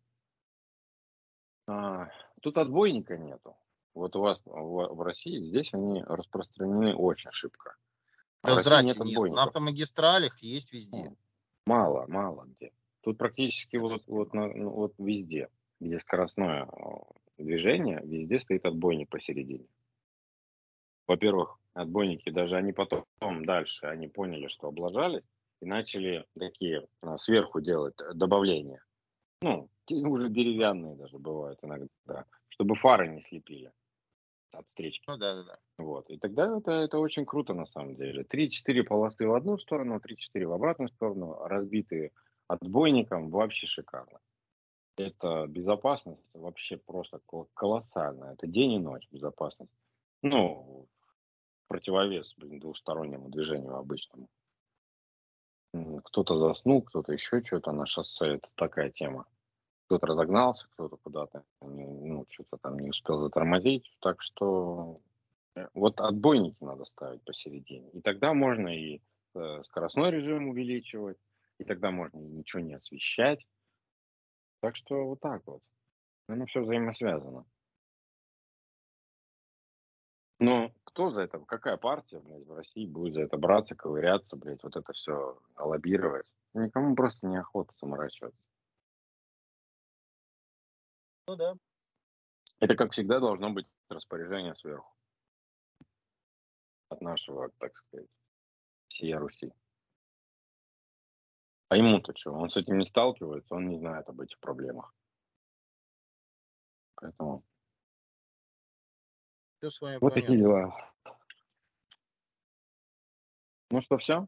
а, тут отбойника нету. Вот у вас в России, здесь они распространены очень шибко. А в Да России здрасте, нет нет. На отбойников. автомагистралях есть везде. Ну, мало, мало где. Тут практически Это вот везде, где скоростное движение, везде стоит отбойник посередине. Во-первых, отбойники даже они потом дальше, они поняли, что облажались, и начали такие сверху делать добавления. Ну, уже деревянные даже бывают иногда, чтобы фары не слепили от встречки. ну да, да, да. Вот. И тогда это очень круто на самом деле. 3-4 полосы в одну сторону, 3-4 в обратную сторону, разбитые отбойником, вообще шикарно. Это безопасность вообще просто колоссальная. Это день и ночь безопасность. Ну, противовес, блин, двустороннему движению обычному. Кто-то заснул, кто-то еще что-то на шоссе. Это такая тема. Кто-то разогнался, кто-то куда-то, ну, что-то там не успел затормозить. Так что вот отбойники надо ставить посередине. И тогда можно и скоростной режим увеличивать, и тогда можно и ничего не освещать. Так что вот так вот. Оно все взаимосвязано. Но кто за это, какая партия, блядь, в России будет за это браться, ковыряться, блядь, вот это все лоббировать? Никому просто неохота заморачиваться. Ну да. Это, как всегда, должно быть распоряжение сверху. От нашего, так сказать, всей Руси. А ему-то что? Он с этим не сталкивается, он не знает об этих проблемах. Поэтому Все с вами вот такие понятно. дела. Ну что, все?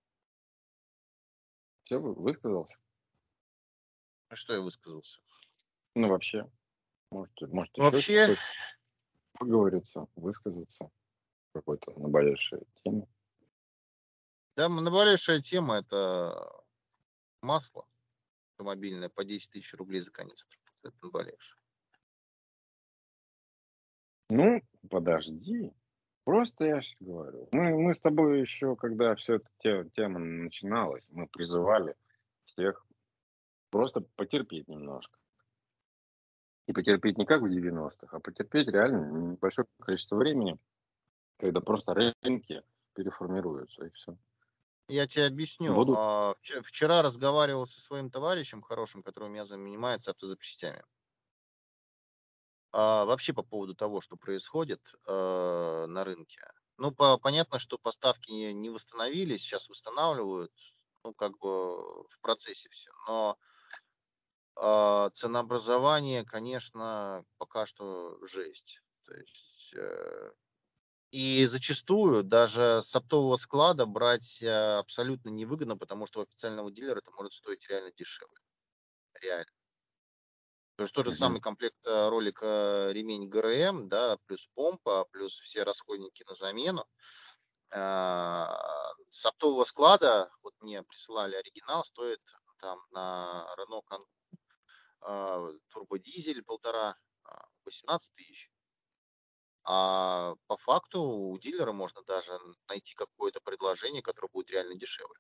Все, высказался? А что я высказался? Ну, вообще, может еще Вообще, хочешь поговориться, высказаться какой-то наболевшей теме. да, наболевшая тема — это масло автомобильное по 10 тысяч рублей за канистру. Это наболевшее. Ну, подожди. Просто я же говорю. Мы с тобой еще, когда все эта тема начиналась, мы призывали всех просто потерпеть немножко. И потерпеть не как в 90-х, а потерпеть реально небольшое количество времени, когда просто рынки переформируются, и все. Я тебе объясню. Будут. Вчера разговаривал со своим товарищем хорошим, который у меня занимается автозапчастями. Вообще по поводу того, что происходит на рынке. Ну, понятно, что поставки не восстановились, сейчас восстанавливают, ну, как бы в процессе все. Но ценообразование, конечно, пока что жесть. То есть, и зачастую даже с оптового склада брать абсолютно невыгодно, потому что у официального дилера это может стоить реально дешевле. Реально. То есть тот же Мгм. самый комплект ролика ремень ГРМ, да, плюс помпа, плюс все расходники на замену. С оптового склада, вот мне присылали оригинал, стоит там на Renault Kangoo турбодизель 1,5 18 тысяч. А по факту у дилера можно даже найти какое-то предложение, которое будет реально дешевле.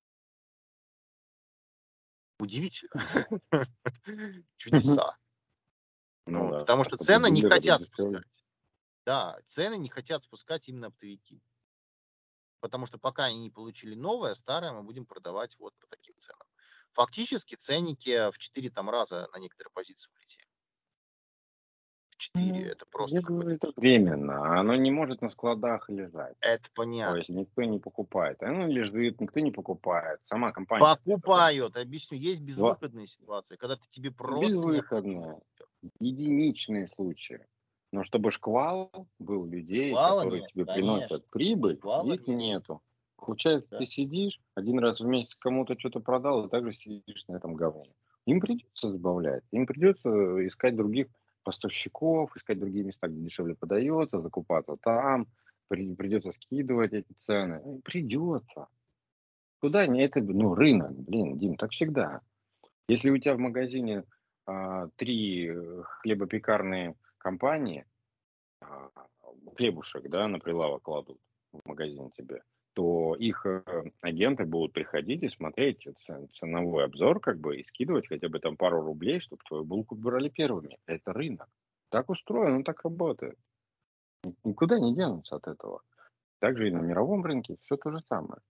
Удивительно. Чудеса. Ну Вот, да, потому а что чтобы цены не дилер это хотят дешевле. спускать. Да, цены не хотят спускать именно оптовики. Потому что пока они не получили новое, старое мы будем продавать вот по таким ценам. Фактически ценники в 4 там раза на некоторые позиции улетели. В 4. Это просто Я говорю, какой-то это пик. временно. Оно не может на складах лежать. Это То понятно. есть никто не покупает. Оно лежит, никто не покупает. Сама компания. Покупают. Объясню, есть безвыходные ситуации, когда тебе просто необходимо. Безвыходные, единичные случаи. Но чтобы шквал был людей, Шквала которые нет, тебе приносят конечно. прибыль, Шквала их нет. нету. Получается, ты Да. сидишь, один раз в месяц кому-то что-то продал, и также сидишь на этом говне. Им придется забавлять, им придется искать других поставщиков, искать другие места, где дешевле подается, закупаться там, придется скидывать эти цены. Придется. Куда не это, ну, рынок, блин, Дим, так всегда. Если у тебя в магазине 3 хлебопекарные компании, а, хлебушек, да, на прилавок кладут в магазин тебе, то их агенты будут приходить и смотреть ценовой обзор, как бы, и скидывать хотя бы там пару рублей, чтобы твою булку брали первыми. Это рынок. Так устроено, он так работает. Никуда не денутся от этого. Также и на мировом рынке все то же самое.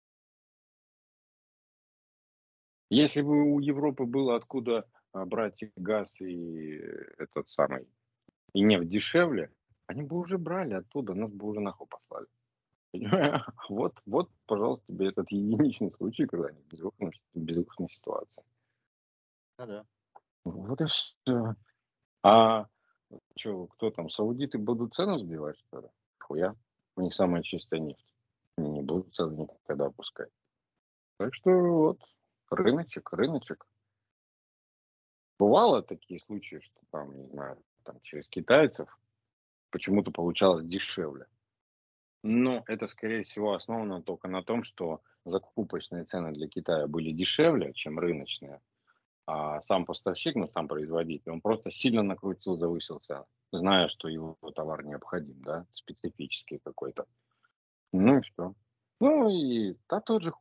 Если бы у Европы было откуда брать и газ и этот самый, и нефть дешевле, они бы уже брали оттуда, нас бы уже нахуй послали. Понимаешь? Вот, пожалуйста, тебе этот единичный случай, когда они в безвыходной ситуации. Ну да. Вот и все. А что, кто там, саудиты будут цену сбивать, что ли? Хуя. У них самая чистая нефть. Они не будут цены никогда опускать. Так что вот, рыночек, рыночек. Бывало такие случаи, что там, не знаю, там через китайцев почему-то получалось дешевле. Но это, скорее всего, основано только на том, что закупочные цены для Китая были дешевле, чем рыночные, а сам поставщик, ну, сам производитель, он просто сильно накрутил, завысил цены, зная, что его товар необходим, да, специфический какой-то. Ну и все. Ну и тот же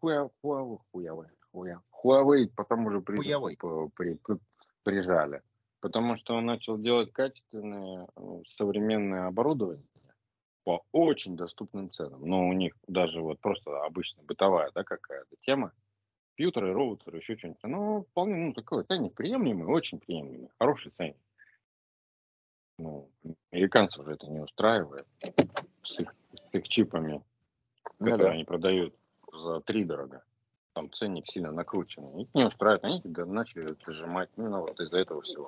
Huawei по тому же принципу Хуевой. прижали. Потому что он начал делать качественное современное оборудование по очень доступным ценам. Но у них даже вот просто обычно бытовая, да, какая-то тема, компьютеры, роутеры, еще что-нибудь, ну, вполне, ну, такой ценник приемлемый, очень приемлемый, хороший ценник. Ну, американцев же это не устраивает с их чипами, Ну которые да. они продают за 3 дорого. Там ценник сильно накрученный. Их не устраивает, они начали дожимать именно вот из-за этого всего.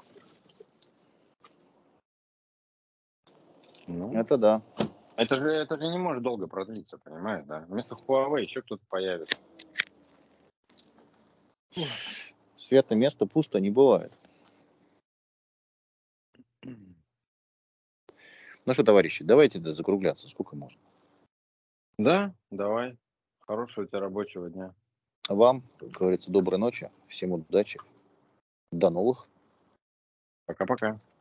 Ну, Это да. это же не может долго продлиться, понимаешь, да? Вместо Huawei еще кто-то появится. Света места пусто не бывает. Ну что, товарищи, давайте закругляться. Сколько можно? Да, давай. Хорошего у тебя рабочего дня. Вам, как говорится, доброй ночи. Всем удачи. До новых. Пока-пока.